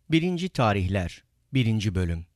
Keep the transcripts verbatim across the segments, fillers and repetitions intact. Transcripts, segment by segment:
Birinci Tarihler birinci Bölüm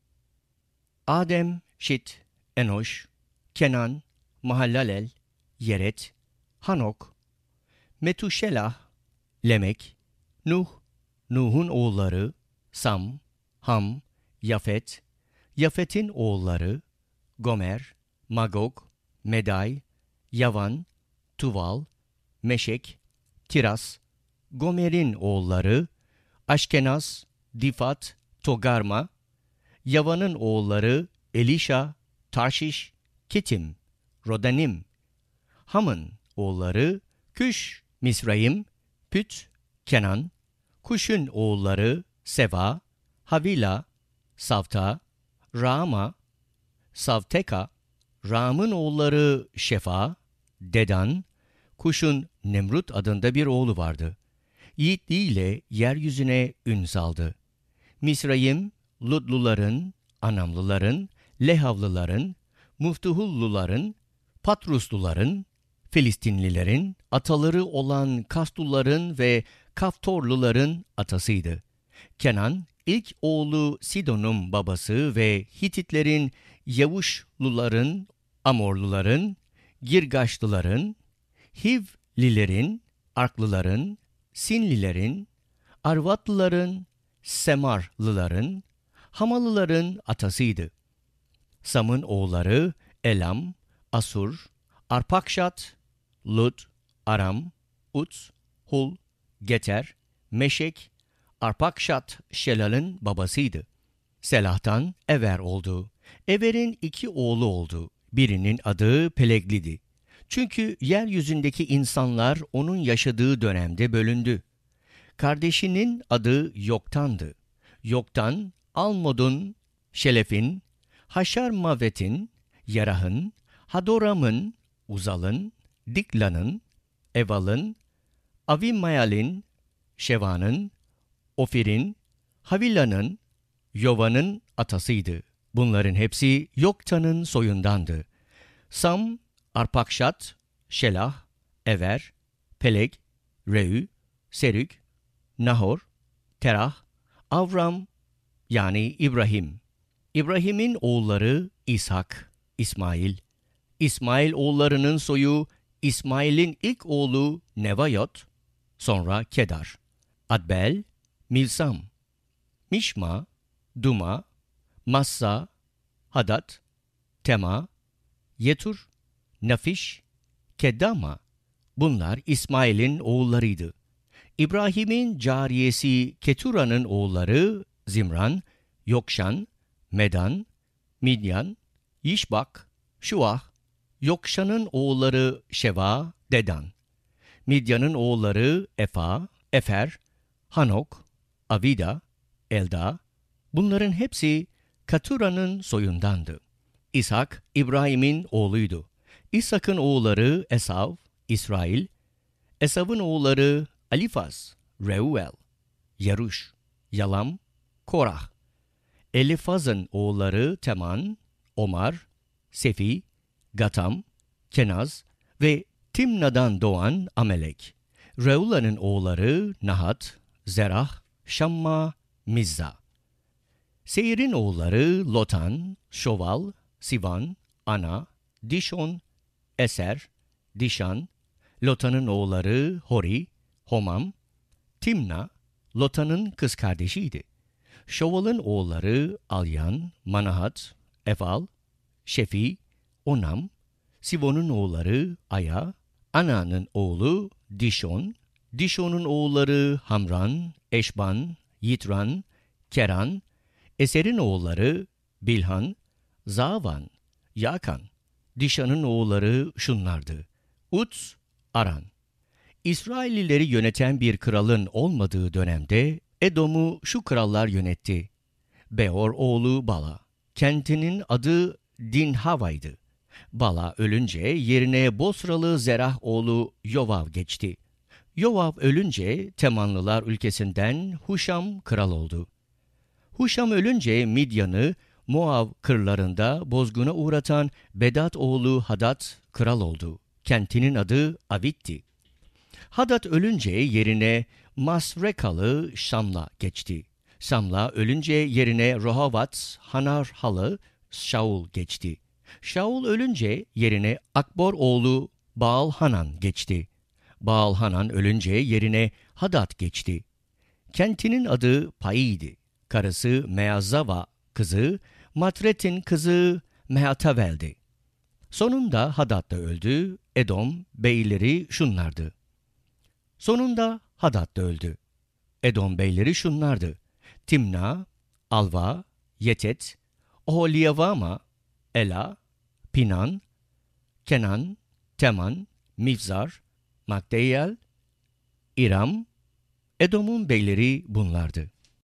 Adem, Şit, Enoş, Kenan, Mahalalel, Yeret, Hanok, Metuşelah, Lemek, Nuh, Nuh'un oğulları, Sam, Ham, Yafet, Yafet'in oğulları, Gomer, Magog, Meday, Yavan, Tuval, Meşek, Tiras, Gomer'in oğulları, Aşkenaz, Difat, Togarma, Yavan'ın oğulları Elişa, Tarşiş, Kitim, Rodanim, Ham'ın oğulları Küş, Misrayim, Püt, Kenan, Kuş'un oğulları Seva, Havila, Savta, Rama, Savteka, Ram'ın oğulları Şefa, Dedan, Kuş'un Nemrut adında bir oğlu vardı. Yiğitliğiyle yeryüzüne ün saldı. Misrayim, Ludluların, Anamlıların, Lehavlıların, Muftuhulluların, Patrusluların, Filistinlilerin, ataları olan Kastulların ve Kaftorluların atasıydı. Kenan, ilk oğlu Sidon'un babası ve Hititlerin, Yavuşluların, Amorluların, Girgaşlıların, Hivlilerin, Arklıların, Sinlilerin, Arvatlıların, Semarlıların, Hamalıların atasıydı. Sam'ın oğulları Elam, Asur, Arpakşad, Lud, Aram, Uts, Hul, Geter, Meşek, Arpakşad Şelal'ın babasıydı. Selah'tan Ever oldu. Ever'in iki oğlu oldu. Birinin adı Pelegli'di. Çünkü yeryüzündeki insanlar onun yaşadığı dönemde bölündü. Kardeşinin adı Yoktan'dı. Yoktan, Almod'un, Şelef'in, Haşarmavet'in, Yarah'ın, Hadoram'ın, Uzal'ın, Diklan'ın, Eval'ın, Avimayal'in, Şeva'nın, Ofir'in, Havila'nın, Yova'nın atasıydı. Bunların hepsi Yoktan'ın soyundandı. Sam, Arpakşad, Şelah, Ever, Peleg, Reü, Serük, Nahor, Terah, Avram yani İbrahim. İbrahim'in oğulları İshak, İsmail. İsmail oğullarının soyu İsmail'in ilk oğlu Nevayot, sonra Kedar, Adbel, Milsam, Mişma, Duma, Massa, Hadad, Tema, Yetur, Nafiş, Kedama. Bunlar İsmail'in oğullarıydı. İbrahim'in cariyesi Ketura'nın oğulları Zimran, Yokşan, Medan, Midyan, Yişbak, Şuah, Yokşan'ın oğulları Şeva, Dedan. Midyan'ın oğulları Efa, Efer, Hanok, Avida, Elda. Bunların hepsi Ketura'nın soyundandı. İshak, İbrahim'in oğluydu. İshak'ın oğulları Esav, İsrail. Esav'ın oğulları Alifaz, Reuel, Yeruş, Yalam, Korah. Elifaz'ın oğulları Teman, Omar, Sefi, Gatam, Kenaz ve Timna'dan doğan Amelek. Reula'nın oğulları Nahat, Zerah, Şamma, Mizza. Seir'in oğulları Lotan, Şoval, Sivan, Ana, Dişon, Eser, Dişan. Lotan'ın oğulları Hori, Homam, Timna, Lotan'ın kız kardeşiydi. Şoval'ın oğulları Alyan, Manahat, Eval, Şefi, Onam. Sivon'un oğulları Aya, Ana'nın oğlu Dişon, Dişon'un oğulları Hamran, Eşban, Yitran, Keran. Eser'in oğulları Bilhan, Zavan, Yakan. Dişan'ın oğulları şunlardı: Uts, Aran. İsraillileri yöneten bir kralın olmadığı dönemde Edom'u şu krallar yönetti: Beor oğlu Bala, kentinin adı Dinhava'ydı. Bala ölünce yerine Bosralı Zerah oğlu Yovav geçti. Yovav ölünce Temanlılar ülkesinden Huşam kral oldu. Huşam ölünce Midyan'ı Moav kırlarında bozguna uğratan Bedat oğlu Hadad kral oldu. Kentinin adı Avit'ti. Hadad ölünce yerine Masrekalı Şam'la geçti. Samla ölünce yerine Rehavat Hanarhalı Şaul geçti. Şaul ölünce yerine Akbor oğlu Baal Hanan geçti. Baal Hanan ölünce yerine Hadad geçti. Kentinin adı Pai'ydi. Karısı Meazava kızı, Matret'in kızı Mehatavel'di. Sonunda Hadad da öldü. Edom beyleri şunlardı. Sonunda Hadad da öldü. Edom beyleri şunlardı: Timna, Alva, Yetet, Oholiyavama, Ela, Pinan, Kenan, Teman, Mifzar, Magdeyel, İram. Edom'un beyleri bunlardı.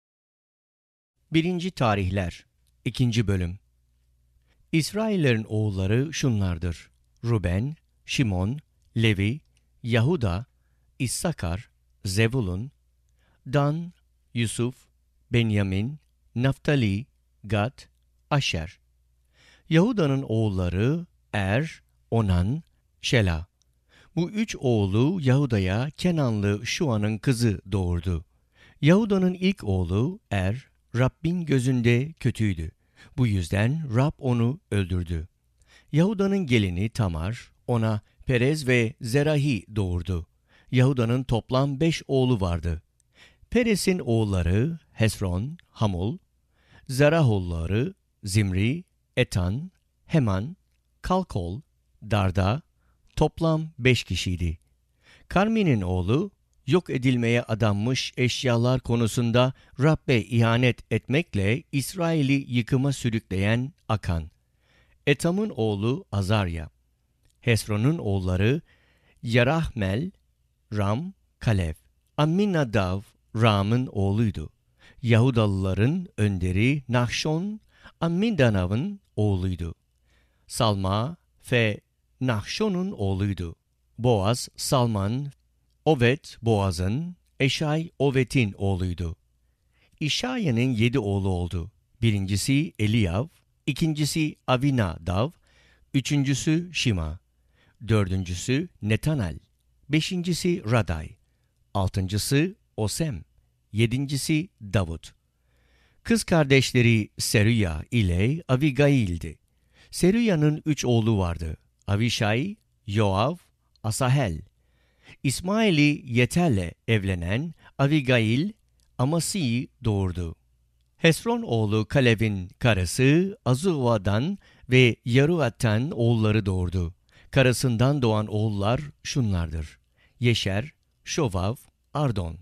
Birinci Tarihler ikinci Bölüm. İsraillerin oğulları şunlardır: Ruben, Şimon, Levi, Yahuda, İssakar, Zebulun, Dan, Yusuf, Benyamin, Naftali, Gad, Aşer. Yahuda'nın oğulları Er, Onan, Şela. Bu üç oğlu Yahuda'ya Kenanlı Şua'nın kızı doğurdu. Yahuda'nın ilk oğlu Er, Rabbin gözünde kötüydü. Bu yüzden Rab onu öldürdü. Yahuda'nın gelini Tamar ona Perez ve Zerahi doğurdu. Yahuda'nın toplam beş oğlu vardı. Perez'in oğulları Hesron, Hamul, Zerahoğulları Zimri, Etan, Heman, Kalkol, Darda, toplam beş kişiydi. Karmi'nin oğlu, yok edilmeye adanmış eşyalar konusunda Rab'be ihanet etmekle İsrail'i yıkıma sürükleyen Akan. Etam'ın oğlu Azarya. Hesron'un oğulları Yerahmel, Ram, Kalev. Amminadav, Ram'ın oğluydu. Yahudalıların önderi Nahşon, Amminadav'ın oğluydu. Salma ve Nahşon'un oğluydu. Boaz, Salman, Ovet, Boaz'ın, Eşay, Ovet'in oğluydu. İşaya'nın yedi oğlu oldu. Birincisi Eliyav, ikincisi Avinadav, üçüncüsü Şima, dördüncüsü Netanel, beşincisi Raday, altıncısı Osem, yedincisi Davut. Kız kardeşleri Seruya ile Abigail'di. Seruya'nın üç oğlu vardı: Avişay, Yoav, Asahel. İsmail'i Yeter'le evlenen Abigail, Amasi'yi doğurdu. Hesron oğlu Kalev'in karısı Azuva'dan ve Yaruat'tan oğulları doğurdu. Karısından doğan oğullar şunlardır: Yeşer, Şovav, Ardon.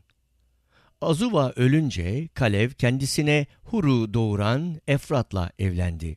Azuva ölünce Kalev kendisine Hur'u doğuran Efrat'la evlendi.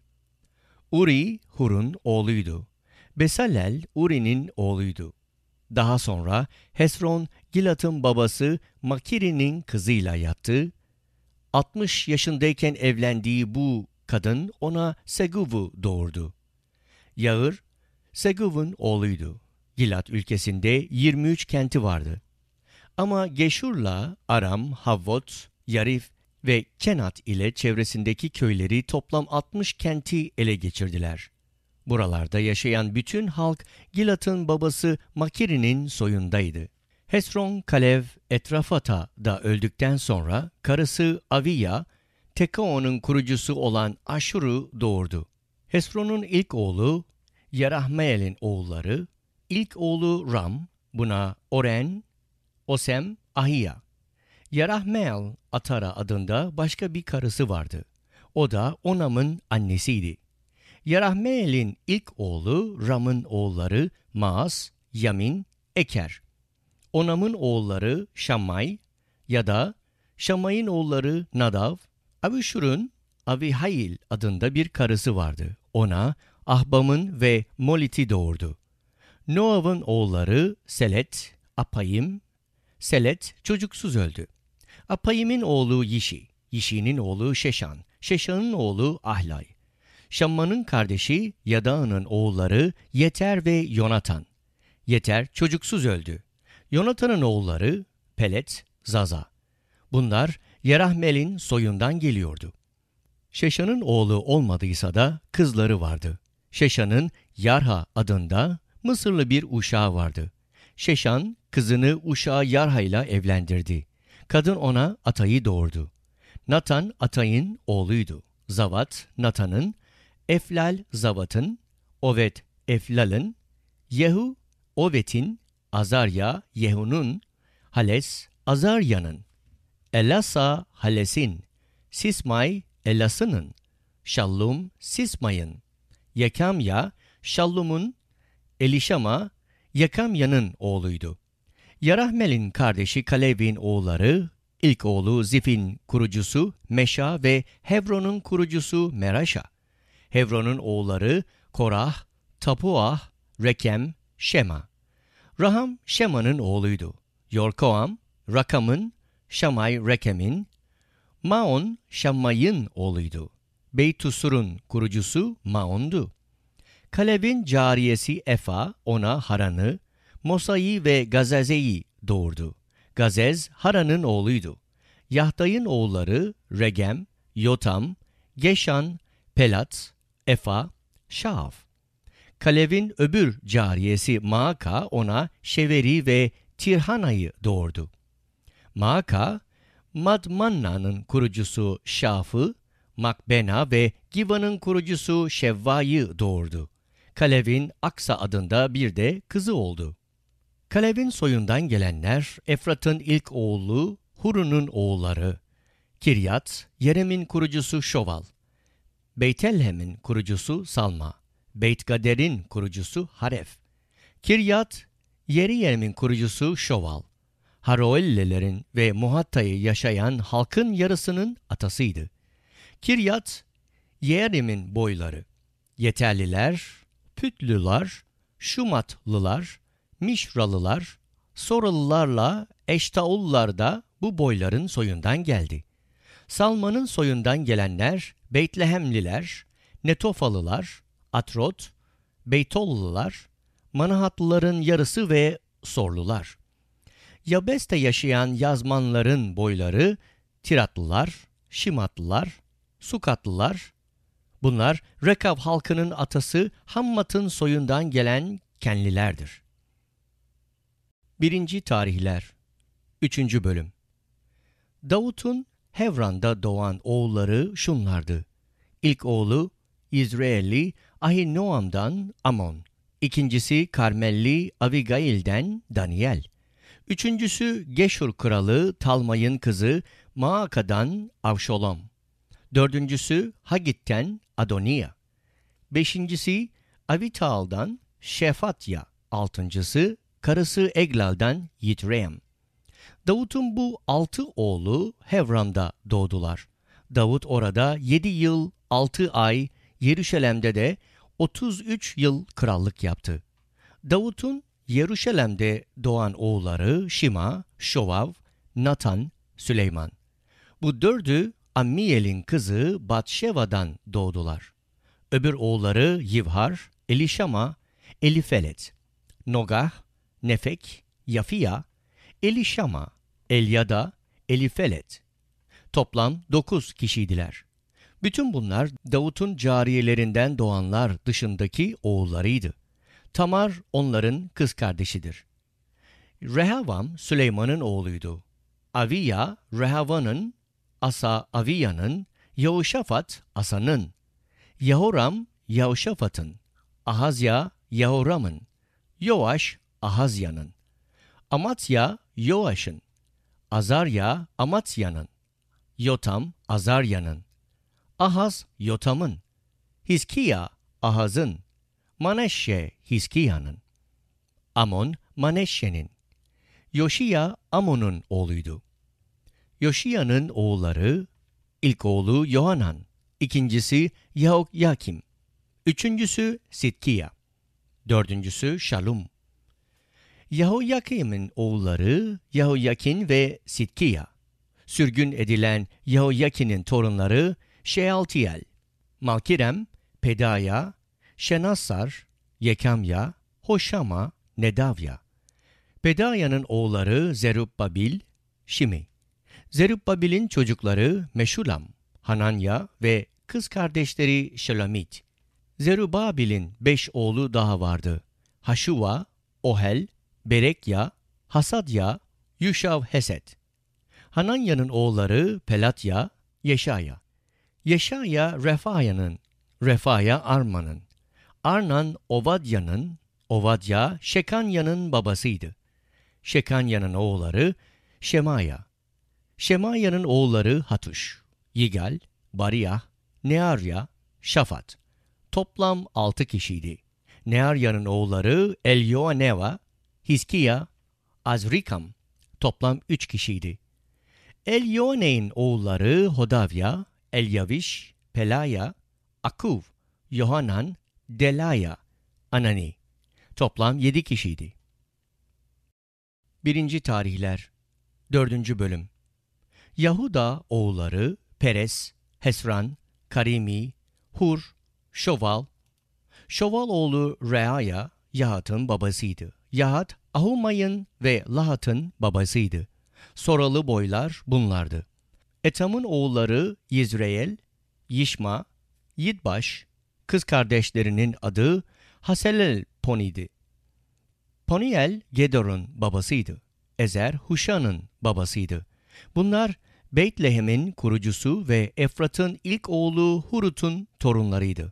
Uri, Hur'un oğluydu. Besalel, Uri'nin oğluydu. Daha sonra Hesron, Gilat'ın babası Makiri'nin kızıyla yattı. altmış yaşındayken evlendiği bu kadın ona Seguv'u doğurdu. Yağır, Seguv'un oğluydu. Gilat ülkesinde yirmi üç kenti vardı. Ama Geçur'la Aram, Havvot, Yarif ve Kenat ile çevresindeki köyleri toplam altmış kenti ele geçirdiler. Buralarda yaşayan bütün halk Gilat'ın babası Makiri'nin soyundaydı. Hesron, Kalev, Etrafata da öldükten sonra karısı Aviya, Tekoa'nın kurucusu olan Aşur'u doğurdu. Hesron'un ilk oğlu Yerahmeel'in oğulları, ilk oğlu Ram, buna Oren, Osem, Ahiya. Yerahmeel Atara adında başka bir karısı vardı. O da Onam'ın annesiydi. Yerahmeel'in ilk oğlu Ram'ın oğulları Maas, Yamin, Eker. Onam'ın oğulları Şammay ya da Şammay'ın oğulları Nadav. Abişur'un Avihail adında bir karısı vardı. Ona Ahbam'ın ve Molit'i doğurdu. Noav'ın oğulları Selet, Apayim. Selet çocuksuz öldü. Apayim'in oğlu Yişi, Yişi'nin oğlu Şeşan, Şeşan'ın oğlu Ahlay. Şamman'ın kardeşi Yada'nın oğulları Yeter ve Yonatan. Yeter çocuksuz öldü. Yonatan'ın oğulları Pelet, Zaza. Bunlar Yerahmeel'in soyundan geliyordu. Şeşan'ın oğlu olmadıysa da kızları vardı. Şeşan'ın Yarha adında Mısırlı bir uşağı vardı. Şeşan kızını uşağı Yarha ile evlendirdi. Kadın ona Atay'ı doğurdu. Natan Atay'ın oğluydu. Zavat Natan'ın, Eflal Zavat'ın, Ovet Eflal'ın, Yehu Ovet'in, Azarya Yehu'nun, Hales Azarya'nın, Elasa Hales'in, Sismay Elas'ının, Şallum Sismay'ın, Yekamya Şallum'un, Elişama Yekamya'nın oğluydu. Yarahmel'in kardeşi Kalev'in oğulları, ilk oğlu Zif'in kurucusu Meşa ve Hevron'un kurucusu Meraşa. Hevron'un oğulları Korah, Tapuah, Rekem, Şema. Raham Şema'nın oğluydu. Yorkoam, Rakam'ın, Şamay Rekem'in, Maon Şammay'ın oğluydu. Beytusur'un kurucusu Maon'du. Kalev'in cariyesi Efa ona Haran'ı, Mosa'yı ve Gazeze'yi doğurdu. Gazez Haran'ın oğluydu. Yahday'ın oğulları Regem, Yotam, Geşan, Pelat, Efa, Şaaf. Kalev'in öbür cariyesi Maaka ona Şeveri ve Tirhana'yı doğurdu. Maaka, Madmanna'nın kurucusu Şaf'ı, Makbena ve Giva'nın kurucusu Şevva'yı doğurdu. Kalev'in Aksa adında bir de kızı oldu. Kalev'in soyundan gelenler Efrat'ın ilk oğlu Hurun'un oğulları, Kiryat, Yerem'in kurucusu Şoval, Beytellehem'in kurucusu Salma, Beytgader'in kurucusu Haref, Kiryat, Yeriyerem'in kurucusu Şoval, Haroellelerin ve Muhatta'yı yaşayan halkın yarısının atasıydı. Kiryat, Yerim'in boyları, Yeterliler, Pütlüler, Şumatlılar, Mişralılar, Soralılarla Eştaullar da bu boyların soyundan geldi. Salma'nın soyundan gelenler Beytlehemliler, Netofalılar, Atrot, Beytollular, Manahatlıların yarısı ve Sorlular. Yabes'te yaşayan Yazmanların boyları Tiratlılar, Şimatlılar, Sukatlılar. Bunlar Rekav halkının atası Hammat'ın soyundan gelen Kenlilerdir. Birinci Tarihler üçüncü Bölüm. Davut'un Hevran'da doğan oğulları şunlardı. İlk oğlu İzrailli Ahinoam'dan Amon. İkincisi Karmelli Abigail'den Daniel. Üçüncüsü Geşur kralı Talmay'ın kızı Maaka'dan Avşolom. Dördüncüsü Hagit'ten Adoniya. Beşincisi Avitaal'dan Şefatya. Altıncısı karısı Eglal'dan Yitream. Davut'un bu altı oğlu Hevran'da doğdular. Davut orada yedi yıl altı ay, Yeruşalim'de de otuz üç yıl krallık yaptı. Davut'un Yeruşalim'de doğan oğulları Şima, Şovav, Natan, Süleyman. Bu dördü Ammiyel'in kızı Batşeva'dan doğdular. Öbür oğulları Yivhar, Elişama, Elifelet, Nogah, Nefek, Yafiya, Elişama, Elyada, Elifelet. Toplam dokuz kişiydiler. Bütün bunlar Davut'un cariyelerinden doğanlar dışındaki oğullarıydı. Tamar onların kız kardeşidir. Rehavam Süleyman'ın oğluydu. Aviya Rehavan'ın, Asa Aviya'nın, Yehoşafat Asa'nın, Yehoram Yehoşafat'ın, Ahazya Yehoram'ın, Yoaş Ahazya'nın, Amatya Yoaş'ın, Azarya Amatya'nın, Yotam Azarya'nın, Ahaz Yotam'ın, Hizkiya Ahaz'ın, Maneşşe Hizkiya'nın, Amon Maneşşe'nin, Yoşiya Amon'un oğluydu. Yoşiya'nın oğulları, ilk oğlu Yohanan, ikincisi Yahokyakim, üçüncüsü Sitkiya, dördüncüsü Şalum. Yahoyakim'in oğulları Yahoyakin ve Sitkiya. Sürgün edilen Yahoyakin'in torunları Şealtiyel, Malkirem, Pedaya, Şenassar, Yekamya, Hoşama, Nedavya. Pedaya'nın oğulları Zerubbabil, Şimi. Zerubbabil'in çocukları Meşulam, Hananya ve kız kardeşleri Şelamit. Zerubbabil'in beş oğlu daha vardı. Haşuva, Ohel, Berekya, Hasadya, Yuşav Heset. Hananya'nın oğulları Pelatya, Yeşaya. Yeşaya Refaya'nın, Refaya Arman'ın, Arnan Ovadya'nın, Ovadya Şekanya'nın babasıydı. Şekanya'nın oğulları Şemaya. Şemaya'nın oğulları Hatuş, Yigal, Bariyah, Nearya, Şafat. Toplam altı kişiydi. Nearya'nın oğulları Elyoaneva, Hiskiya, Azrikam. Toplam üç kişiydi. Elyoane'in oğulları Hodavya, Elyaviş, Pelaya, Akuv, Yohanan, Delaya, Anani. Toplam yedi kişiydi. Birinci Tarihler dördüncü Bölüm. Yahuda oğulları Perez, Hesran, Karimi, Hur, Şoval. Şoval oğlu Reaya, Yahat'ın babasıydı. Yahat, Ahumay'ın ve Lahat'ın babasıydı. Soralı boylar bunlardı. Etam'ın oğulları Yizreel, Yişma, Yidbaş, kız kardeşlerinin adı Haselel Poni'di. Poniel, Gedor'un babasıydı. Ezer, Huşan'ın babasıydı. Bunlar Beytlehem'in kurucusu ve Efrat'ın ilk oğlu Hurut'un torunlarıydı.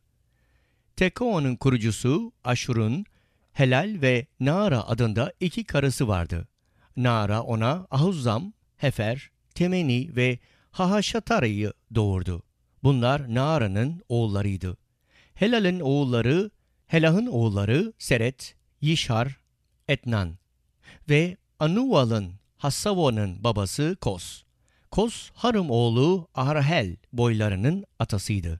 Tekoa'nın kurucusu Aşur'un Helal ve Naara adında iki karısı vardı. Naara ona Ahuzzam, Hefer, Temeni ve Hahaşatara'yı doğurdu. Bunlar Naara'nın oğullarıydı. Helal'in oğulları, Helah'ın oğulları Seret, Yişhar, Etnan ve Anuval'ın, Hassavon'un babası Kos. Kos, Harım oğlu Aharhel boylarının atasıydı.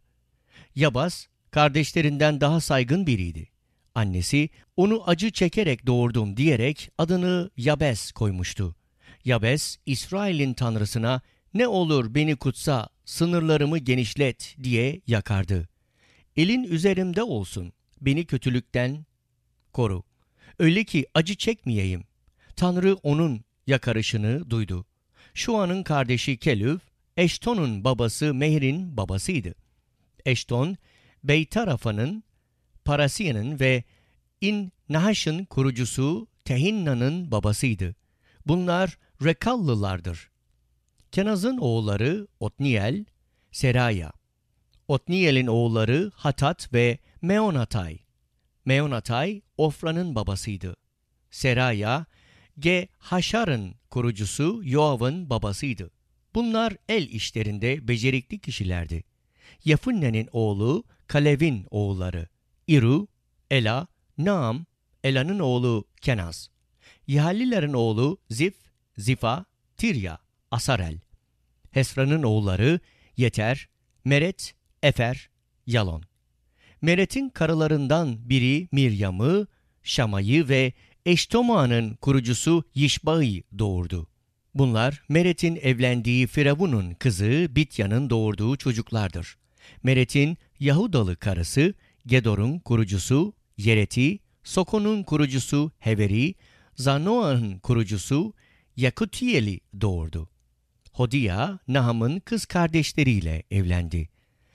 Yabas, kardeşlerinden daha saygın biriydi. Annesi, onu acı çekerek doğurdum diyerek adını Yabes koymuştu. Yabes, İsrail'in tanrısına ne olur beni kutsa, sınırlarımı genişlet diye yakardı. Elin üzerimde olsun, beni kötülükten koru. Öyle ki acı çekmeyeyim. Tanrı onun yakarışını duydu. Şua'nın kardeşi Kelüv, Eşton'un babası Mehir'in babasıydı. Eşton, Beytarafa'nın, Parasiya'nın ve İn Nahaş'ın kurucusu Tehinna'nın babasıydı. Bunlar Rekallılardır. Kenaz'ın oğulları Otniel, Seraya. Otniel'in oğulları Hatat ve Meonatay. Meonatay, Ofra'nın babasıydı. Seraya, Ge Haşar'ın kurucusu Yoav'ın babasıydı. Bunlar el işlerinde becerikli kişilerdi. Yafunne'nin oğlu Kalev'in oğulları İru, Ela, Naam, Ela'nın oğlu Kenaz. Yahalilerin oğlu Zif, Zifa, Tirya, Asarel. Hesran'ın oğulları Yeter, Meret, Efer, Yalon. Meret'in karılarından biri Miryam'ı, Şamay'ı ve Eştoma'nın kurucusu Yişba'yı doğurdu. Bunlar Meret'in evlendiği Firavun'un kızı Bitya'nın doğurduğu çocuklardır. Meret'in Yahudalı karısı, Gedor'un kurucusu Yereti, Soko'nun kurucusu Heveri, Zanoa'nın kurucusu Yakutiyel'i doğurdu. Hodiya, Naham'ın kız kardeşleriyle evlendi.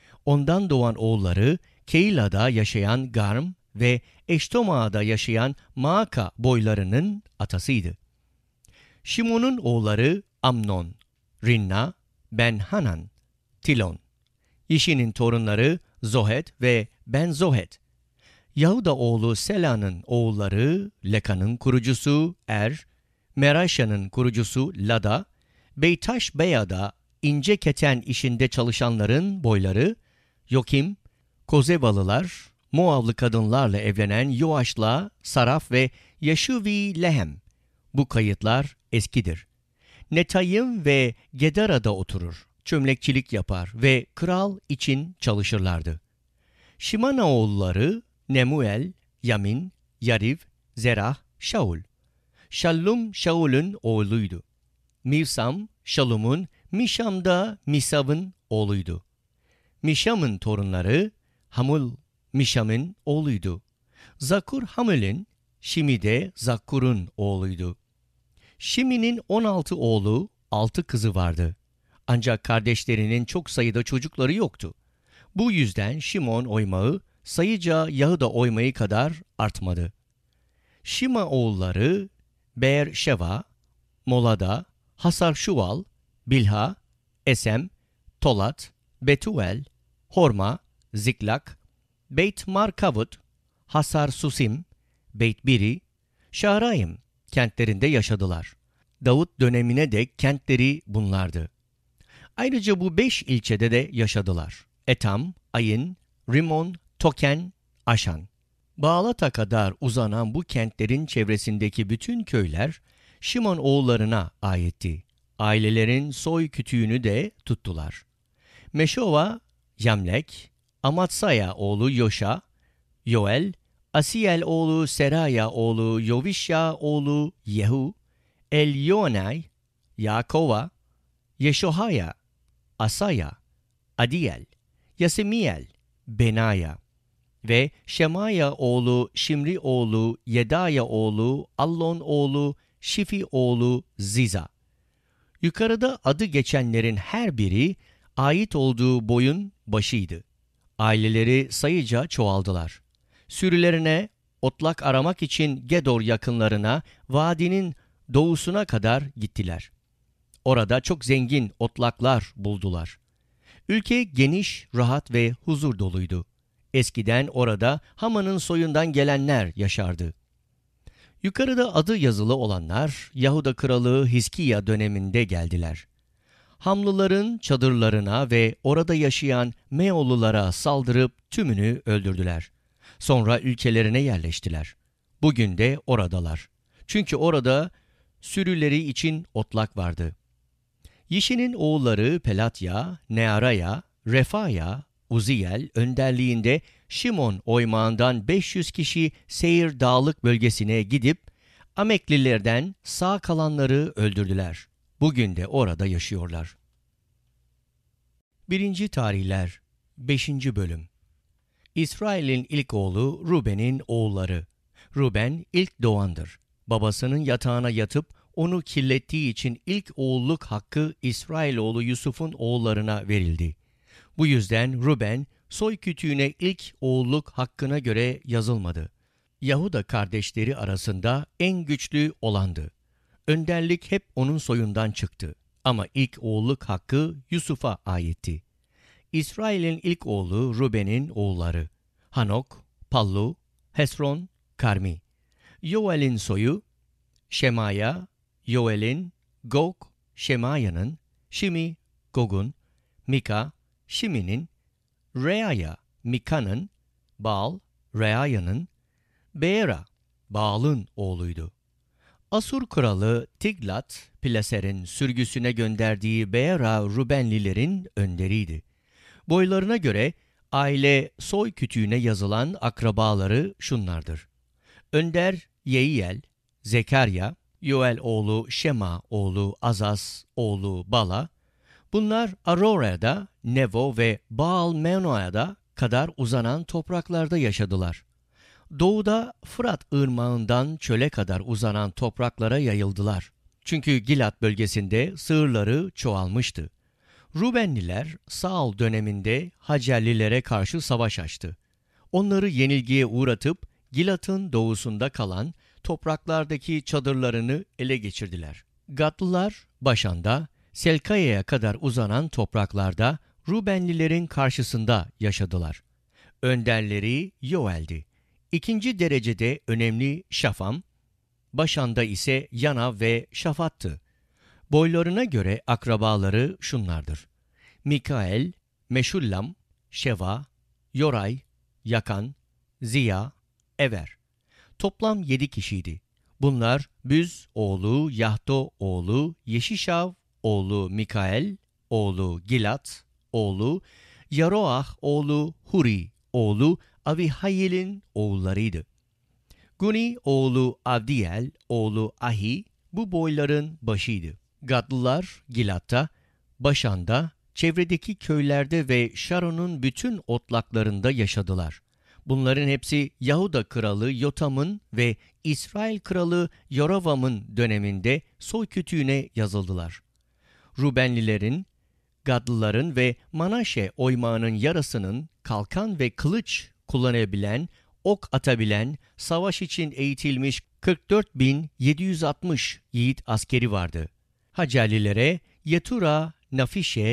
Ondan doğan oğulları Keila'da yaşayan Garm ve Eştoma'da yaşayan Maaka boylarının atasıydı. Şimon'un oğulları Amnon, Rinna, Ben-Hanan, Tilon. Yişi'nin torunları Zohet ve Ben-Zohet. Yahuda oğlu Sela'nın oğulları Leka'nın kurucusu Er, Meraşa'nın kurucusu Lada, Beytaş Beya'da ince keten işinde çalışanların boyları Yokim, Kozevalılar, Moavlı kadınlarla evlenen Yoaş'la Saraf ve Yaşuvi Lehem. Bu kayıtlar eskidir. Netayim ve Gedara'da oturur, çömlekçilik yapar ve kral için çalışırlardı. Şimana oğulları Nemuel, Yamin, Yariv, Zerah, Şaul. Şallum Şaul'ün oğluydu. Mivsam, Şalum'un, Mişam'da Misav'ın oğluydu. Mişam'ın torunları Hamul, Mişam'ın oğluydu. Zakur Hamul'ün, Şimi de Zakkur'un oğluydu. Şimi'nin on altı oğlu, altı kızı vardı. Ancak kardeşlerinin çok sayıda çocukları yoktu. Bu yüzden Şimon oymağı sayıca Yahuda oymayı kadar artmadı. Şima oğulları Beer-Şeva, Molada, Hasar-Şuval, Bilha, Esem, Tolat, Betuel, Horma, Ziklak, Beyt Markavut, Hasar Susim, Beyt Biri, Şahraim kentlerinde yaşadılar. Davut dönemine dek kentleri bunlardı. Ayrıca bu beş ilçede de yaşadılar. Etam, Ayin, Rimon, Token, Aşan. Bağlat'a kadar uzanan bu kentlerin çevresindeki bütün köyler Şimon oğullarına aitti. Ailelerin soy kütüğünü de tuttular. Meşova, Yamlek, Amatsaya oğlu Yoşa, Yoel, Asiyel oğlu Seraya oğlu Yovişya oğlu Yehu, El-Yoanay, Yakova, Yeşohaya, Asaya, Adiyel, Yasemiyel, Benaya ve Şemaya oğlu Şimri oğlu Yedaya oğlu Allon oğlu Şifi oğlu Ziza. Yukarıda adı geçenlerin her biri ait olduğu boyun başıydı. Aileleri sayıca çoğaldılar. Sürülerine otlak aramak için Gedor yakınlarına, vadinin doğusuna kadar gittiler. Orada çok zengin otlaklar buldular. Ülke geniş, rahat ve huzur doluydu. Eskiden orada Haman'ın soyundan gelenler yaşardı. Yukarıda adı yazılı olanlar Yahuda kralı Hiskiya döneminde geldiler. Hamlıların çadırlarına ve orada yaşayan Meolulara saldırıp tümünü öldürdüler. Sonra ülkelerine yerleştiler. Bugün de oradalar. Çünkü orada sürüleri için otlak vardı. Yişi'nin oğulları Pelatya, Nearaya, Refaya, Uziyel önderliğinde Şimon oymağından beş yüz kişi Seyir dağlık bölgesine gidip Ameklilerden sağ kalanları öldürdüler. Bugün de orada yaşıyorlar. Birinci Tarihler beşinci Bölüm. İsrail'in ilk oğlu Ruben'in oğulları. Ruben ilk doğandır. Babasının yatağına yatıp onu kirlettiği için ilk oğulluk hakkı İsrailoğlu Yusuf'un oğullarına verildi. Bu yüzden Ruben soy kütüğüne ilk oğulluk hakkına göre yazılmadı. Yahuda kardeşleri arasında en güçlü olandı. Önderlik hep onun soyundan çıktı. Ama ilk oğulluk hakkı Yusuf'a aitti. İsrail'in ilk oğlu Ruben'in oğulları: Hanok, Pallu, Hesron, Karmi. Yoel'in soyu: Şemaya, Yoel'in, Gog, Şemaya'nın, Şimi, Gog'un, Mika, Şimi'nin, Reaya, Mika'nın, Baal, Reaya'nın, Beera, Baal'ın oğluydu. Asur kralı Tiglat, Pileser'in sürgüsüne gönderdiği Beera Rubenlilerin önderiydi. Boylarına göre aile soy kütüğüne yazılan akrabaları şunlardır: Önder Yeiyel, Zekarya, Yoel oğlu Şema oğlu Azaz oğlu Bala. Bunlar Arora'da, Nevo ve Baal-Menoa'da kadar uzanan topraklarda yaşadılar. Doğuda Fırat ırmağından çöle kadar uzanan topraklara yayıldılar. Çünkü Gilat bölgesinde sığırları çoğalmıştı. Rubenliler Saul döneminde Hacerlilere karşı savaş açtı. Onları yenilgiye uğratıp Gilat'ın doğusunda kalan topraklardaki çadırlarını ele geçirdiler. Gadlılar Başan'da, Selkaya'ya kadar uzanan topraklarda Rubenlilerin karşısında yaşadılar. Önderleri Yoel'di. İkinci derecede önemli Şafam, Başan'da ise Yana ve Şafat'tı. Boylarına göre akrabaları şunlardır: Mikael, Meşullam, Şeva, Yoray, Yakan, Ziya, Ever. Toplam yedi kişiydi. Bunlar Büz oğlu Yahdo oğlu Yeşişav oğlu Mikael oğlu Gilat oğlu Yaroah oğlu Huri oğlu Avihayil'in oğullarıydı. Guni oğlu Avdiyel oğlu Ahi bu boyların başıydı. Gadlılar Gilat'ta, Başan'da, çevredeki köylerde ve Şaron'un bütün otlaklarında yaşadılar. Bunların hepsi Yahuda kralı Yotam'ın ve İsrail kralı Yoravam'ın döneminde soy kütüğüne yazıldılar. Rubenlilerin, Gadlıların ve Manaşe oymağının yarısının kalkan ve kılıç kullanabilen, ok atabilen, savaş için eğitilmiş kırk dört bin yedi yüz altmış yiğit askeri vardı. Hacerlilere Yetura, Nafişe,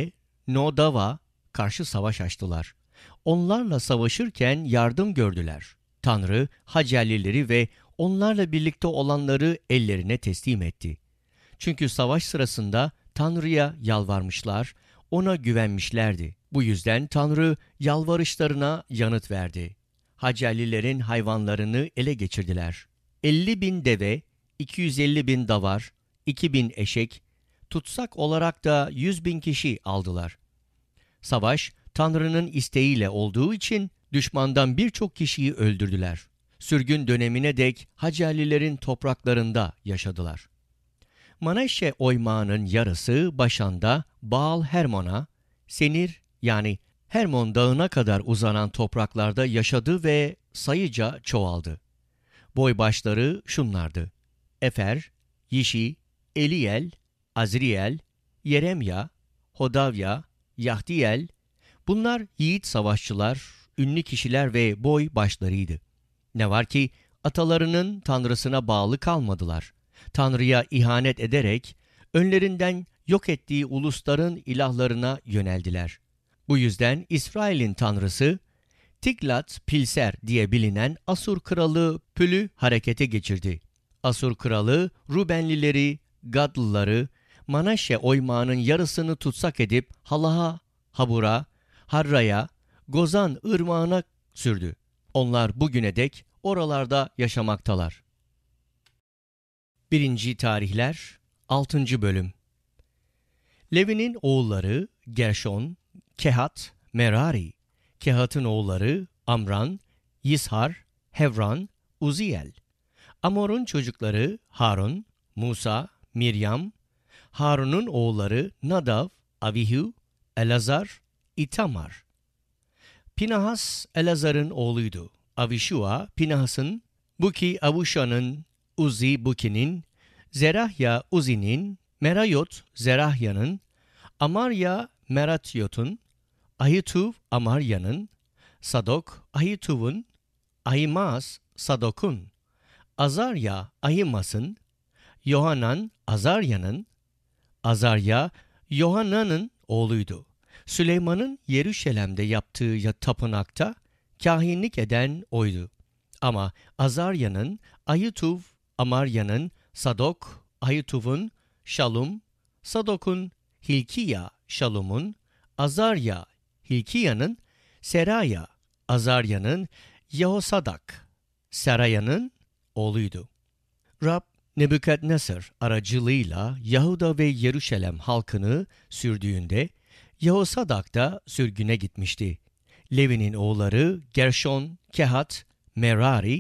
Nodav'a karşı savaş açtılar. Onlarla savaşırken yardım gördüler. Tanrı Hacellileri ve onlarla birlikte olanları ellerine teslim etti. Çünkü savaş sırasında Tanrı'ya yalvarmışlar, ona güvenmişlerdi. Bu yüzden Tanrı yalvarışlarına yanıt verdi. Hacellilerin hayvanlarını ele geçirdiler. elli bin deve, iki yüz elli bin davar, iki bin eşek, tutsak olarak da yüz bin kişi aldılar. Savaş, Tanrı'nın isteğiyle olduğu için düşmandan birçok kişiyi öldürdüler. Sürgün dönemine dek Hacellilerin topraklarında yaşadılar. Manaşe oymağının yarısı Başan'da Baal Hermon'a, Senir yani Hermon dağına kadar uzanan topraklarda yaşadı ve sayıca çoğaldı. Boybaşları şunlardı: Efer, Yişi, Eliel, Azriel, Yeremya, Hodavya, Yahdiyel. Bunlar yiğit savaşçılar, ünlü kişiler ve boy başlarıydı. Ne var ki atalarının Tanrısına bağlı kalmadılar. Tanrı'ya ihanet ederek önlerinden yok ettiği ulusların ilahlarına yöneldiler. Bu yüzden İsrail'in tanrısı Tiglat-Pilser diye bilinen Asur kralı Pül'ü harekete geçirdi. Asur kralı Rubenlileri, Gadlıları, Manaşe oymağının yarısını tutsak edip Halah'a, Habur'a, Harra'ya, Gozan ırmağına sürdü. Onlar bugüne dek oralarda yaşamaktalar. Birinci Tarihler altıncı Bölüm. Levi'nin oğulları Gerşon, Kehat, Merari. Kehat'ın oğulları Amran, Yishar, Hevran, Uziyel. Amor'un çocukları Harun, Musa, Miryam. Harun'un oğulları Nadav, Avihu, Elazar, İtamar. Pinahas Elazar'ın oğluydu. Avişua Pinahas'ın, Buki Avuşa'nın, Uzi Buki'nin, Zerahya Uzi'nin, Merayot Zerahya'nın, Amarya Meratyot'un, Ahituv Amarya'nın, Sadok Ahituv'un, Ahimaaz Sadok'un, Azarya Ahimas'ın, Yohanan Azarya'nın, Azarya Yohanan'ın oğluydu. Süleyman'ın Yeruşalim'de yaptığı tapınakta kahinlik eden oydu. Ama Azarya'nın, Ahituv, Amarya'nın, Sadok, Ahituv'un, Şalum, Sadok'un, Hilkiya, Şalum'un, Azarya, Hilkiya'nın, Seraya, Azarya'nın, Yehosadak, Seraya'nın oğluydu. Rab, Nebukadnesar aracılığıyla Yahuda ve Yeruşalem halkını sürdüğünde Yehosadak da sürgüne gitmişti. Levi'nin oğulları Gerşon, Kehat, Merari.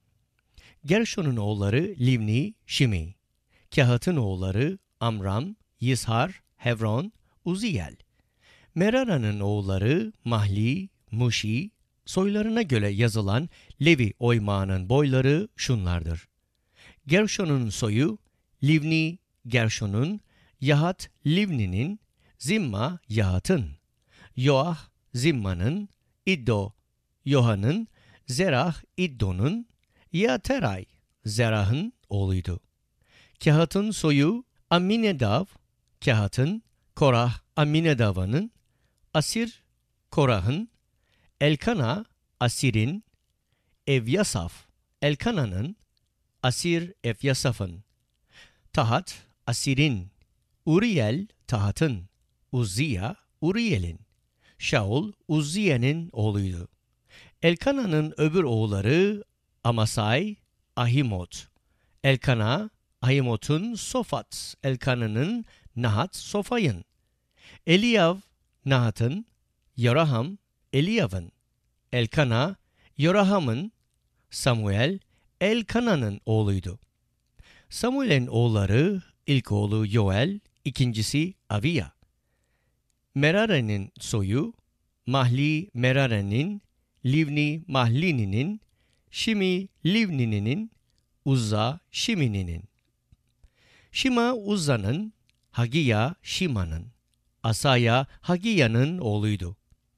Gerşon'un oğulları Livni, Şimi. Kehat'ın oğulları Amram, Yishar, Hevron, Uziyel. Merara'nın oğulları Mahli, Muşi. Soylarına göre yazılan Levi oymağının boyları şunlardır: Gerşon'un soyu Livni Gerşon'un, Yahat Livni'nin, Zimma Yahat'ın, Yoah Zimma'nın, İddo Yohan'ın, Zerah İddo'nun, Yateray Zerah'ın oğluydu. Kehat'ın soyu Aminedav Kehat'ın, Korah Aminedav'ın, Asir Korah'ın, Elkana Asir'in, Evyasaf Elkana'nın, Asir Efyasaf'ın, Tahat Asir'in, Uriyel Tahat'ın, Uzziya Uriyel'in, Şaul Uzziye'nin oğluydu. Elkana'nın öbür oğulları Amasay, Ahimot. Elkana, Ahimot'un Sofat, Elkana'nın Nahat Sofay'ın. Eliyav, Nahat'ın, Yoraham, Eliyav'ın. Elkana, Yoraham'ın, Samuel, Elkana'nın oğluydu. Samuel'in oğulları, ilk oğlu Yoel, ikincisi Aviya. Merari'nin soyu, Mahli Merari'nin, Livni Mahlini'nin, Şimi Livni'nin, Uzza Şimini'nin. Şima Uzza'nın, Hagiya Şima'nın, Asaya Hagiya'nın oğluydu.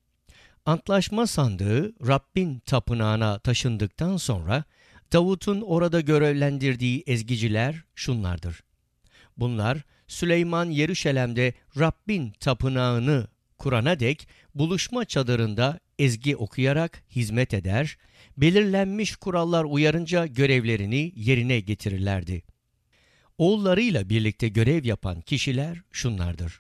Antlaşma sandığı Rabbin tapınağına taşındıktan sonra Davut'un orada görevlendirdiği ezgiciler şunlardır. Bunlar Süleyman Yeruşalim'de Rabbin tapınağını kurana dek buluşma çadırında ezgi okuyarak hizmet eder, belirlenmiş kurallar uyarınca görevlerini yerine getirirlerdi. Oğullarıyla birlikte görev yapan kişiler şunlardır.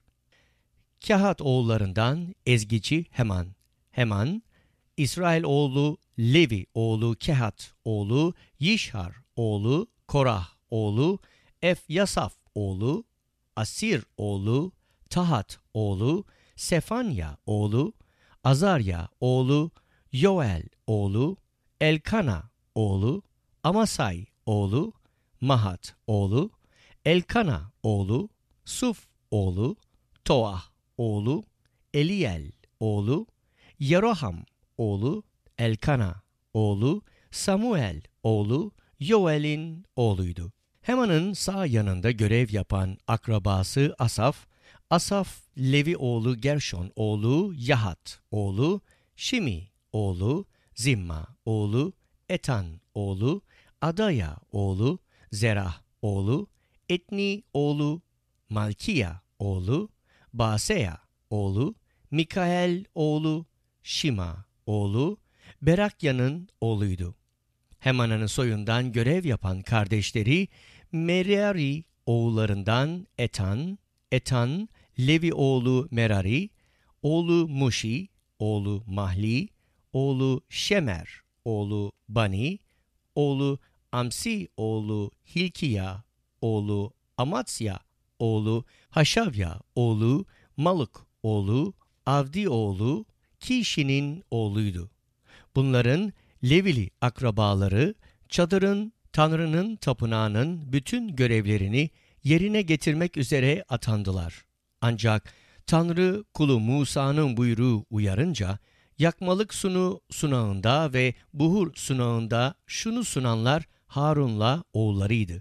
Kehat oğullarından ezgici Heman. Heman, İsrail oğlu Levi oğlu Kehat oğlu Yişhar oğlu Korah oğlu Efyasaf oğlu Asir oğlu Tahat oğlu Sefanya oğlu Azarya oğlu Yoel oğlu Elkana oğlu Amasay oğlu Mahat oğlu Elkana oğlu Suf oğlu Toah oğlu Eliel oğlu Yeroham oğlu Elkana oğlu Samuel oğlu Yoel'in oğluydu. Heman'ın sağ yanında görev yapan akrabası Asaf, Asaf Levi oğlu Gerşon oğlu Yahat oğlu Şimi oğlu Zimma oğlu Etan oğlu Adaya oğlu Zerah oğlu Etni oğlu Malkiya oğlu Baseya oğlu Mikael oğlu Şima oğlu Berakya'nın oğluydu. Heman'ın soyundan görev yapan kardeşleri Merari oğullarından Etan, Etan, Levi oğlu Merari, oğlu Muşi, oğlu Mahli, oğlu Şemer, oğlu Bani, oğlu Amsi, oğlu Hilkiya, oğlu Amatsya, oğlu Haşavya, oğlu Maluk, oğlu Avdi oğlu Kişi'nin oğluydu. Bunların Levili akrabaları çadırın, Tanrı'nın tapınağının bütün görevlerini yerine getirmek üzere atandılar. Ancak Tanrı kulu Musa'nın buyruğu uyarınca yakmalık sunu sunağında ve buhur sunağında şunu sunanlar Harun'la oğullarıydı.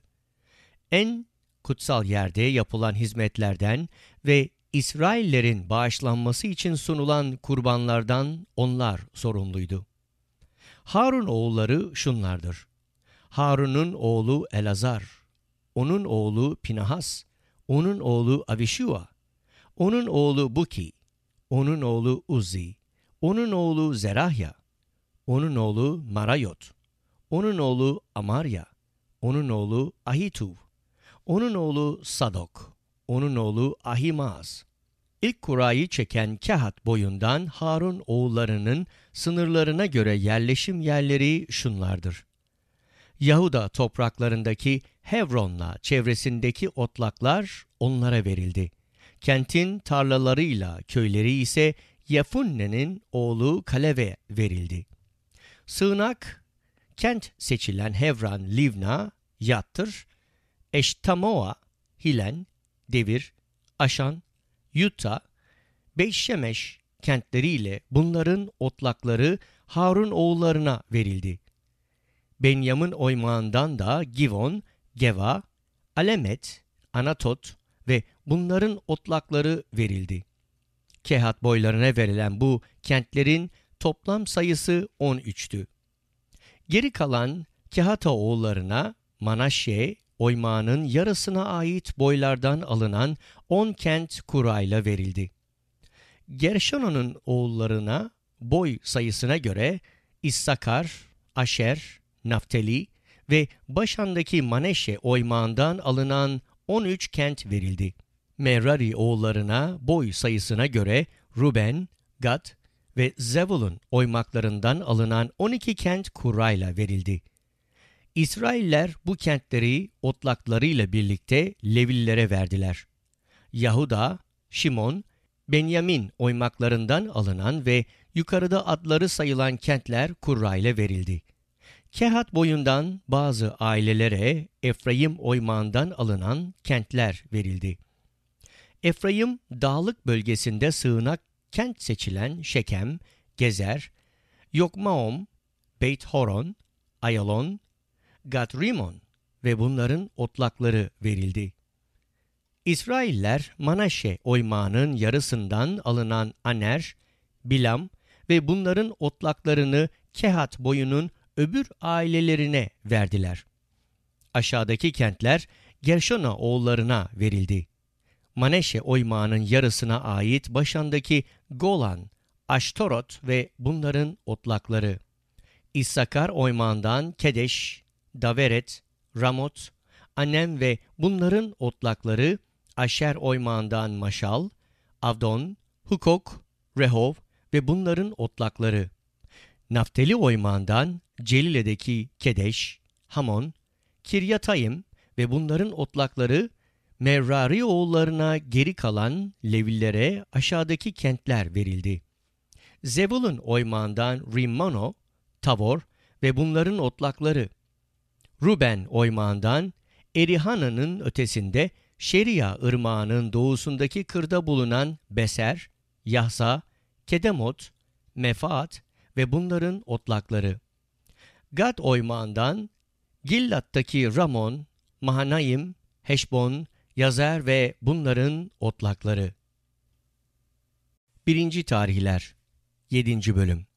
En kutsal yerde yapılan hizmetlerden ve İsraillerin bağışlanması için sunulan kurbanlardan onlar sorumluydu. Harun oğulları şunlardır. Harun'un oğlu Elazar, onun oğlu Pinahas, onun oğlu Avişua, onun oğlu Buki, onun oğlu Uzzi, onun oğlu Zerahya, onun oğlu Marayot, onun oğlu Amarya, onun oğlu Ahituv, onun oğlu Sadok, onun oğlu Ahimaz. İlk kurayı çeken Kehat boyundan Harun oğullarının sınırlarına göre yerleşim yerleri şunlardır. Yahuda topraklarındaki Hevron'la çevresindeki otlaklar onlara verildi. Kentin tarlalarıyla köyleri ise Yefunne'nin oğlu Kalev'e verildi. Sığınak, kent seçilen Hevran, Livna, Yattır, Eştamoa, Hilen, Devir, Aşan, Yuta, Beyşemeş kentleriyle bunların otlakları Harun oğullarına verildi. Benyamin oymağından da Givon, Geva, Alemet, Anatot ve bunların otlakları verildi. Kehat boylarına verilen bu kentlerin toplam sayısı on üçtü. Geri kalan Kehata oğullarına Manaşe oymağının yarısına ait boylardan alınan on kent kurayla verildi. Gerşon'un oğullarına boy sayısına göre İssakar, Aşer, Naftali ve Başan'daki Maneşe oymağından alınan on üç kent verildi. Merari oğullarına boy sayısına göre Ruben, Gad ve Zebulun oymaklarından alınan on iki kent kurayla verildi. İsrailler bu kentleri otlaklarıyla birlikte Levillere verdiler. Yahuda, Şimon, Benyamin oymaklarından alınan ve yukarıda adları sayılan kentler kurayla verildi. Kehat boyundan bazı ailelere Efraim oymağından alınan kentler verildi. Efraim dağlık bölgesinde sığınak kent seçilen Şekem, Gezer, Yokmaom, Beyt-Horon, Ayalon, Gat-Rimon ve bunların otlakları verildi. İsrailler Manaşe oymağının yarısından alınan Aner, Bilam ve bunların otlaklarını Kehat boyunun öbür ailelerine verdiler. Aşağıdaki kentler Gerşona oğullarına verildi. Maneşe oymağının yarısına ait Başan'daki Golan, Aştorot ve bunların otlakları. İssakar oymağından Kedeş, Daveret, Ramot, Annem ve bunların otlakları. Aşer oymağından Maşal, Avdon, Hukok, Rehov ve bunların otlakları. Naftali oymağından Celile'deki Kedeş, Hamon, Kiryatayim ve bunların otlakları. Merari oğullarına geri kalan Levillere aşağıdaki kentler verildi. Zebulun oymağından Rimmono, Tavor ve bunların otlakları. Ruben oymağından Erihana'nın ötesinde Şeria ırmağının doğusundaki kırda bulunan Beser, Yahza, Kedemot, Mefaat ve bunların otlakları. Gad oymağından Gillat'taki Ramon, Mahanayim, Heşbon, Yazer ve bunların otlakları. Birinci Tarihler yedinci Bölüm.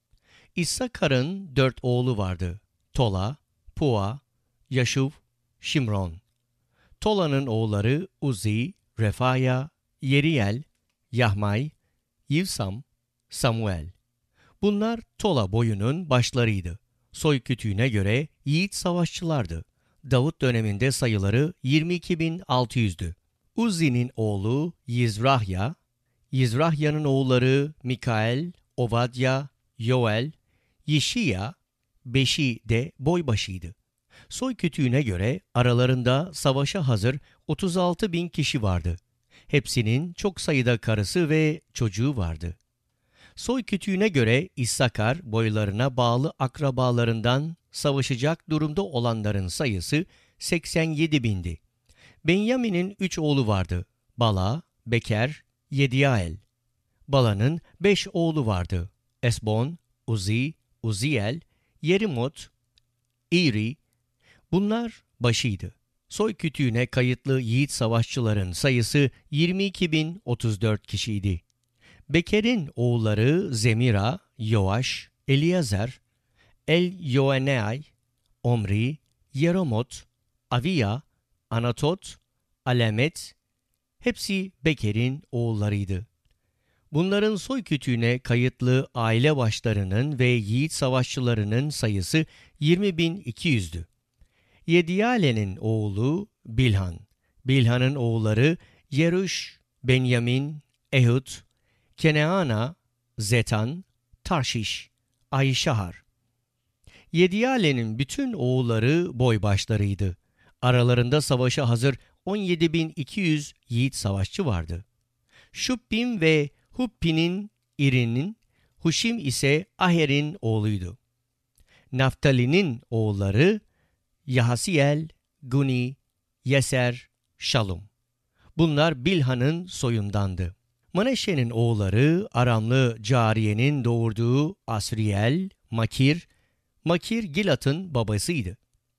İssakar'ın dört oğlu vardı. Tola, Pua, Yaşuv, Şimron. Tola'nın oğulları Uzi, Refaya, Yeriel, Yahmay, Yivsam, Samuel. Bunlar Tola boyunun başlarıydı. Soy kütüğüne göre yiğit savaşçılardı. Davut döneminde sayıları yirmi iki bin altı yüzdü. Uzi'nin oğlu Yizrahya, Yizrahya'nın oğulları Mikael, Ovadya, Yoel, Yişiya, beşi de boybaşıydı. Soy kütüğüne göre aralarında savaşa hazır otuz altı bin kişi vardı. Hepsinin çok sayıda karısı ve çocuğu vardı. Soy kütüğüne göre İssakar boylarına bağlı akrabalarından savaşacak durumda olanların sayısı seksen yedi bindi. Benyamin'in üç oğlu vardı. Bala, Beker, Yediael. Bala'nın beş oğlu vardı. Esbon, Uzi, Uziel, Yerimot, İri. Bunlar başıydı. Soy kütüğüne kayıtlı yiğit savaşçıların sayısı yirmi iki bin otuz dört kişiydi. Beker'in oğulları Zemira, Yoaş, Eliezer, El-Yoeneay, Omri, Yeromot, Aviya, Anatot, Alemet, hepsi Beker'in oğullarıydı. Bunların soy kütüğüne kayıtlı aile başlarının ve yiğit savaşçılarının sayısı yirmi bin iki yüzdü. Yediale'nin oğlu Bilhan, Bilhan'ın oğulları Yeruş, Benyamin, Ehud, Keneana, Zetan, Tarşiş, Ayşahar. Yediale'nin bütün oğulları boybaşlarıydı. Aralarında savaşa hazır on yedi bin iki yüz yiğit savaşçı vardı. Şubbim ve Huppi'nin İri'nin, Huşim ise Aher'in oğluydu. Naftali'nin oğulları Yahasiel, Guni, Yeser, Şalum. Bunlar Bilhan'ın soyundandı. Maneşe'nin oğulları Aramlı Cariye'nin doğurduğu Asriel, Makir, Makir Gilat'ın babasıydı.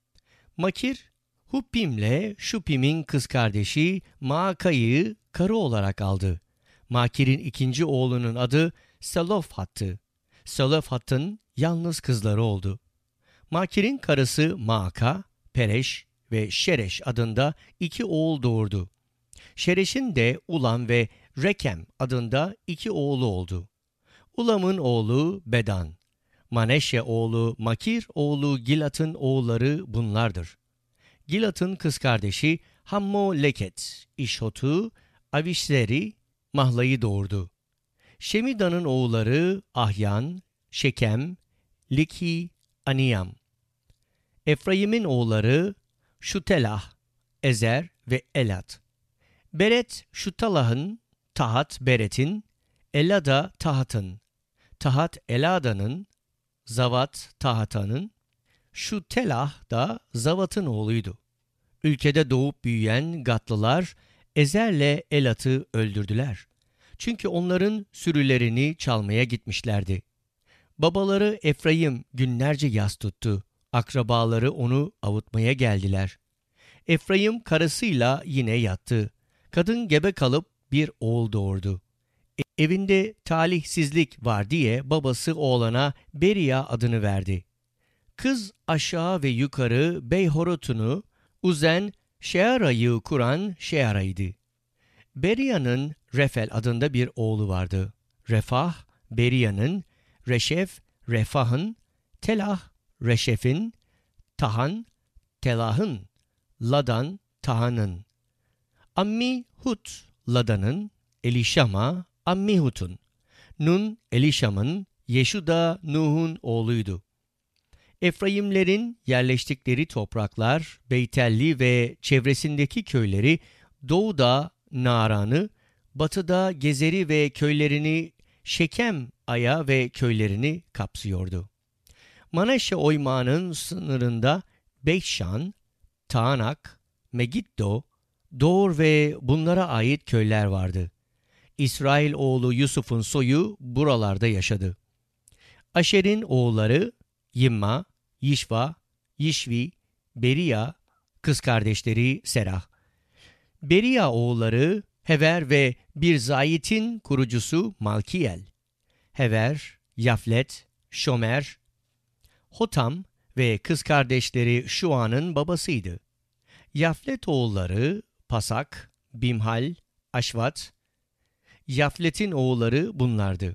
Makir, Huppim'le Şuppim'in kız kardeşi Maaka'yı karı olarak aldı. Makir'in ikinci oğlunun adı Selofhat'tı. Selofhat'ın yalnız kızları oldu. Makir'in karısı Maaka, Pereş ve Şereş adında iki oğul doğurdu. Şereş'in de Ulam ve Rekem adında iki oğlu oldu. Ulam'ın oğlu Bedan, Maneşe oğlu Makir oğlu Gilat'ın oğulları bunlardır. Gilat'ın kız kardeşi Hammoleket, İşhot'u, Avişleri, Mahla'yı doğurdu. Şemida'nın oğulları Ahyan, Şekem, Likhi, Aniyam. Efraim'in oğulları Şutelah, Ezer ve Elat. Beret Şutalah'ın, Tahat Beret'in, Elada Tahat'ın, Tahat Elada'nın, Zavat Tahat'ın, Şutelah da Zavat'ın oğluydu. Ülkede doğup büyüyen Gatlılar Ezer'le Elat'ı öldürdüler. Çünkü onların sürülerini çalmaya gitmişlerdi. Babaları Efraim günlerce yas tuttu. Akrabaları onu avutmaya geldiler. Efraim karısıyla yine yattı. Kadın gebe kalıp bir oğul doğurdu. E- evinde talihsizlik var diye babası oğlana Beria adını verdi. Kız aşağı ve yukarı Beyhorot'unu, Uzen, Şeara'yı kuran Şeara'ydı. Beria'nın Refel adında bir oğlu vardı. Refah, Beriya'nın, Reşef, Refah'ın, Telah, Reşef'in, Tahan, Telah'ın, Ladan, Tahan'ın, Ammihud, Ladan'ın, Elişama, Ammihud'un, Nun, Elişam'ın, Yeşu da Nuh'un oğluydu. Efraimlerin yerleştikleri topraklar, Beytelli ve çevresindeki köyleri, doğuda Naran'ı, batıda Gezer'i ve köylerini, Şekem, Aya ve köylerini kapsıyordu. Manaşe oymağının sınırında Beyşan, Taanak, Megiddo, Dor ve bunlara ait köyler vardı. İsrail oğlu Yusuf'un soyu buralarda yaşadı. Aşer'in oğulları Yimma, Yişva, Yişvi, Beriya, kız kardeşleri Serah. Beriya oğulları Hever ve bir zayitin kurucusu Malkiyel. Hever, Yaflet, Şomer, Hotam ve kız kardeşleri Şua'nın babasıydı. Yaflet oğulları Pasak, Bimhal, Aşvat. Yaflet'in oğulları bunlardı.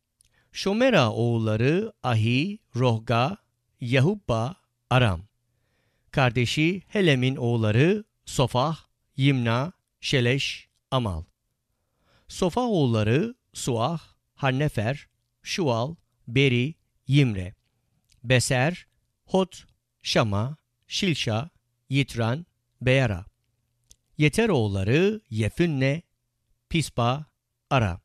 Şomera oğulları Ahi, Rohga, Yahubba, Aram. Kardeşi Helem'in oğulları Sofah, Yimna, Şeleş, Amal. Sofa oğulları Suah, Hannefer, Şual, Beri, Yimre. Beser, Hot, Şama, Şilşa, Yitran, Beyara. Yeter oğulları Yefunne, Pispa, Ara.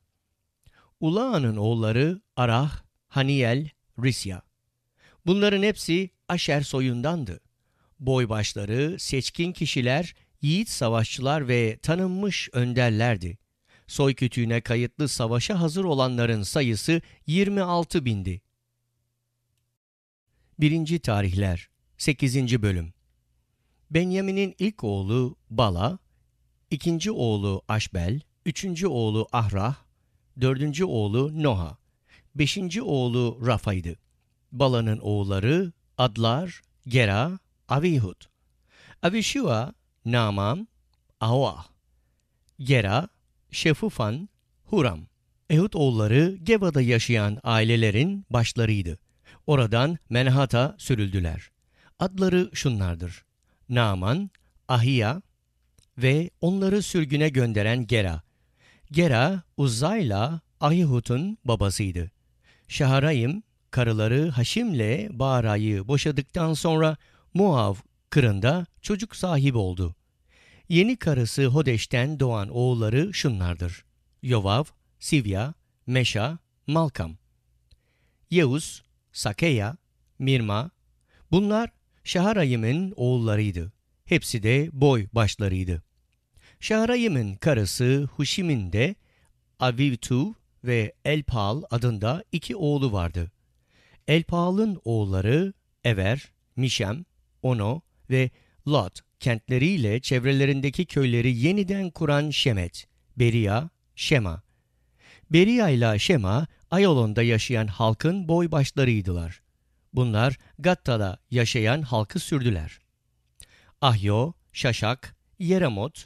Ula'nın oğulları Arah, Haniyel, Risya. Bunların hepsi Aşer soyundandı. Boybaşları, seçkin kişiler, yiğit savaşçılar ve tanınmış önderlerdi. Soy kütüğüne kayıtlı savaşa hazır olanların sayısı yirmi altı bindi. Birinci Tarihler sekizinci Bölüm. Benyamin'in ilk oğlu Bala, ikinci oğlu Aşbel, üçüncü oğlu Ahrah, dördüncü oğlu Noha, beşinci oğlu Rafa'ydı. Bala'nın oğulları Adlar, Gera, Avihud. Avişua, Naamam, Ahoah. Gera, Şefufan, Huram. Ehud oğulları Geva'da yaşayan ailelerin başlarıydı. Oradan Menhat'a sürüldüler. Adları şunlardır: Naaman, Ahiya ve onları sürgüne gönderen Gera. Gera, Uzza'yla Ahihud'un babasıydı. Şaharayim, karıları Haşim'le Bağra'yı boşadıktan sonra Muav kırında çocuk sahibi oldu. Yeni karısı Hodeş'ten doğan oğulları şunlardır: Yovav, Sivya, Meşa, Malkam. Yeuz, Sakeya, Mirma. Bunlar Şaharayim'in oğullarıydı. Hepsi de boy başlarıydı. Şaharayim'in karısı Huşim'in de Avivtu ve Elpal adında iki oğlu vardı. Elpal'ın oğulları Ever, Mişem, Ono ve Lot kentleriyle çevrelerindeki köyleri yeniden kuran Şemet, Beriya, Şema. Beriya ile Şema, Ayalon'da yaşayan halkın boybaşlarıydılar. Bunlar Gatta'da yaşayan halkı sürdüler. Ahyo, Şaşak, Yeremot,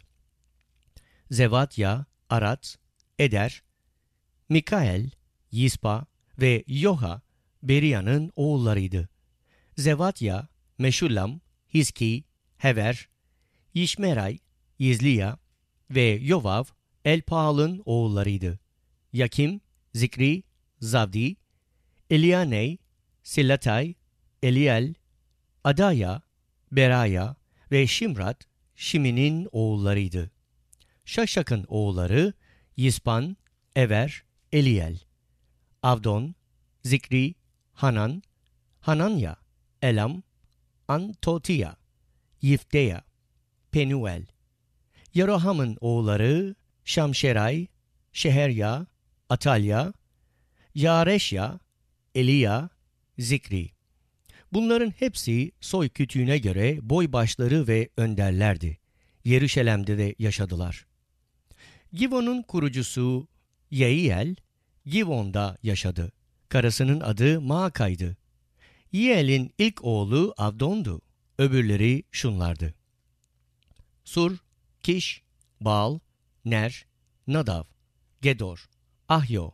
Zevatya, Arat, Eder, Mikael, Yispa ve Yoha Beriya'nın oğullarıydı. Zevatya, Meşullam, Hiski, Hever, Yişmeray, Yizliya ve Yovav Elpaal'ın oğullarıydı. Yakim, Zikri, Zavdi, Eliyaney, Silatay, Eliel, Adaya, Beraya ve Şimrat, Şimi'nin oğullarıydı. Şaşak'ın oğulları Yispan, Ever, Eliel, Avdon, Zikri, Hanan, Hananya, Elam, Antotiya, Yifteya, Penuel. Yeroham'ın oğulları Şamşeray, Şeherya, Atalya, Yareşya, Eliya, Zikri. Bunların hepsi soy kütüğüne göre boybaşları ve önderlerdi. Yeruşalim'de de yaşadılar. Givon'un kurucusu Yehiel, Givon'da yaşadı. Karısının adı Maaka'ydı. Yehiel'in ilk oğlu Avdon'du. Öbürleri şunlardı: Sur, Kiş, Baal, Ner, Nadav, Gedor, Ahyo,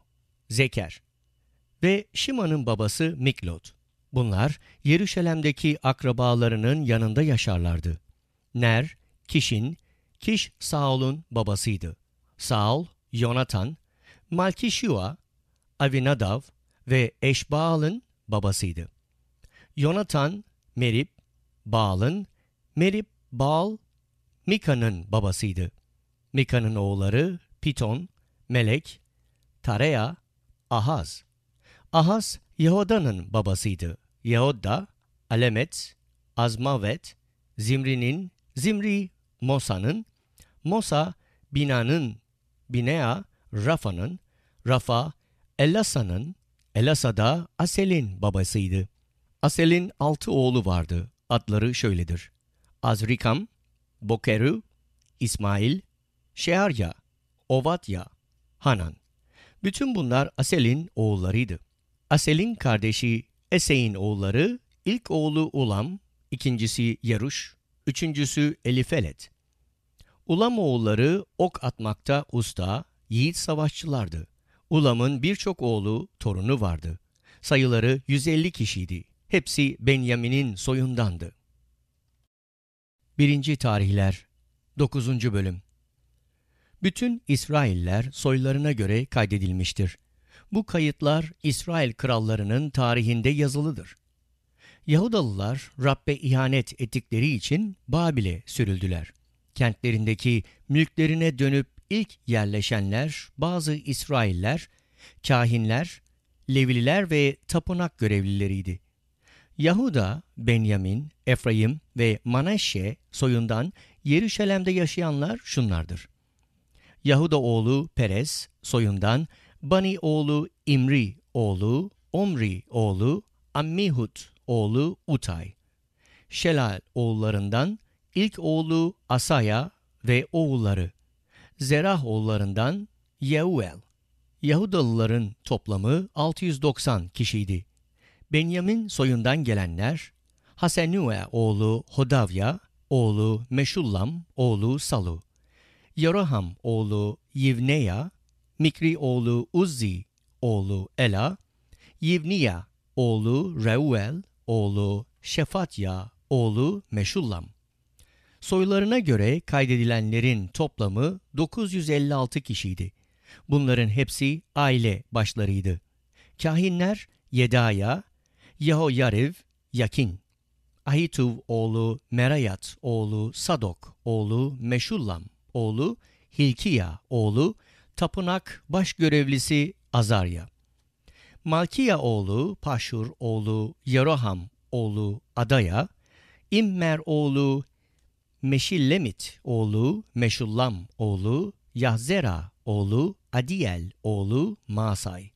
Zeker ve Şima'nın babası Miklot. Bunlar Yeruşalim'deki akrabalarının yanında yaşarlardı. Ner, Kiş'in, Kiş Saul'un babasıydı. Saul, Yonatan, Malkişua, Avinadav ve Eşbaal'ın babasıydı. Yonatan, Merib, Baal'ın, Merib, Baal, Mika'nın babasıydı. Mika'nın oğulları Piton, Melek, Tarea, Ahaz. Ahaz, Yehoda'nın babasıydı. Yehoda, Alemet, Azmavet, Zimri'nin, Zimri, Mosa'nın, Mosa, Bina'nın, Binea, Rafa'nın, Rafa, Elasa'nın, Elasa da Asel'in babasıydı. Asel'in altı oğlu vardı. Adları şöyledir: Azrikam, Bokeru, İsmail, Şearya, Ovadya, Hanan. Bütün bunlar Asel'in oğullarıydı. Asel'in kardeşi Esey'in oğulları, ilk oğlu Ulam, ikincisi Yeruş, üçüncüsü Elifelet. Ulam oğulları ok atmakta usta, yiğit savaşçılardı. Ulam'ın birçok oğlu, torunu vardı. Sayıları yüz elli kişiydi. Hepsi Benyamin'in soyundandı. Birinci Tarihler dokuzuncu Bölüm. Bütün İsrailler soylarına göre kaydedilmiştir. Bu kayıtlar İsrail krallarının tarihinde yazılıdır. Yahudalılar Rabbe ihanet ettikleri için Babil'e sürüldüler. Kentlerindeki mülklerine dönüp ilk yerleşenler bazı İsrailler, kâhinler, Levililer ve tapınak görevlileriydi. Yahuda, Benyamin, Efraim ve Manaşşe soyundan Yeruşalim'de yaşayanlar şunlardır: Yahuda oğlu Perez soyundan Bani oğlu İmri oğlu Omri oğlu Ammihud oğlu Utay. Şelal oğullarından ilk oğlu Asaya ve oğulları. Zerah oğullarından Yeuel. Yahudalıların toplamı altı yüz doksan kişiydi. Benyamin soyundan gelenler Hasenue oğlu Hodavya, oğlu Meşullam, oğlu Salu. Yeroham oğlu Yivneya, Mikri oğlu Uzzi, oğlu Ela, Yivniya oğlu Reuel, oğlu Şefatya, oğlu Meşullam. Soylarına göre kaydedilenlerin toplamı dokuz yüz elli altı kişiydi. Bunların hepsi aile başlarıydı. Kâhinler Yedaya, Yehoyariv, Yakin, Ahituv oğlu Merayat, oğlu Sadok, oğlu Meşullam, oğlu Hilkiya, oğlu tapınak başgörevlisi Azarya. Malkiya oğlu Paşur, oğlu Yeroham, oğlu Adaya, İmmer oğlu Meşillemit, oğlu Meşullam, oğlu Yahzera, oğlu Adiyel, oğlu Masay.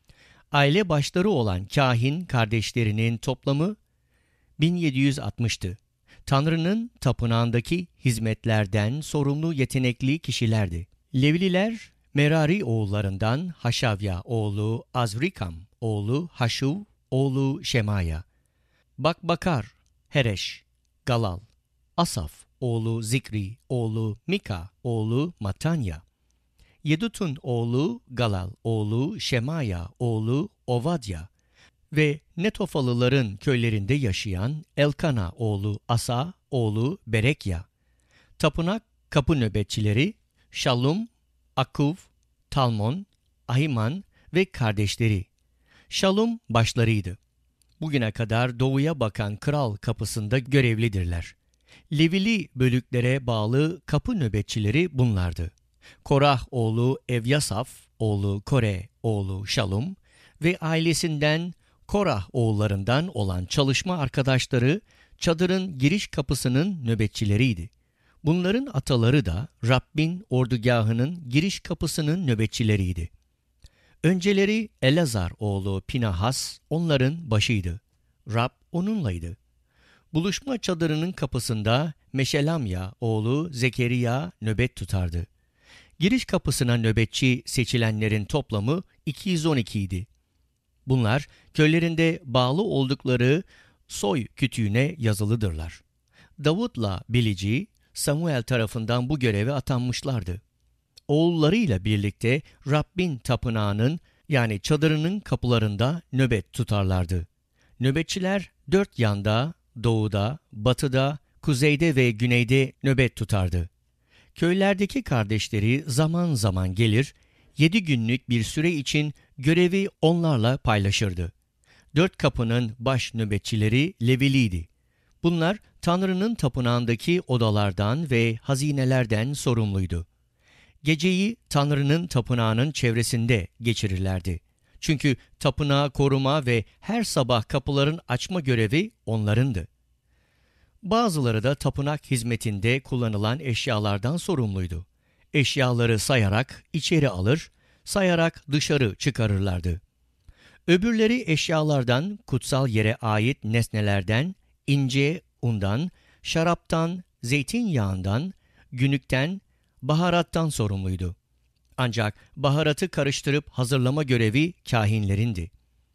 Aile başları olan kâhin kardeşlerinin toplamı bin yedi yüz altmıştı. Tanrı'nın tapınağındaki hizmetlerden sorumlu yetenekli kişilerdi. Levliler Merari oğullarından Haşavya oğlu Azrikam, oğlu Haşuv, oğlu Şemaya. Bakbakar, Hereş, Galal, Asaf, oğlu Zikri, oğlu Mika, oğlu Matanya. Yedutun oğlu Galal, oğlu Şemaya, oğlu Ovadya ve Netofalıların köylerinde yaşayan Elkana oğlu Asa, oğlu Berekya. Tapınak kapı nöbetçileri Şallum, Akuv, Talmon, Ahiman ve kardeşleri. Şallum başlarıydı. Bugüne kadar doğuya bakan kral kapısında görevlidirler. Levili bölüklere bağlı kapı nöbetçileri bunlardı: Korah oğlu Evyasaf, oğlu Kore, oğlu Şallum ve ailesinden Korah oğullarından olan çalışma arkadaşları çadırın giriş kapısının nöbetçileriydi. Bunların ataları da Rabbin ordugahının giriş kapısının nöbetçileriydi. Önceleri Elazar oğlu Pinahas onların başıydı. Rab onunlaydı. Buluşma çadırının kapısında Meşelamya oğlu Zekeriya nöbet tutardı. Giriş kapısına nöbetçi seçilenlerin toplamı iki yüz on iki idi. Bunlar köylerinde bağlı oldukları soy kütüğüne yazılıdırlar. Davut'la Bilici Samuel tarafından bu göreve atanmışlardı. Oğullarıyla birlikte Rabbin tapınağının Yani çadırının kapılarında nöbet tutarlardı. Nöbetçiler dört yanda, doğuda, batıda, kuzeyde ve güneyde nöbet tutardı. Köylerdeki kardeşleri zaman zaman gelir, yedi günlük bir süre için görevi onlarla paylaşırdı. Dört kapının baş nöbetçileri Leviliydi. Bunlar Tanrı'nın tapınağındaki odalardan ve hazinelerden sorumluydu. Geceyi Tanrı'nın tapınağının çevresinde geçirirlerdi. Çünkü tapınağı koruma ve her sabah kapıların açma görevi onlarındı. Bazıları da tapınak hizmetinde kullanılan eşyalardan sorumluydu. Eşyaları sayarak içeri alır, sayarak dışarı çıkarırlardı. Öbürleri eşyalardan, kutsal yere ait nesnelerden, ince undan, şaraptan, zeytinyağından, günükten, baharattan sorumluydu. Ancak baharatı karıştırıp hazırlama görevi kâhinlerindi.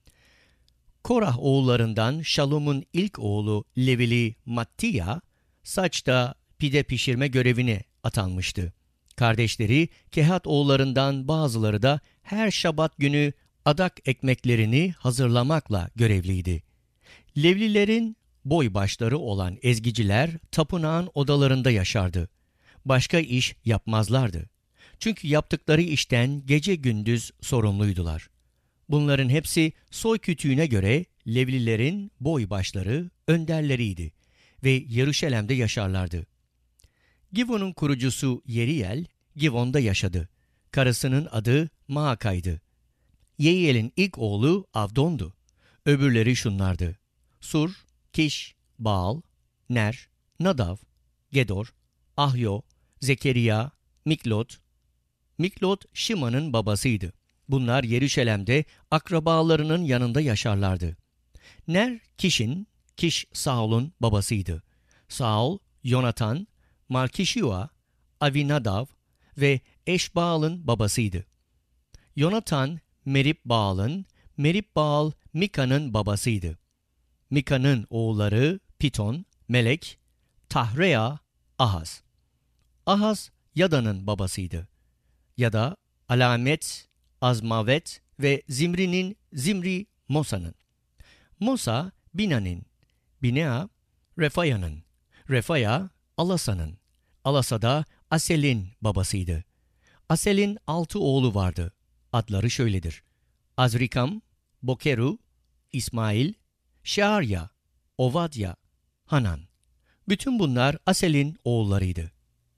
Korah oğullarından Şalum'un ilk oğlu Levili Mattiya, saçta pide pişirme görevine atanmıştı. Kardeşleri Kehat oğullarından bazıları da her Şabat günü adak ekmeklerini hazırlamakla görevliydi. Levlilerin boy başları olan ezgiciler tapınağın odalarında yaşardı. Başka iş yapmazlardı. Çünkü yaptıkları işten gece gündüz sorumluydular. Bunların hepsi soy kütüğüne göre Levlilerin boy başları, önderleriydi ve Yeruşalim'de yaşarlardı. Givon'un kurucusu Yeriel, Givon'da yaşadı. Karısının adı Maaka'ydı. Yehiel'in ilk oğlu Avdon'du. Öbürleri şunlardı: Sur, Kiş, Baal, Ner, Nadav, Gedor, Ahyo, Zekeriya, Miklot. Miklot Şima'nın babasıydı. Bunlar Yeruşalim'de akrabalarının yanında yaşarlardı. Ner, Kiş'in, Kiş Saul'un babasıydı. Saul, Yonatan, Malkişua, Avinadav ve Eşbaal'ın babasıydı. Yonatan, Merib-Baal'ın, Merib-Baal, Mika'nın babasıydı. Mika'nın oğulları Piton, Melek, Tahrea, Ahaz. Ahaz, Yada'nın babasıydı. Yada, Alamet, Azmavet ve Zimri'nin, Zimri, Mosa'nın. Mosa, Bina'nın. Binea, Refaya'nın. Refaya, Alasa'nın. Alasa da Asel'in babasıydı. Asel'in altı oğlu vardı. Adları şöyledir: Azrikam, Bokeru, İsmail, Şearya, Ovadya, Hanan. Bütün bunlar Asel'in oğullarıydı.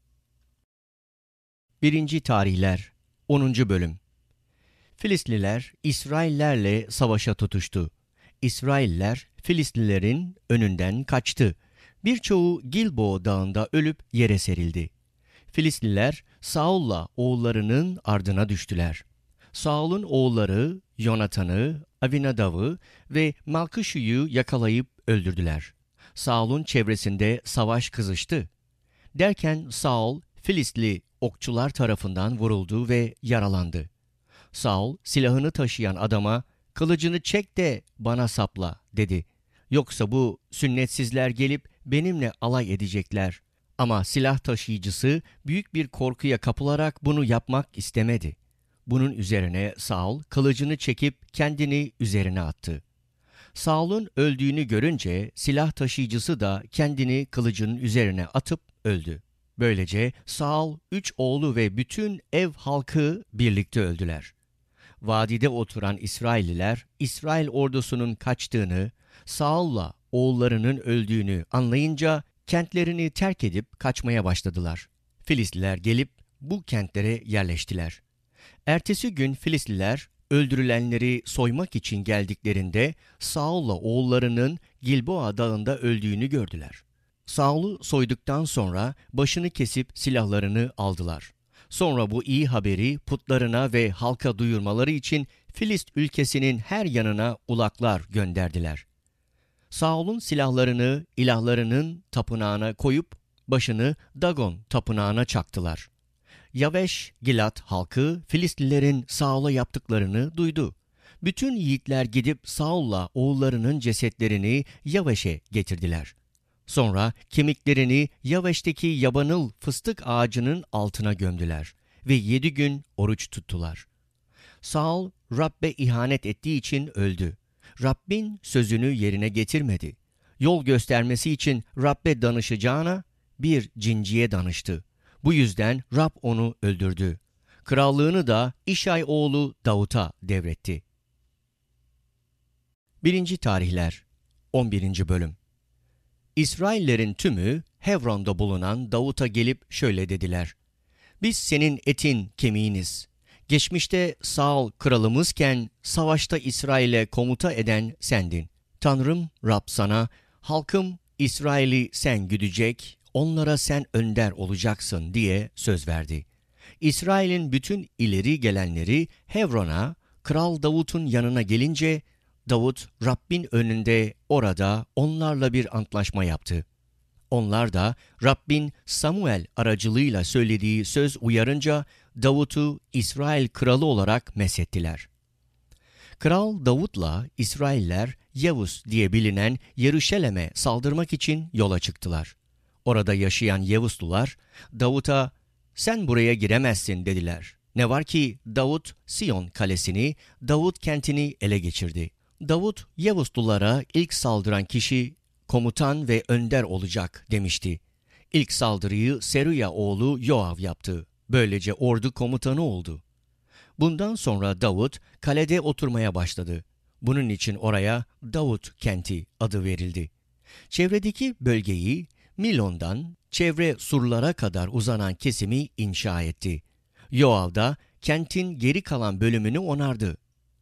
birinci. Tarihler onuncu. Bölüm. Filistliler İsraillerle savaşa tutuştu. İsrailler Filistlilerin önünden kaçtı. Birçoğu Gilbo dağında ölüp yere serildi. Filistliler Saul'la oğullarının ardına düştüler. Saul'un oğulları Yonatan'ı, Avinadav'ı ve Malkışu'yu yakalayıp öldürdüler. Saul'un çevresinde savaş kızıştı. Derken Saul, Filistli okçular tarafından vuruldu ve yaralandı. Saul, silahını taşıyan adama, "Kılıcını çek de bana sapla," dedi. "Yoksa bu sünnetsizler gelip benimle alay edecekler." Ama silah taşıyıcısı büyük bir korkuya kapılarak bunu yapmak istemedi. Bunun üzerine Saul kılıcını çekip kendini üzerine attı. Saul'un öldüğünü görünce silah taşıyıcısı da kendini kılıcının üzerine atıp öldü. Böylece Saul, üç oğlu ve bütün ev halkı birlikte öldüler. Vadide oturan İsrailliler, İsrail ordusunun kaçtığını, Saul'la oğullarının öldüğünü anlayınca kentlerini terk edip kaçmaya başladılar. Filistliler gelip bu kentlere yerleştiler. Ertesi gün Filistliler öldürülenleri soymak için geldiklerinde Saul'la oğullarının Gilboa dağında öldüğünü gördüler. Saul'u soyduktan sonra başını kesip silahlarını aldılar. Sonra bu iyi haberi putlarına ve halka duyurmaları için Filist ülkesinin her yanına ulaklar gönderdiler. Saul'un silahlarını ilahlarının tapınağına koyup başını Dagon tapınağına çaktılar. Yaveş Gilat halkı Filistlilerin Saul'a yaptıklarını duydu. Bütün yiğitler gidip Saul'la oğullarının cesetlerini Yaveş'e getirdiler. Sonra kemiklerini Yaveş'teki yabanıl fıstık ağacının altına gömdüler ve yedi gün oruç tuttular. Saul, Rab'be ihanet ettiği için öldü. Rabbin sözünü yerine getirmedi. Yol göstermesi için Rab'be danışacağına bir cinciye danıştı. Bu yüzden Rab onu öldürdü. Krallığını da İşay oğlu Davut'a devretti. birinci. Tarihler on birinci. Bölüm. İsraillerin tümü Hebron'da bulunan Davut'a gelip şöyle dediler: Biz senin etin, kemiğiniz. Geçmişte Saul kralımızken savaşta İsrail'e komuta eden sendin. Tanrım Rab sana, halkım İsrail'i sen güdecek, onlara sen önder olacaksın diye söz verdi. İsrail'in bütün ileri gelenleri Hebron'a, Kral Davut'un yanına gelince, Davut Rabbin önünde orada onlarla bir antlaşma yaptı. Onlar da Rabbin Samuel aracılığıyla söylediği söz uyarınca Davut'u İsrail kralı olarak meshettiler. Kral Davut'la İsrailler Yevus diye bilinen Yeruşalim'e saldırmak için yola çıktılar. Orada yaşayan Yevuslular Davut'a "Sen buraya giremezsin" dediler. Ne var ki Davut Siyon kalesini, Davut kentini ele geçirdi. Davut Yevuslulara ilk saldıran kişi komutan ve önder olacak demişti. İlk saldırıyı Seruya oğlu Yoav yaptı. Böylece ordu komutanı oldu. Bundan sonra Davut kalede oturmaya başladı. Bunun için oraya Davut kenti adı verildi. Çevredeki bölgeyi Milon'dan çevre surlara kadar uzanan kesimi inşa etti. Yoav da kentin geri kalan bölümünü onardı.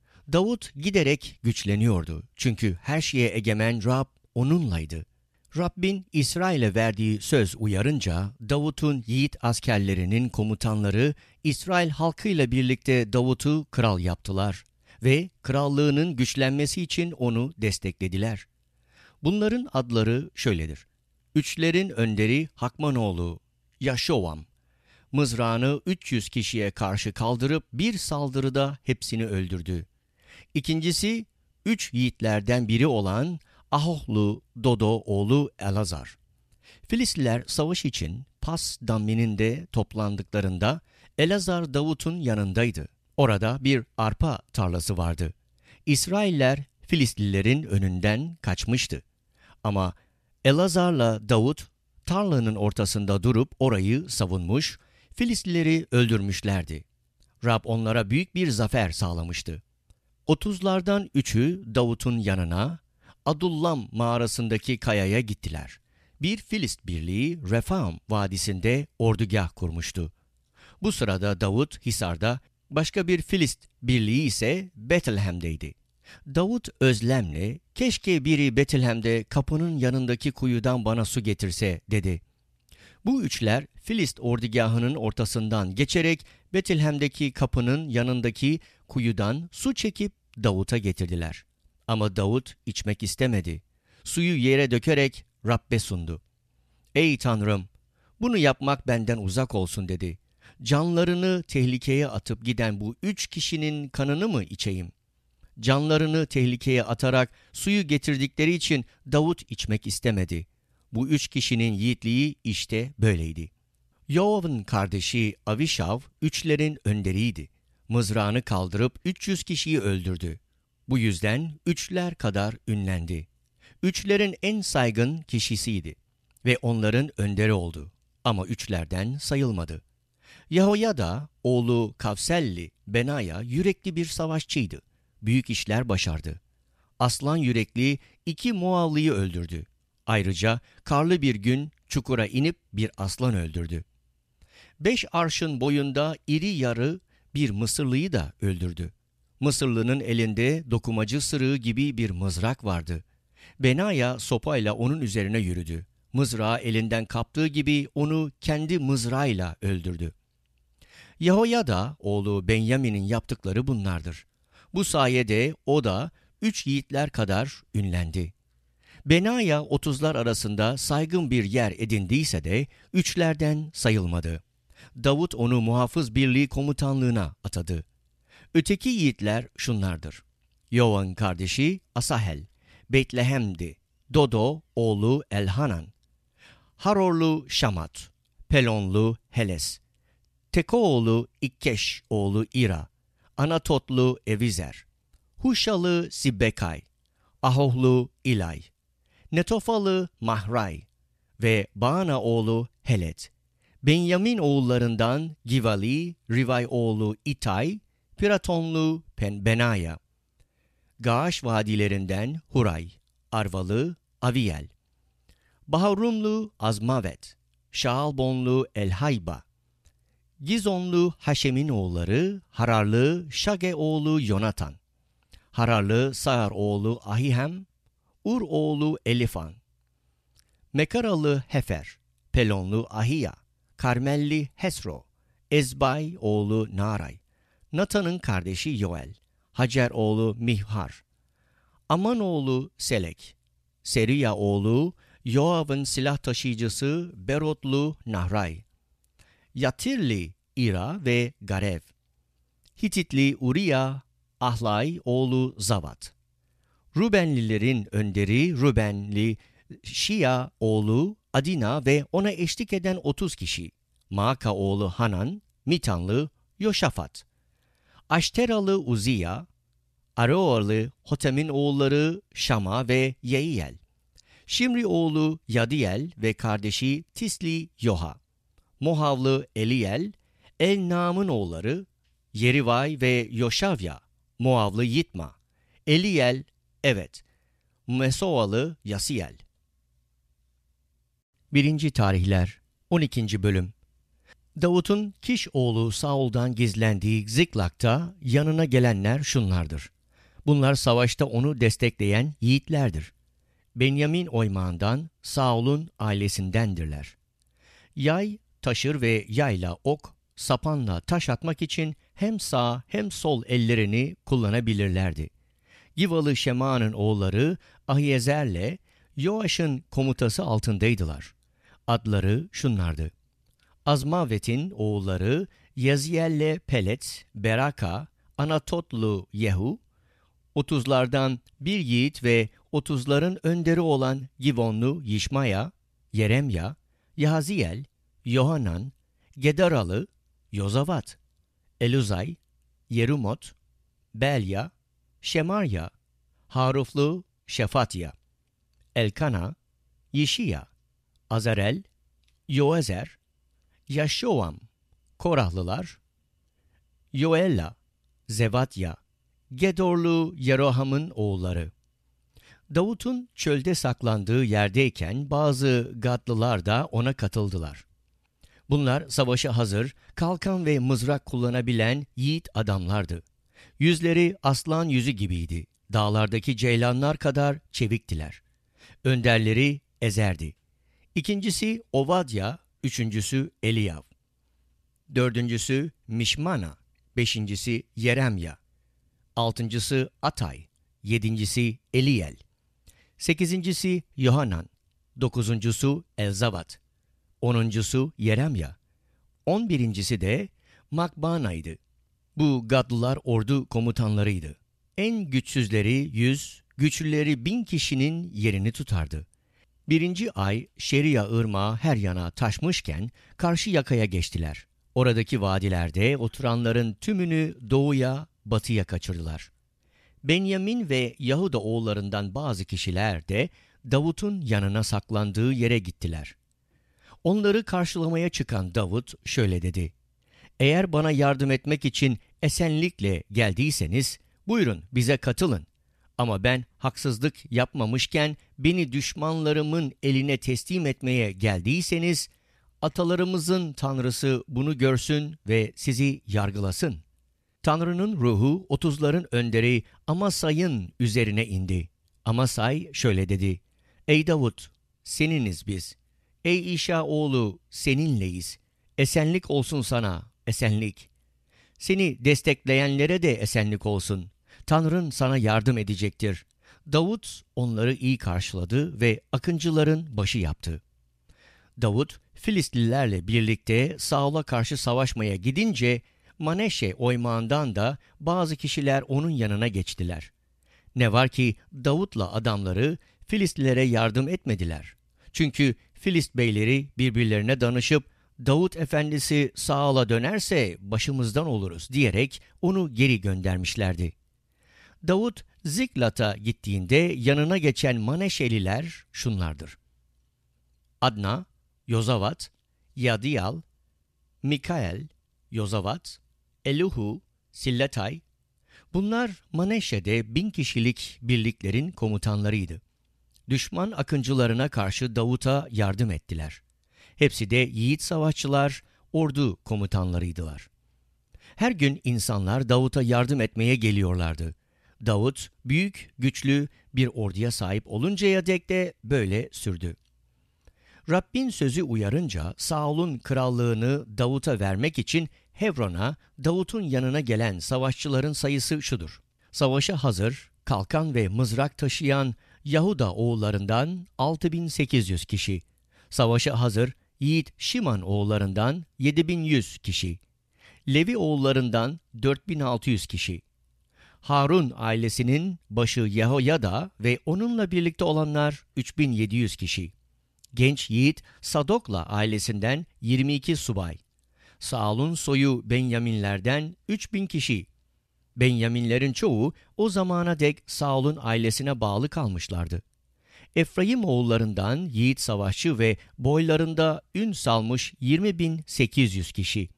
Davut giderek güçleniyordu. Çünkü her şeye egemen Rab onunlaydı. Rabbin İsrail'e verdiği söz uyarınca Davut'un yiğit askerlerinin komutanları İsrail halkıyla birlikte Davut'u kral yaptılar ve krallığının güçlenmesi için onu desteklediler. Bunların adları şöyledir: Üçlerin önderi Hakmanoğlu Yaşovam, mızrağını üç yüz kişiye karşı kaldırıp bir saldırıda hepsini öldürdü. İkincisi, üç yiğitlerden biri olan Ahohlu Dodo oğlu Elazar. Filistliler savaş için Pas Dammi'nde toplandıklarında Elazar Davut'un yanındaydı. Orada bir arpa tarlası vardı. İsrailler Filistlilerin önünden kaçmıştı. Ama Elazar'la Davut tarlanın ortasında durup orayı savunmuş, Filistlileri öldürmüşlerdi. Rab onlara büyük bir zafer sağlamıştı. Otuzlardan üçü Davut'un yanına, Adullam mağarasındaki kayaya gittiler. Bir Filist birliği Refaim vadisinde ordugah kurmuştu. Bu sırada Davut Hisar'da, başka bir Filist birliği ise Betlehem'deydi. Davut özlemle, "Keşke biri Betlehem'de kapının yanındaki kuyudan bana su getirse" dedi. Bu üçler Filist ordugahının ortasından geçerek Betlehem'deki kapının yanındaki kuyudan su çekip Davut'a getirdiler. Ama Davut içmek istemedi. Suyu yere dökerek Rab'be sundu. "Ey Tanrım, bunu yapmak benden uzak olsun" dedi. "Canlarını tehlikeye atıp giden bu üç kişinin kanını mı içeyim?" Canlarını tehlikeye atarak suyu getirdikleri için Davut içmek istemedi. Bu üç kişinin yiğitliği işte böyleydi. Yoav'ın kardeşi Avişav üçlerin önderiydi. Mızrağını kaldırıp üç yüz kişiyi öldürdü. Bu yüzden üçler kadar ünlendi. Üçlerin en saygın kişisiydi ve onların önderi oldu. Ama üçlerden sayılmadı. Yehoyada oğlu Kavselli Benaya yürekli bir savaşçıydı. Büyük işler başardı. Aslan yürekli iki Moavlıyı öldürdü. Ayrıca karlı bir gün çukura inip bir aslan öldürdü. Beş arşın boyunda iri yarı bir Mısırlıyı da öldürdü. Mısırlının elinde dokumacı sırığı gibi bir mızrak vardı. Benaya sopayla onun üzerine yürüdü. Mızrağı elinden kaptığı gibi onu kendi mızrağıyla öldürdü. Yehoyada oğlu Benyamin'in yaptıkları bunlardır. Bu sayede o da üç yiğitler kadar ünlendi. Benaya otuzlar arasında saygın bir yer edindiyse de üçlerden sayılmadı. Davut onu muhafız birliği komutanlığına atadı. Öteki yiğitler şunlardır: Yoav'ın kardeşi Asahel, Betlehem'di. Dodo oğlu Elhanan, Harorlu Şamat, Pelonlu Heles, Tekoğlu İkkeş oğlu İra, Anatotlu Evizer, Huşalı Sibbekay, Ahohlu İlay, Netofalı Mahray ve Baana oğlu Helet. Benyamin oğullarından Givali, Rivay oğlu İtay, Piratonlu Pen Benaya. Gaaş vadilerinden Huray, Arvalı Aviyel, Baharumlu Azmavet, Şaalbonlu Elhayba, Gizonlu Haşem'in oğulları Hararlı Şage oğlu Yonatan, Hararlı Saar oğlu Ahihem, Ur oğlu Elifan, Mekaralı Hefer, Pelonlu Ahiya, Karmelli Hesro, Ezbay oğlu Naray, Natan'ın kardeşi Yoel, Hacer oğlu Mihhar, Aman oğlu Selek, Seriya oğlu Yoav'ın silah taşıyıcısı Berotlu Nahray, Yatirli İra ve Garev, Hititli Uriya, Ahlay oğlu Zavat, Rubenlilerin önderi Rubenli Şia oğlu Adina ve ona eşlik eden otuz kişi, Maaka oğlu Hanan, Mitanlı Yoşafat, Aşteralı Uziya, Aroalı Hotem'in oğulları Şama ve Yeiyel, Şimri oğlu Yadiyel ve kardeşi Tisli Yoha, Mohavlı Eliyel, El-Nam'ın oğulları Yerivay ve Yoşavya, Moavlı Yitma, Eliyel, evet, Mesovalı Yasiyel. birinci. Tarihler on ikinci. Bölüm. Davut'un Kiş oğlu Saul'dan gizlendiği Ziklag'ta yanına gelenler şunlardır. Bunlar savaşta onu destekleyen yiğitlerdir. Benyamin oymağından Saul'un ailesindendirler. Yay, taşır ve yayla ok, sapanla taş atmak için hem sağ hem sol ellerini kullanabilirlerdi. Givalı Şema'nın oğulları Ahiezer'le Yoaş'ın komutası altındaydılar. Adları şunlardı: Azmavet'in oğulları Yaziyel'le Pelet, Beraka, Anatotlu Yehu, otuzlardan bir yiğit ve otuzların önderi olan Givonlu Yişmaya, Yeremya, Yahaziyel, Yohanan, Gedaralı, Yozavat, Eluzay, Yerumot, Belya, Şemarya, Haruflu Şefatya, Elkana, Yişiya, Azarel, Yoezer, Yaşovam, Korahlılar, Yoella, Zevatya, Gedorlu Yeroham'ın oğulları. Davut'un çölde saklandığı yerdeyken bazı Gadlılar da ona katıldılar. Bunlar savaşa hazır, kalkan ve mızrak kullanabilen yiğit adamlardı. Yüzleri aslan yüzü gibiydi. Dağlardaki ceylanlar kadar çeviktiler. Önderleri Ezer'di. İkincisi Ovadya, üçüncüsü Eliyav. Dördüncüsü Mişmana, beşincisi Yeremya. Altıncısı Atay, yedincisi Eliyel. Sekizincisi Yohanan, dokuzuncusu Elzavat, onuncusu Yeremya, on birincisi de Makbana'ydı. Bu Gadlılar ordu komutanlarıydı. En güçsüzleri yüz, güçlüleri bin kişinin yerini tutardı. Birinci ay Şeria ırmağı her yana taşmışken karşı yakaya geçtiler. Oradaki vadilerde oturanların tümünü doğuya, batıya kaçırdılar. Benyamin ve Yahuda oğullarından bazı kişiler de Davut'un yanına saklandığı yere gittiler. Onları karşılamaya çıkan Davut şöyle dedi: "Eğer bana yardım etmek için esenlikle geldiyseniz buyurun bize katılın. Ama ben haksızlık yapmamışken beni düşmanlarımın eline teslim etmeye geldiyseniz atalarımızın Tanrısı bunu görsün ve sizi yargılasın." Tanrı'nın ruhu otuzların önderi Amasay'ın üzerine indi. Amasay şöyle dedi: "Ey Davut, seniniz biz. Ey İşa oğlu, seninleyiz. Esenlik olsun sana, esenlik. Seni destekleyenlere de esenlik olsun. Tanrın sana yardım edecektir." Davut onları iyi karşıladı ve akıncıların başı yaptı. Davut, Filistlilerle birlikte Saul'a karşı savaşmaya gidince Maneşe oymağından da bazı kişiler onun yanına geçtiler. Ne var ki Davut'la adamları Filistlilere yardım etmediler. Çünkü Filist beyleri birbirlerine danışıp Davut Efendisi Saul'a dönerse başımızdan oluruz diyerek onu geri göndermişlerdi. Davut Ziklat'a gittiğinde yanına geçen Maneşeliler şunlardır: Adna, Yozavat, Yadiyal, Mikael, Yozavat, Elihu, Silletay. Bunlar Maneşe'de bin kişilik birliklerin komutanlarıydı. Düşman akıncılarına karşı Davut'a yardım ettiler. Hepsi de yiğit savaşçılar, ordu komutanlarıydılar. Her gün insanlar Davut'a yardım etmeye geliyorlardı. Davut, büyük, güçlü bir orduya sahip oluncaya dek de böyle sürdü. Rabbin sözü uyarınca Saul'un krallığını Davut'a vermek için Hebron'a, Davut'un yanına gelen savaşçıların sayısı şudur: savaşa hazır, kalkan ve mızrak taşıyan Yahuda oğullarından altı bin sekiz yüz kişi, savaşa hazır yiğit Şiman oğullarından yedi bin yüz kişi, Levi oğullarından dört bin altı yüz kişi, Harun ailesinin başı Yehoyada ve onunla birlikte olanlar üç bin yedi yüz kişi, genç yiğit Sadok'la ailesinden yirmi iki subay, Saul'un soyu Benyaminlerden üç bin kişi. Benyaminlerin çoğu o zamana dek Saul'un ailesine bağlı kalmışlardı. Efraim oğullarından yiğit savaşçı ve boylarında ün salmış yirmi bin sekiz yüz kişi.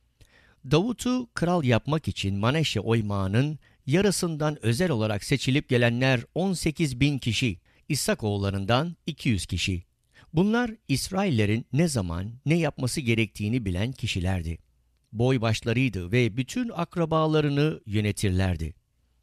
Davut'u kral yapmak için Maneşe oymağının yarısından özel olarak seçilip gelenler on sekiz bin kişi, İshak oğullarından iki yüz kişi. Bunlar İsraillerin ne zaman ne yapması gerektiğini bilen kişilerdi. Boy başlarıydı ve bütün akrabalarını yönetirlerdi.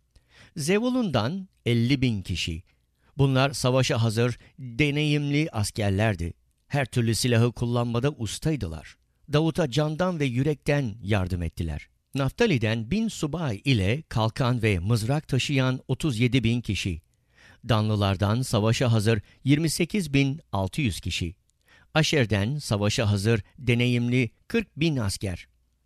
Zebulun'dan elli bin kişi. Bunlar savaşa hazır, deneyimli askerlerdi. Her türlü silahı kullanmada ustaydılar. Davut'a candan ve yürekten yardım ettiler. Naftali'den bin subay ile kalkan ve mızrak taşıyan otuz yedi bin kişi. Danlılardan savaşa hazır yirmi sekiz bin altı yüz kişi. Aşer'den savaşa hazır deneyimli kırk bin asker.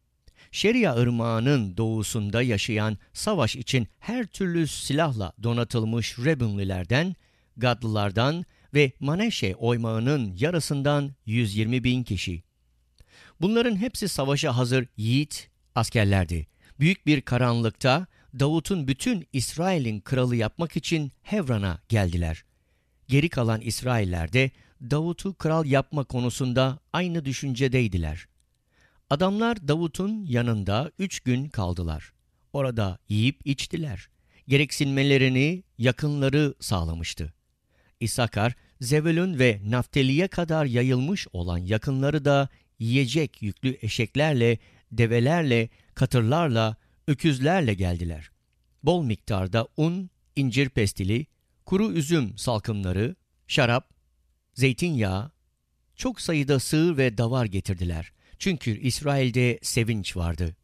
Şeria ırmağının doğusunda yaşayan, savaş için her türlü silahla donatılmış Rebunlilerden, Gadlılardan ve Maneşe oymağının yarısından yüz yirmi bin kişi. Bunların hepsi savaşa hazır yiğit askerlerdi. Büyük bir karanlıkta Davut'un bütün İsrail'in kralı yapmak için Hebron'a geldiler. Geri kalan İsrailler de Davut'u kral yapma konusunda aynı düşüncedeydiler. Adamlar Davut'un yanında üç gün kaldılar. Orada yiyip içtiler. Gereksinmelerini yakınları sağlamıştı. İsakar, Zebulun ve Naftali'ye kadar yayılmış olan yakınları da yiyecek yüklü eşeklerle, develerle, katırlarla, öküzlerle geldiler. Bol miktarda un, incir pestili, kuru üzüm salkımları, şarap, zeytinyağı, çok sayıda sığır ve davar getirdiler. Çünkü İsrail'de sevinç vardı.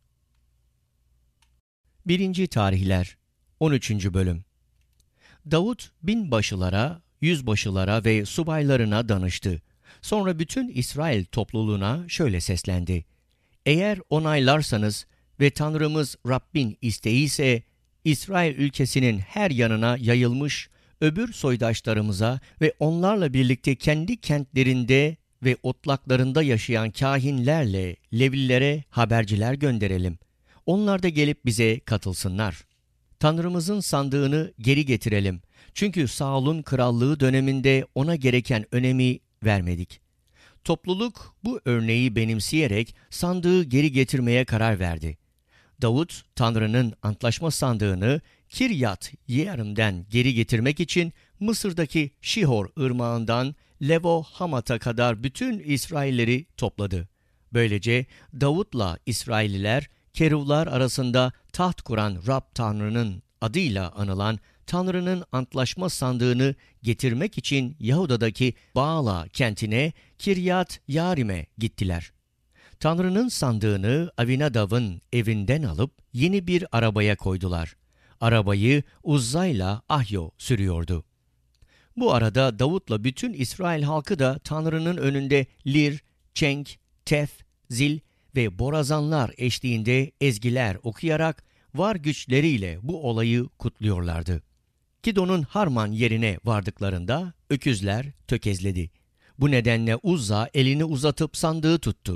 birinci. Tarihler on üçüncü. Bölüm. Davut binbaşılara, yüzbaşılara ve subaylarına danıştı. Sonra bütün İsrail topluluğuna şöyle seslendi: Eğer onaylarsanız ve Tanrımız Rabbin isteği ise İsrail ülkesinin her yanına yayılmış öbür soydaşlarımıza ve onlarla birlikte kendi kentlerinde ve otlaklarında yaşayan kâhinlerle Levillere haberciler gönderelim. Onlar da gelip bize katılsınlar. Tanrımızın sandığını geri getirelim. Çünkü Saul'un krallığı döneminde ona gereken önemi vermedik. Topluluk bu örneği benimseyerek sandığı geri getirmeye karar verdi. Davut, Tanrı'nın antlaşma sandığını Kiryat Yearim'den geri getirmek için Mısır'daki Şihor ırmağından Levo Hamat'a kadar bütün İsrailleri topladı. Böylece Davut'la İsrailliler, keruvlar arasında taht kuran Rab Tanrı'nın adıyla anılan Tanrı'nın antlaşma sandığını getirmek için Yahuda'daki Bağla kentine Kiryat Yearim'e gittiler. Tanrı'nın sandığını Avinadav'ın evinden alıp yeni bir arabaya koydular. Arabayı Uzza'yla Ahyo sürüyordu. Bu arada Davut'la bütün İsrail halkı da Tanrı'nın önünde lir, çenk, tef, zil ve borazanlar eşliğinde ezgiler okuyarak var güçleriyle bu olayı kutluyorlardı. Kidon'un Harman yerine vardıklarında öküzler tökezledi. Bu nedenle Uzza elini uzatıp sandığı tuttu.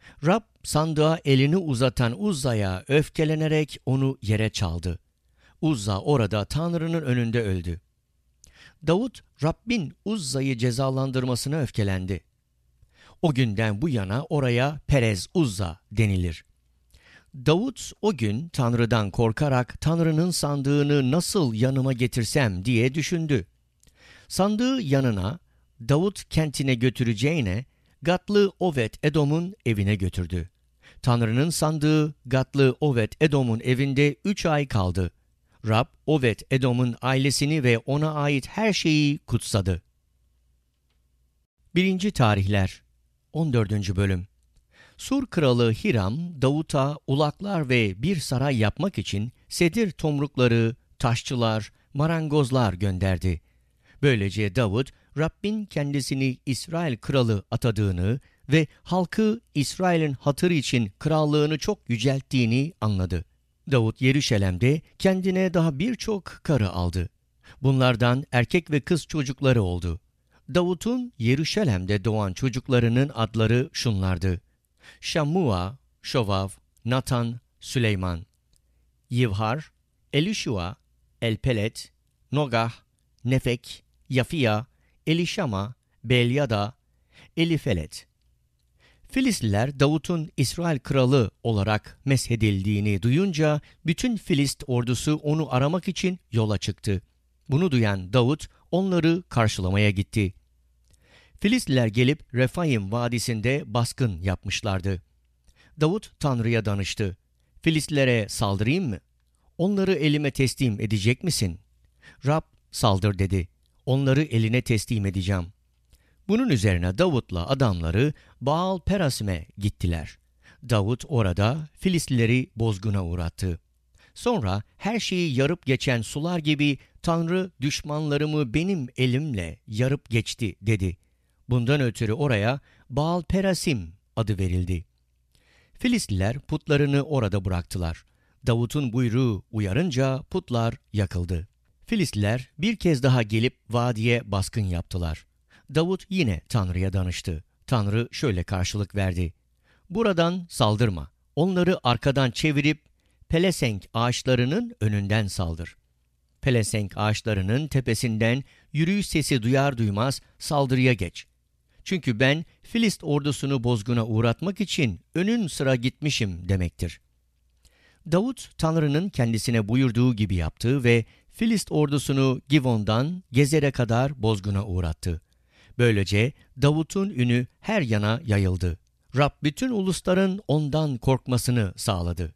Rab sandığa elini uzatan Uzza'ya öfkelenerek onu yere çaldı. Uzza orada Tanrı'nın önünde öldü. Davut, Rabbin Uzza'yı cezalandırmasına öfkelendi. O günden bu yana oraya Perez Uzza denilir. Davut o gün Tanrı'dan korkarak Tanrı'nın sandığını nasıl yanıma getirsem diye düşündü. Sandığı yanına, Davut kentine götüreceğine Gatlı Oved Edom'un evine götürdü. Tanrı'nın sandığı Gatlı Oved Edom'un evinde üç ay kaldı. Rab, Oved Edom'un ailesini ve ona ait her şeyi kutsadı. birinci. Tarihler on dördüncü. Bölüm. Sur kralı Hiram, Davut'a ulaklar ve bir saray yapmak için sedir tomrukları, taşçılar, marangozlar gönderdi. Böylece Davut, Rabbin kendisini İsrail kralı atadığını ve halkı İsrail'in hatırı için krallığını çok yücelttiğini anladı. Davut Yeruşalim'de kendine daha birçok karı aldı. Bunlardan erkek ve kız çocukları oldu. Davut'un Yeruşalim'de doğan çocuklarının adları şunlardı: Şammua, Şovav, Natan, Süleyman, Yivhar, Elişua, Elpelet, Nogah, Nefek, Yafiya, Elişama, Belyada, Elifelet. Filistliler Davut'un İsrail kralı olarak meshedildiğini duyunca bütün Filist ordusu onu aramak için yola çıktı. Bunu duyan Davut onları karşılamaya gitti. Filistliler gelip Refaim vadisinde baskın yapmışlardı. Davut Tanrı'ya danıştı. Filistlilere saldırayım mı? Onları elime teslim edecek misin? Rab, saldır dedi. Onları eline teslim edeceğim. Bunun üzerine Davut'la adamları Baal Perasim'e gittiler. Davut orada Filistlileri bozguna uğrattı. Sonra her şeyi yarıp geçen sular gibi Tanrı düşmanlarımı benim elimle yarıp geçti dedi. Bundan ötürü oraya Baal Perasim adı verildi. Filistliler putlarını orada bıraktılar. Davut'un buyruğu uyarınca putlar yakıldı. Filistliler bir kez daha gelip vadiye baskın yaptılar. Davut yine Tanrı'ya danıştı. Tanrı şöyle karşılık verdi: Buradan saldırma. Onları arkadan çevirip pelesenk ağaçlarının önünden saldır. Pelesenk ağaçlarının tepesinden yürüyüş sesi duyar duymaz saldırıya geç. Çünkü ben Filist ordusunu bozguna uğratmak için önün sıra gitmişim demektir. Davut, Tanrı'nın kendisine buyurduğu gibi yaptı ve Filist ordusunu Givon'dan Gezer'e kadar bozguna uğrattı. Böylece Davut'un ünü her yana yayıldı. Rab bütün ulusların ondan korkmasını sağladı.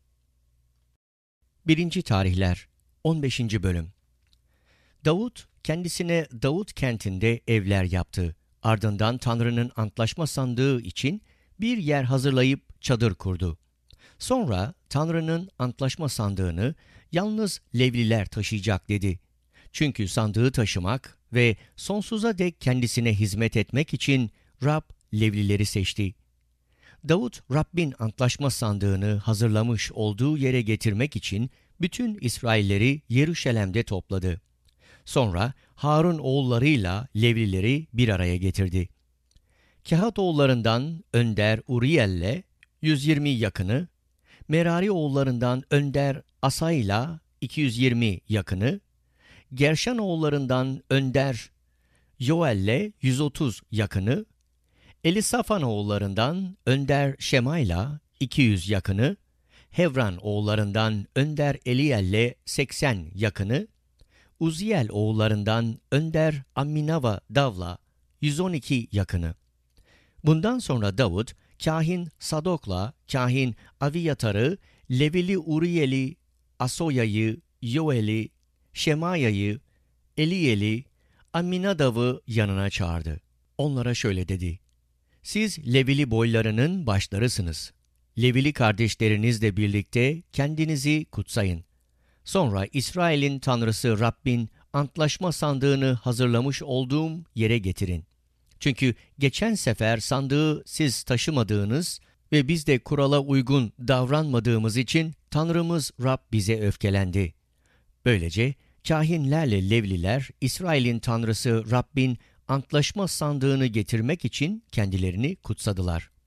birinci. Tarihler on beşinci. Bölüm. Davut kendisine Davut kentinde evler yaptı. Ardından Tanrı'nın antlaşma sandığı için bir yer hazırlayıp çadır kurdu. Sonra Tanrı'nın antlaşma sandığını yalnız Levliler taşıyacak dedi. Çünkü sandığı taşımak ve sonsuza dek kendisine hizmet etmek için Rab Levlileri seçti. Davut, Rabbin antlaşma sandığını hazırlamış olduğu yere getirmek için bütün İsrailleri Yeruşalim'de topladı. Sonra Harun oğullarıyla Levlileri bir araya getirdi. Kehat oğullarından Önder Uriyel'le yüz yirmi yakını, Merari oğullarından Önder Asay'la iki yüz yirmi yakını, Gerşan oğullarından Önder Yoel'le yüz otuz yakını, Elisafan oğullarından Önder Şemay'la iki yüz yakını, Hevran oğullarından Önder Eliyel'le seksen yakını, Uziyel oğullarından Önder Amminava Dav'la yüz on iki yakını. Bundan sonra Davut, kahin Sadok'la kahin Aviyatar'ı, Levili Uriyeli, Asoya'yı, Yoel'i, Şemaya'yı, Eliyel'i, Amminadav'ı yanına çağırdı. Onlara şöyle dedi: Siz Levili boylarının başlarısınız. Levili kardeşlerinizle birlikte kendinizi kutsayın. Sonra İsrail'in Tanrısı Rabbin antlaşma sandığını hazırlamış olduğum yere getirin. Çünkü geçen sefer sandığı siz taşımadığınız ve biz de kurala uygun davranmadığımız için Tanrımız Rab bize öfkelendi. Böylece kahinlerle Levliler İsrail'in Tanrısı Rabbin antlaşma sandığını getirmek için kendilerini kutsadılar.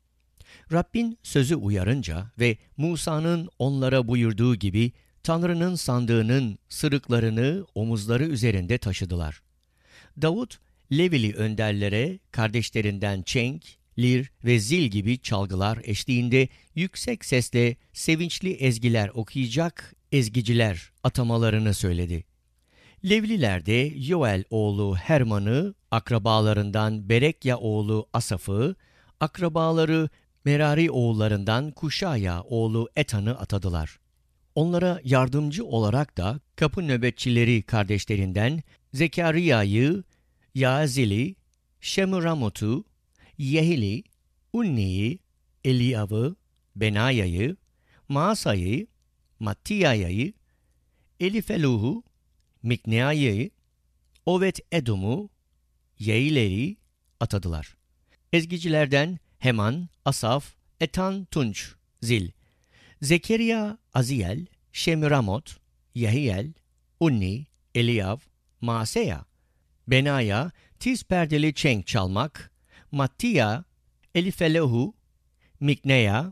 Rabbin sözü uyarınca ve Musa'nın onlara buyurduğu gibi Tanrı'nın sandığının sırıklarını omuzları üzerinde taşıdılar. Davut, Levili önderlere kardeşlerinden çenk, lir ve zil gibi çalgılar eşliğinde yüksek sesle sevinçli ezgiler okuyacak ezgiciler atamalarını söyledi. Levliler de Yoel oğlu Herman'ı, akrabalarından Berekya oğlu Asaf'ı, akrabaları Merari oğullarından Kuşaya oğlu Etan'ı atadılar. Onlara yardımcı olarak da kapı nöbetçileri kardeşlerinden Zekariya'yı, Yaazili, Şemiramot'u, Yehili, Unni'yi, Eliyav'ı, Benaya'yı, Maasa'yı, Mattiya'yı, Elifeluh'u, Miknea'yı, Ovet-Edom'u, Yehileri atadılar. Ezgicilerden Heman, Asaf, Etan, Tunç, Zil, Zekeriya, Aziyel, Şemiramot, Yehiyel, Unni, Eliyav, Maaseya, Benaya, tiz perdeli çenk çalmak, Mattiya, Elifelehu, Mikneya,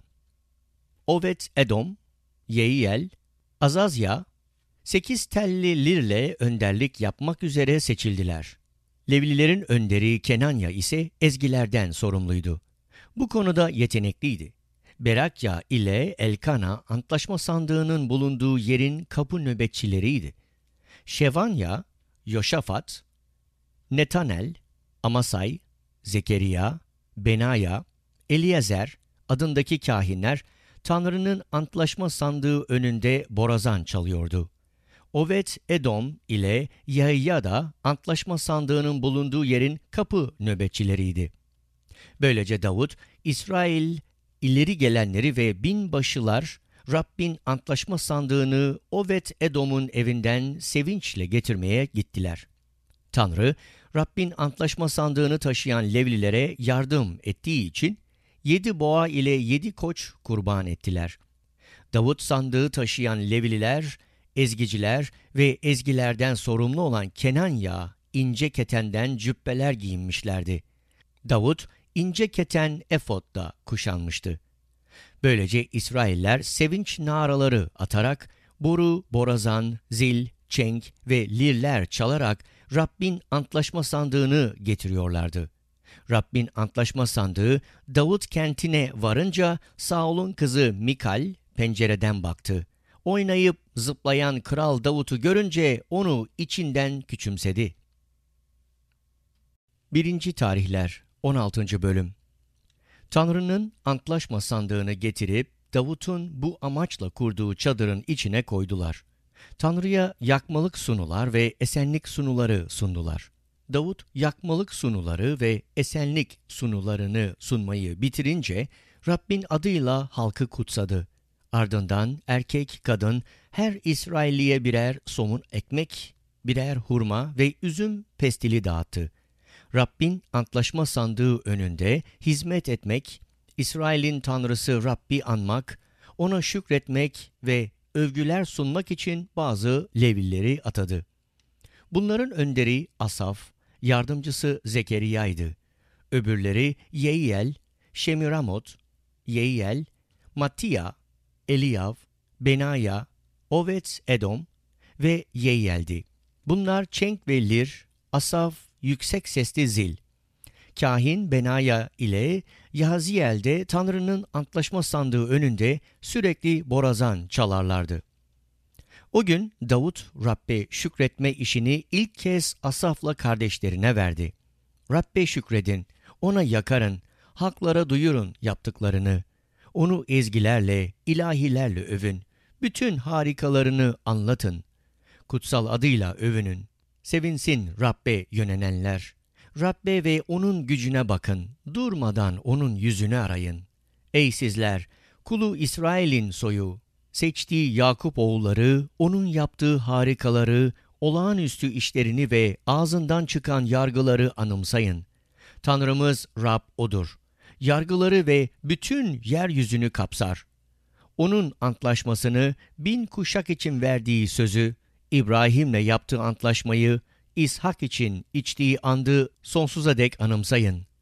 Ovet-Edom, Yehiyel, Azazya, sekiz telli lirle önderlik yapmak üzere seçildiler. Levlilerin önderi Kenanya ise ezgilerden sorumluydu. Bu konuda yetenekliydi. Berakya ile Elkana antlaşma sandığının bulunduğu yerin kapı nöbetçileriydi. Şevanya, Yoşafat, Netanel, Amasay, Zekeriya, Benaya, Eliezer adındaki kahinler Tanrı'nın antlaşma sandığı önünde borazan çalıyordu. Ovet-Edom ile Yahya da antlaşma sandığının bulunduğu yerin kapı nöbetçileriydi. Böylece Davut, İsrail ileri gelenleri ve binbaşılar Rabbin antlaşma sandığını Ovet-Edom'un evinden sevinçle getirmeye gittiler. Tanrı, Rabbin antlaşma sandığını taşıyan Levlilere yardım ettiği için yedi boğa ile yedi koç kurban ettiler. Davut sandığı taşıyan Levliler, ezgiciler ve ezgilerden sorumlu olan Kenanya ince ketenden cübbeler giyinmişlerdi. Davut ince keten efod da kuşanmıştı. Böylece İsrailler sevinç naraları atarak boru, borazan, zil, çenk ve lirler çalarak Rabbin antlaşma sandığını getiriyorlardı. Rabbin antlaşma sandığı Davut kentine varınca Saul'un kızı Mikal pencereden baktı. Oynayıp zıplayan Kral Davut'u görünce onu içinden küçümsedi. birinci. Tarihler on altıncı. Bölüm. Tanrı'nın antlaşma sandığını getirip Davut'un bu amaçla kurduğu çadırın içine koydular. Tanrı'ya yakmalık sunular ve esenlik sunuları sundular. Davut yakmalık sunuları ve esenlik sunularını sunmayı bitirince Rabbin adıyla halkı kutsadı. Ardından erkek, kadın her İsrailliye birer somun ekmek, birer hurma ve üzüm pestili dağıttı. Rabbin antlaşma sandığı önünde hizmet etmek, İsrail'in Tanrısı Rabbi anmak, ona şükretmek ve övgüler sunmak için bazı Levlileri atadı. Bunların önderi Asaf, yardımcısı Zekeriya'ydı. Öbürleri Yehiyel, Şemiramot, Yehiyel, Mattiya, Eliyav, Benaya, Ovet-Edom ve Yehiyel'di. Bunlar çenk ve lir, Asaf yüksek sesli zil. Kahin Benaya ile Yahziyel de Tanrı'nın antlaşma sandığı önünde sürekli borazan çalarlardı. O gün Davut Rabbe şükretme işini ilk kez Asaf'la kardeşlerine verdi. Rabbe şükredin, ona yakarın, halklara duyurun yaptıklarını. Onu ezgilerle, ilahilerle övün. Bütün harikalarını anlatın. Kutsal adıyla övünün. Sevinsin Rabbe yönelenler. Rabbe ve onun gücüne bakın. Durmadan onun yüzünü arayın. Ey sizler, kulu İsrail'in soyu, seçtiği Yakup oğulları, onun yaptığı harikaları, olağanüstü işlerini ve ağzından çıkan yargıları anımsayın. Tanrımız Rab odur. Yargıları ve bütün yeryüzünü kapsar. Onun antlaşmasını, bin kuşak için verdiği sözü, İbrahim'le yaptığı antlaşmayı, İshak için içtiği andı sonsuza dek anımsayın.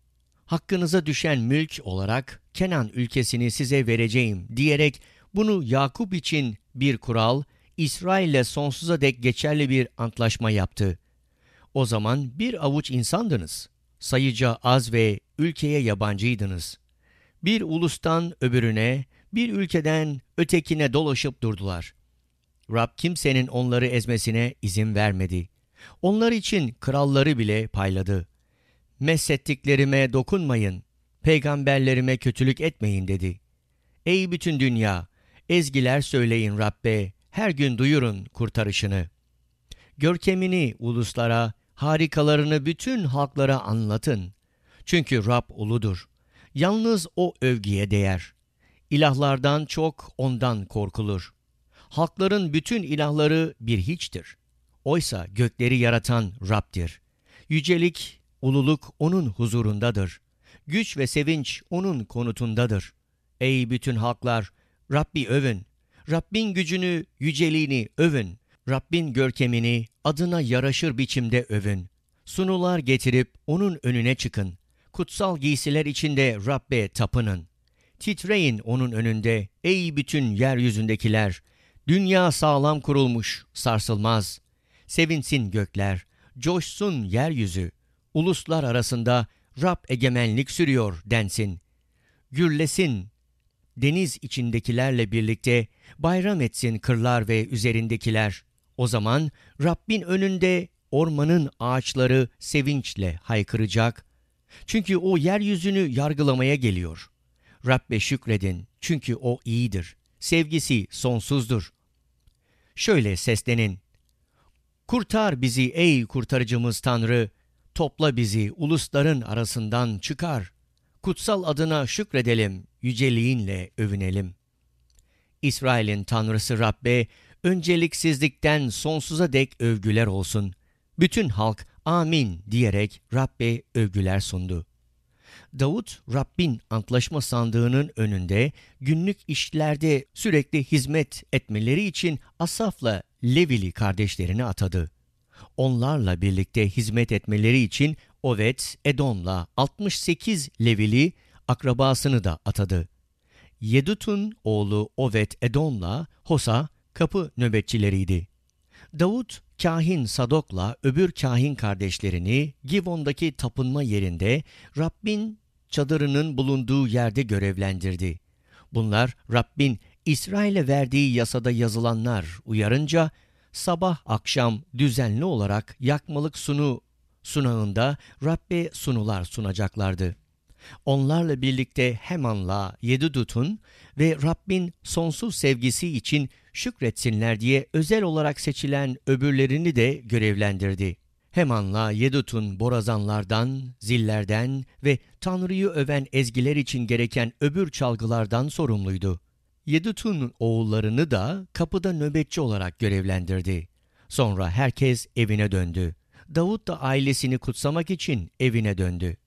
hakkınıza düşen mülk olarak Kenan ülkesini size vereceğim diyerek bunu Yakup için bir kural, İsrail'le sonsuza dek geçerli bir antlaşma yaptı. O zaman bir avuç insandınız. Sayıca az ve ülkeye yabancıydınız. Bir ulustan öbürüne, bir ülkeden ötekine dolaşıp durdular. Rab kimsenin onları ezmesine izin vermedi. Onlar için kralları bile payladı. Meslettiklerime dokunmayın, peygamberlerime kötülük etmeyin dedi. Ey bütün dünya, ezgiler söyleyin Rabbe, her gün duyurun kurtarışını. Görkemini uluslara, harikalarını bütün halklara anlatın. Çünkü Rab uludur. Yalnız O övgüye değer. İlahlardan çok ondan korkulur. Halkların bütün ilahları bir hiçtir. Oysa gökleri yaratan Rab'dir. Yücelik, ululuk O'nun huzurundadır. Güç ve sevinç O'nun konutundadır. Ey bütün halklar, Rabbi övün. Rabbin gücünü, yüceliğini övün. Rabbin görkemini adına yaraşır biçimde övün. Sunular getirip O'nun önüne çıkın. Kutsal giysiler içinde Rabbe tapının. Titreyin O'nun önünde ey bütün yeryüzündekiler. Dünya sağlam kurulmuş, sarsılmaz. Sevinsin gökler, coşsun yeryüzü. Uluslar arasında Rab egemenlik sürüyor densin. Gürlesin deniz içindekilerle birlikte, bayram etsin kırlar ve üzerindekiler. O zaman Rabbin önünde ormanın ağaçları sevinçle haykıracak. Çünkü O yeryüzünü yargılamaya geliyor. Rabbe şükredin çünkü O iyidir. Sevgisi sonsuzdur. Şöyle seslenin. Kurtar bizi ey kurtarıcımız Tanrı. Topla bizi ulusların arasından çıkar. Kutsal adına şükredelim, yüceliğinle övünelim. İsrail'in Tanrısı Rabbe, önceliksizlikten sonsuza dek övgüler olsun. Bütün halk amin diyerek Rabbe övgüler sundu. Davut, Rabbin antlaşma sandığının önünde günlük işlerde sürekli hizmet etmeleri için Asaf'la Levili kardeşlerini atadı. Onlarla birlikte hizmet etmeleri için Oved, Edom'la altmış sekiz Levili akrabasını da atadı. Yedutun oğlu Oved Edom'la Hosa kapı nöbetçileriydi. Davut, kahin Sadok'la öbür kahin kardeşlerini Givon'daki tapınma yerinde Rabbin çadırının bulunduğu yerde görevlendirdi. Bunlar Rabbin İsrail'e verdiği yasada yazılanlar uyarınca sabah akşam düzenli olarak yakmalık sunu sunağında Rabbe sunular sunacaklardı. Onlarla birlikte Heman'la Yedutun ve Rabbin sonsuz sevgisi için şükretsinler diye özel olarak seçilen öbürlerini de görevlendirdi. Heman'la Yedutun borazanlardan, zillerden ve Tanrı'yı öven ezgiler için gereken öbür çalgılardan sorumluydu. Yedutun oğullarını da kapıda nöbetçi olarak görevlendirdi. Sonra herkes evine döndü. Davut da ailesini kutsamak için evine döndü.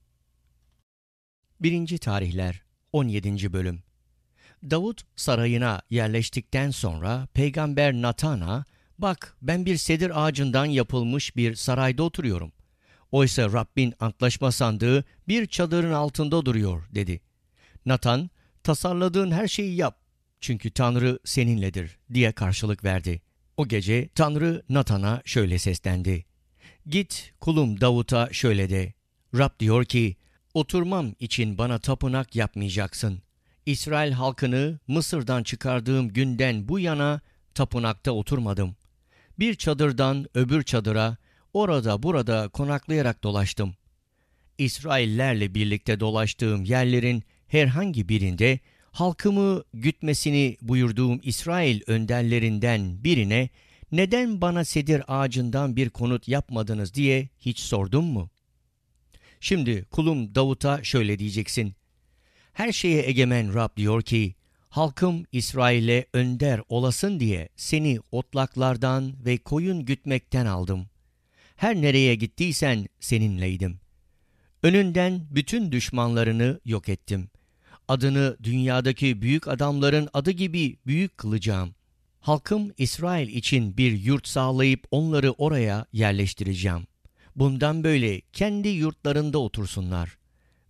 birinci. Tarihler on yedinci. Bölüm. Davut sarayına yerleştikten sonra Peygamber Natan'a, "Bak, ben bir sedir ağacından yapılmış bir sarayda oturuyorum. Oysa Rabbin antlaşma sandığı bir çadırın altında duruyor," dedi. Natan, "Tasarladığın her şeyi yap. Çünkü Tanrı seninledir," diye karşılık verdi. O gece Tanrı Natan'a şöyle seslendi. "Git kulum Davut'a şöyle de. Rab diyor ki, oturmam için bana tapınak yapmayacaksın. İsrail halkını Mısır'dan çıkardığım günden bu yana tapınakta oturmadım. Bir çadırdan öbür çadıra, orada burada konaklayarak dolaştım. İsraillerle birlikte dolaştığım yerlerin herhangi birinde halkımı gütmesini buyurduğum İsrail önderlerinden birine neden bana sedir ağacından bir konut yapmadınız diye hiç sordum mu? Şimdi kulum Davut'a şöyle diyeceksin. Her şeye egemen Rab diyor ki, halkım İsrail'e önder olasın diye seni otlaklardan ve koyun gütmekten aldım. Her nereye gittiysen seninleydim. Önünden bütün düşmanlarını yok ettim. Adını dünyadaki büyük adamların adı gibi büyük kılacağım. Halkım İsrail için bir yurt sağlayıp onları oraya yerleştireceğim. Bundan böyle kendi yurtlarında otursunlar.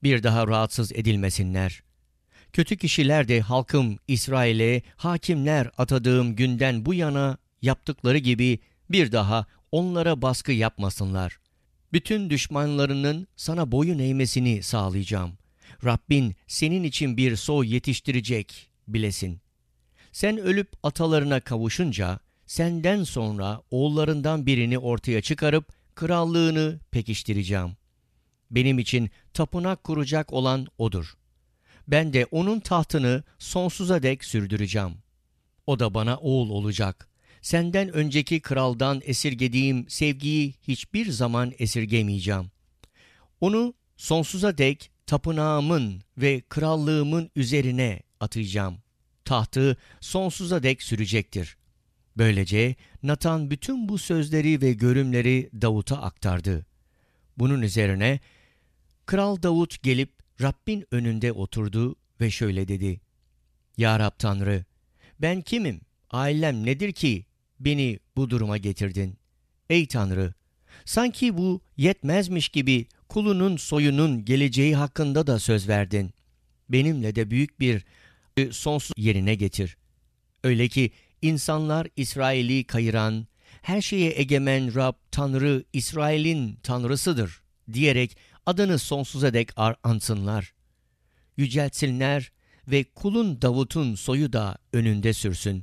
bir daha rahatsız edilmesinler. Kötü kişiler de halkım İsrail'e hakimler atadığım günden bu yana yaptıkları gibi bir daha onlara baskı yapmasınlar. Bütün düşmanlarının sana boyun eğmesini sağlayacağım. Rabbin senin için bir soy yetiştirecek bilesin. Sen ölüp atalarına kavuşunca senden sonra oğullarından birini ortaya çıkarıp krallığını pekiştireceğim. Benim için tapınak kuracak olan odur. Ben de onun tahtını sonsuza dek sürdüreceğim. O da bana oğul olacak. Senden önceki kraldan esirgediğim sevgiyi hiçbir zaman esirgemeyeceğim. Onu sonsuza dek tapınağımın ve krallığımın üzerine atacağım. Tahtı sonsuza dek sürecektir. Böylece Natan bütün bu sözleri ve görümleri Davut'a aktardı. Bunun üzerine Kral Davut gelip Rabbin önünde oturdu ve şöyle dedi: Ya Rab Tanrı, ben kimim, ailem nedir ki beni bu duruma getirdin? Ey Tanrı, sanki bu yetmezmiş gibi kulunun soyunun geleceği hakkında da söz verdin. Benimle de büyük bir sonsuz yerine getir. Öyle ki insanlar İsrail'i kayıran, her şeye egemen Rab Tanrı İsrail'in Tanrısıdır diyerek adını sonsuza dek ansınlar. Yüceltsinler ve kulun Davut'un soyu da önünde sürsün.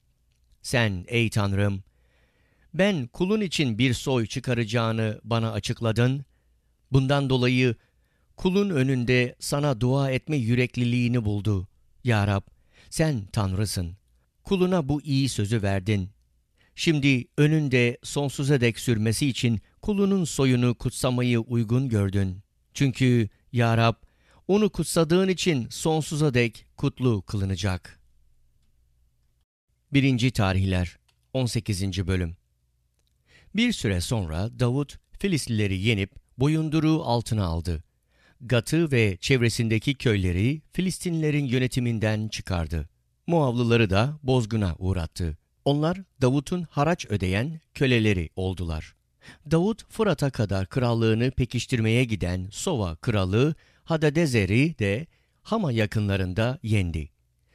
Sen ey Tanrım, ben kulun için bir soy çıkaracağını bana açıkladın. Bundan dolayı kulun önünde sana dua etme yürekliliğini buldu. Ya Rab, sen Tanrısın. Kuluna bu iyi sözü verdin. Şimdi önünde sonsuza dek sürmesi için kulunun soyunu kutsamayı uygun gördün. Çünkü Ya Rab, onu kutsadığın için sonsuza dek kutlu kılınacak. birinci. Tarihler on sekizinci. Bölüm. Bir süre sonra Davut Filistlileri yenip boyunduruğu altına aldı. Gat'ı ve çevresindeki köyleri Filistinlerin yönetiminden çıkardı. Moavlıları da bozguna uğrattı. Onlar Davut'un haraç ödeyen köleleri oldular. Davut Fırat'a kadar krallığını pekiştirmeye giden Sova kralı Hadadezer'i de Hama yakınlarında yendi.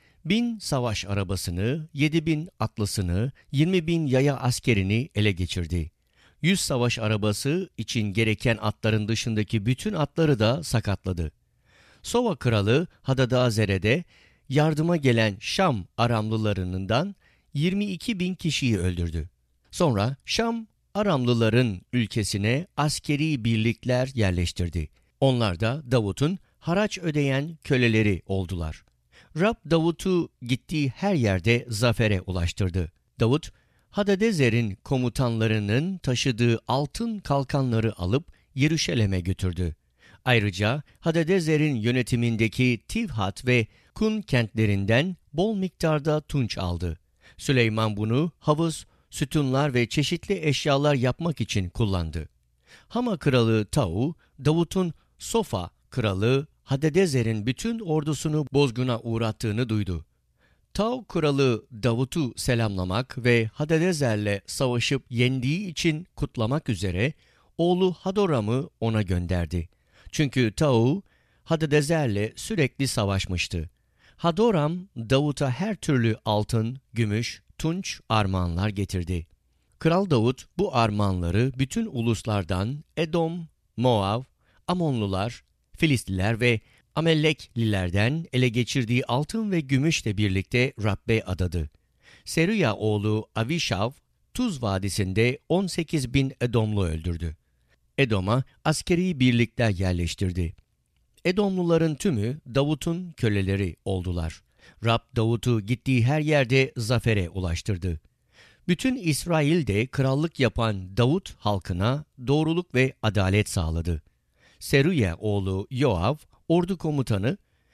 Bin savaş arabasını, yedi bin atlısını, yirmi bin yaya askerini ele geçirdi. Yüz savaş arabası için gereken atların dışındaki bütün atları da sakatladı. Sova kralı Hadadezer'e de yardıma gelen Şam Aramlılarından yirmi iki bin kişiyi öldürdü. Sonra Şam Aramlıların ülkesine askeri birlikler yerleştirdi. Onlar da Davut'un haraç ödeyen köleleri oldular. Rab Davut'u gittiği her yerde zafere ulaştırdı. Davut, Hadadezer'in komutanlarının taşıdığı altın kalkanları alıp Yeruşalim'e götürdü. Ayrıca Hadadezer'in yönetimindeki Tivhat ve Kun kentlerinden bol miktarda tunç aldı. Süleyman bunu havuz, sütunlar ve çeşitli eşyalar yapmak için kullandı. Hama kralı Tau, Davut'un Sofa kralı Hadadezer'in bütün ordusunu bozguna uğrattığını duydu. Tau kralı Davut'u selamlamak ve Hadadezer'le savaşıp yendiği için kutlamak üzere oğlu Hadoram'ı ona gönderdi. Çünkü Tau, Hadadezer'le sürekli savaşmıştı. Hadoram, Davut'a her türlü altın, gümüş, tunç armağanlar getirdi. Kral Davut bu armağanları bütün uluslardan Edom, Moav, Amonlular, Filistliler ve Ameleklilerden ele geçirdiği altın ve gümüşle birlikte Rabbe adadı. Seruya oğlu Avişav, Tuz Vadisi'nde on sekiz bin Edomlu öldürdü. Edom'a askeri birlikler yerleştirdi. Edomluların tümü Davut'un köleleri oldular. Rab Davut'u gittiği her yerde zafere ulaştırdı. Bütün İsrail'de krallık yapan Davut halkına doğruluk ve adalet sağladı. Seruya oğlu Yoav, ordu komutanı,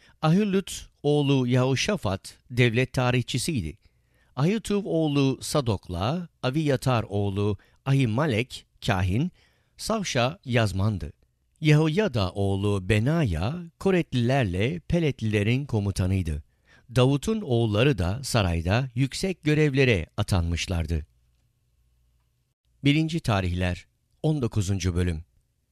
Ahilud oğlu Yahoşafat devlet tarihçisiydi. Ahituv oğlu Sadok'la Aviyatar oğlu Ahimelek kahin, Savşa yazmandı. Yehoyada oğlu Benaya, Koretlilerle Peletlilerin komutanıydı. Davut'un oğulları da sarayda yüksek görevlere atanmışlardı. birinci. Tarihler on dokuzuncu. Bölüm.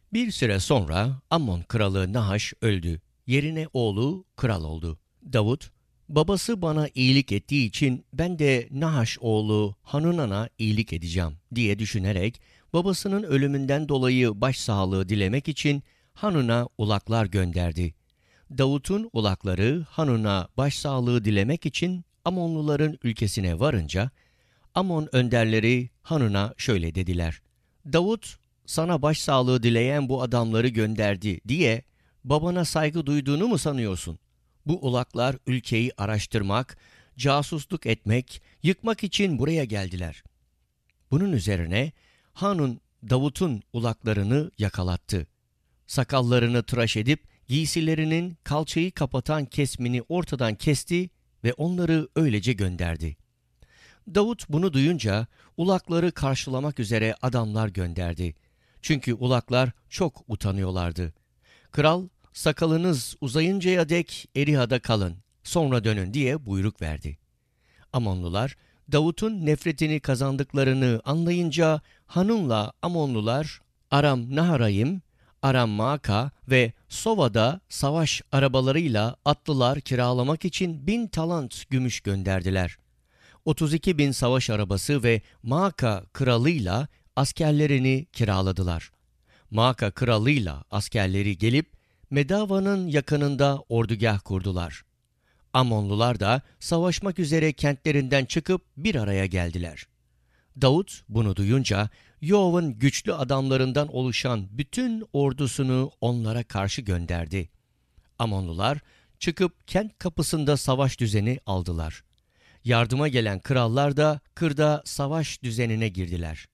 Bir süre sonra Ammon kralı Nahaş öldü. Yerine oğlu kral oldu. Davut, babası bana iyilik ettiği için ben de Nahaş oğlu Hanunan'a iyilik edeceğim diye düşünerek babasının ölümünden dolayı başsağlığı dilemek için Hanun'a ulaklar gönderdi. Davut'un ulakları Hanun'a başsağlığı dilemek için Amonluların ülkesine varınca Amon önderleri Hanun'a şöyle dediler: Davut sana başsağlığı dileyen bu adamları gönderdi diye babana saygı duyduğunu mu sanıyorsun? Bu ulaklar ülkeyi araştırmak, casusluk etmek, yıkmak için buraya geldiler. Bunun üzerine Hanun Davut'un ulaklarını yakalattı. Sakallarını tıraş edip giysilerinin kalçayı kapatan kesmini ortadan kesti ve onları öylece gönderdi. Davut bunu duyunca ulakları karşılamak üzere adamlar gönderdi. Çünkü ulaklar çok utanıyorlardı. Kral, sakalınız uzayıncaya dek Eriha'da kalın, sonra dönün diye buyruk verdi. Amonlular, Davut'un nefretini kazandıklarını anlayınca Hanun'la Amonlular Aram Naharayim, Aram Maaka ve Sova'da savaş arabalarıyla atlılar kiralamak için bin talant gümüş gönderdiler. otuz iki bin savaş arabası ve Maaka kralıyla askerlerini kiraladılar. Maaka kralıyla askerleri gelip Medava'nın yakınında ordugah kurdular. Amonlular da savaşmak üzere kentlerinden çıkıp bir araya geldiler. Davut bunu duyunca Yoav'ın güçlü adamlarından oluşan bütün ordusunu onlara karşı gönderdi. Amonlular çıkıp kent kapısında savaş düzeni aldılar. Yardıma gelen krallar da kırda savaş düzenine girdiler.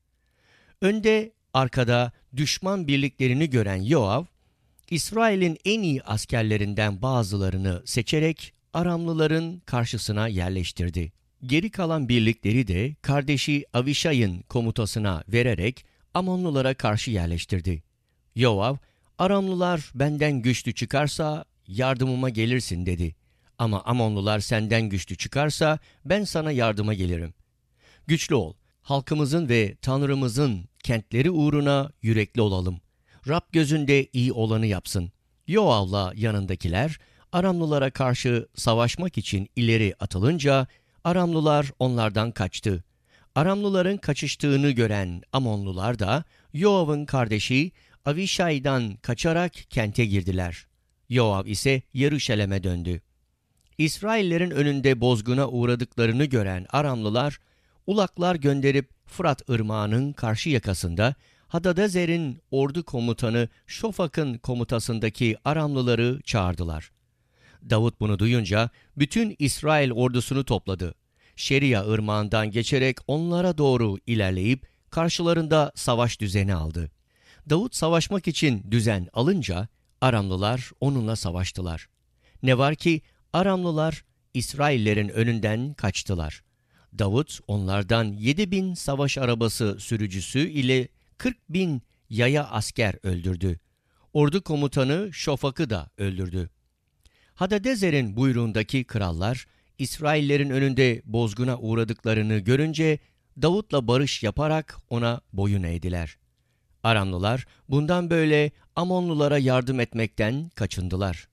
Önde, arkada düşman birliklerini gören Yoav, İsrail'in en iyi askerlerinden bazılarını seçerek Aramlıların karşısına yerleştirdi. Geri kalan birlikleri de kardeşi Avişay'ın komutasına vererek Amonlulara karşı yerleştirdi. Yoav, Aramlılar benden güçlü çıkarsa yardımıma gelirsin dedi. Ama Amonlular senden güçlü çıkarsa ben sana yardıma gelirim. Güçlü ol, halkımızın ve Tanrımızın kentleri uğruna yürekli olalım. Rab gözünde iyi olanı yapsın. Yoav'la yanındakiler Aramlılara karşı savaşmak için ileri atılınca Aramlılar onlardan kaçtı. Aramlıların kaçıştığını gören Amonlular da Yoav'ın kardeşi Avişay'dan kaçarak kente girdiler. Yoav ise Yeruşalim'e döndü. İsraillerin önünde bozguna uğradıklarını gören Aramlılar, ulaklar gönderip Fırat Irmağı'nın karşı yakasında Hadadezer'in ordu komutanı Şofak'ın komutasındaki Aramlıları çağırdılar. Davut bunu duyunca bütün İsrail ordusunu topladı. Şeria Irmağı'ndan geçerek onlara doğru ilerleyip karşılarında savaş düzeni aldı. Davut savaşmak için düzen alınca Aramlılar onunla savaştılar. Ne var ki Aramlılar İsraillerin önünden kaçtılar. Davut onlardan yedi bin savaş arabası sürücüsü ile kırk bin yaya asker öldürdü. Ordu komutanı Şofak'ı da öldürdü. Hadadezer'in buyruğundaki krallar İsraillerin önünde bozguna uğradıklarını görünce Davut'la barış yaparak ona boyun eğdiler. Aramlılar bundan böyle Amonlulara yardım etmekten kaçındılar.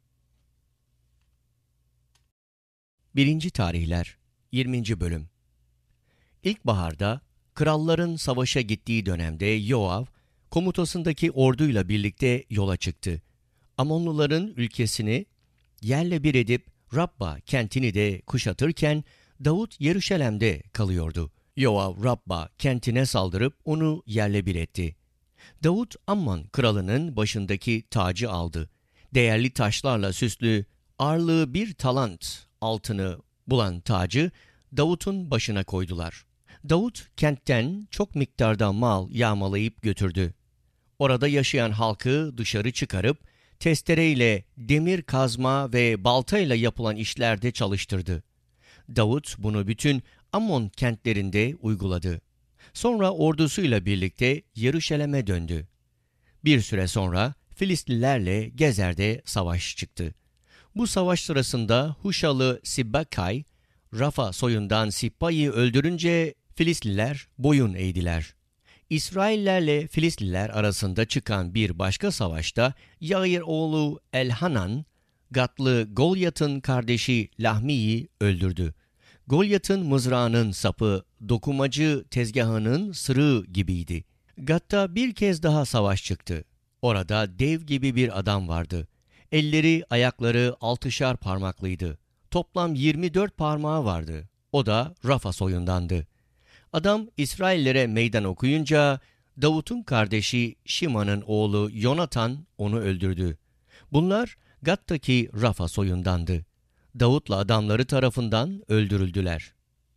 birinci. Tarihler yirminci. Bölüm. İlkbaharda kralların savaşa gittiği dönemde Yoav, komutasındaki orduyla birlikte yola çıktı. Amonluların ülkesini yerle bir edip Rabba kentini de kuşatırken Davut Yeruşalim'de kalıyordu. Yoav Rabba kentine saldırıp onu yerle bir etti. Davut Amman kralının başındaki tacı aldı. Değerli taşlarla süslü ağırlığı bir talant altını bulan tacı Davut'un başına koydular. Davut kentten çok miktarda mal yağmalayıp götürdü. Orada yaşayan halkı dışarı çıkarıp testereyle, demir kazma ve baltayla yapılan işlerde çalıştırdı. Davut bunu bütün Ammon kentlerinde uyguladı. Sonra ordusuyla birlikte Yeruşalim'e döndü. Bir süre sonra Filistlilerle Gezer'de savaş çıktı. Bu savaş sırasında Huşalı Sibbakay, Rafa soyundan Sippa'yı öldürünce Filistliler boyun eğdiler. İsraillerle Filistliler arasında çıkan bir başka savaşta Yair oğlu Elhanan, Gatlı Golyat'ın kardeşi Lahmi'yi öldürdü. Golyat'ın mızrağının sapı dokumacı tezgahının sırığı gibiydi. Gat'ta bir kez daha savaş çıktı. Orada dev gibi bir adam vardı. Elleri, ayakları altışar parmaklıydı. Toplam yirmi dört parmağı vardı. O da Rafa soyundandı. Adam İsraillere meydan okuyunca Davut'un kardeşi Şima'nın oğlu Yonatan onu öldürdü. Bunlar Gat'taki Rafa soyundandı. Davut'la adamları tarafından öldürüldüler.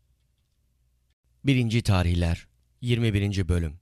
birinci. Tarihler yirmi birinci. Bölüm.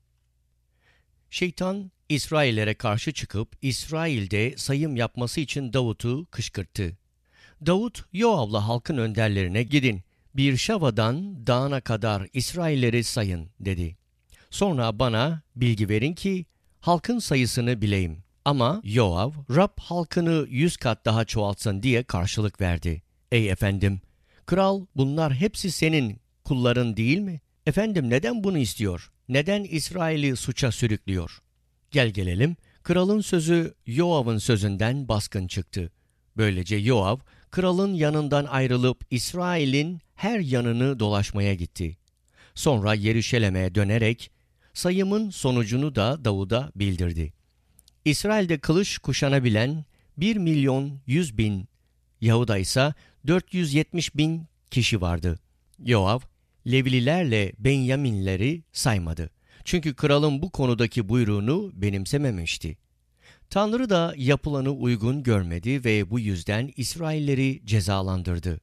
Şeytan İsraillere karşı çıkıp İsrail'de sayım yapması için Davut'u kışkırttı. Davut, Yoav'la halkın önderlerine gidin, bir Şava'dan Dağına kadar İsrailleri sayın dedi. Sonra bana bilgi verin ki halkın sayısını bileyim. Ama Yoav, Rab halkını yüz kat daha çoğaltsın diye karşılık verdi. Ey efendim, kral bunlar hepsi senin kulların değil mi? Efendim neden bunu istiyor? Neden İsrail'i suça sürüklüyor? Gel gelelim, kralın sözü Yoav'ın sözünden baskın çıktı. Böylece Yoav, kralın yanından ayrılıp İsrail'in her yanını dolaşmaya gitti. Sonra Yeruşalim'e dönerek sayımın sonucunu da Davud'a bildirdi. İsrail'de kılıç kuşanabilen bir milyon yüz bin, Yahuda ise dört yüz yetmiş bin kişi vardı. Yoav, Levlilerle Benyaminleri saymadı. Çünkü kralın bu konudaki buyruğunu benimsememişti. Tanrı da yapılanı uygun görmedi ve bu yüzden İsrailleri cezalandırdı.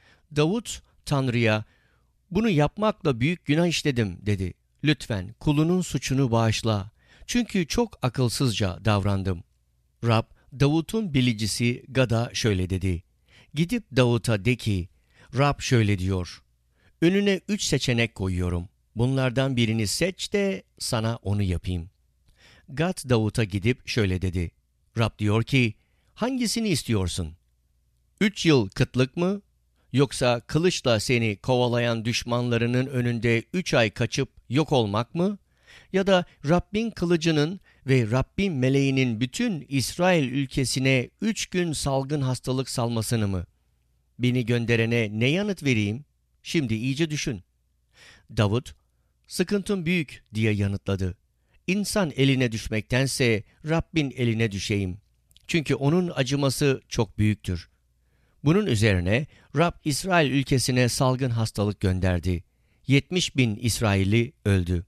Davut, Tanrı'ya, "Bunu yapmakla büyük günah işledim," dedi. "Lütfen kulunun suçunu bağışla. Çünkü çok akılsızca davrandım." Rab, Davut'un bilicisi Gad'a şöyle dedi. "Gidip Davut'a de ki, Rab şöyle diyor. Önüne üç seçenek koyuyorum. Bunlardan birini seç de sana onu yapayım." Gad Davut'a gidip şöyle dedi. Rab diyor ki, hangisini istiyorsun? Üç yıl kıtlık mı? Yoksa kılıçla seni kovalayan düşmanlarının önünde üç ay kaçıp yok olmak mı? Ya da Rabbin kılıcının ve Rabbin meleğinin bütün İsrail ülkesine üç gün salgın hastalık salmasını mı? Beni gönderene ne yanıt vereyim? Şimdi iyice düşün. Davut, sıkıntım büyük diye yanıtladı. İnsan eline düşmektense Rabbin eline düşeyim. Çünkü onun acıması çok büyüktür. Bunun üzerine Rab İsrail ülkesine salgın hastalık gönderdi. yetmiş bin İsrailli öldü.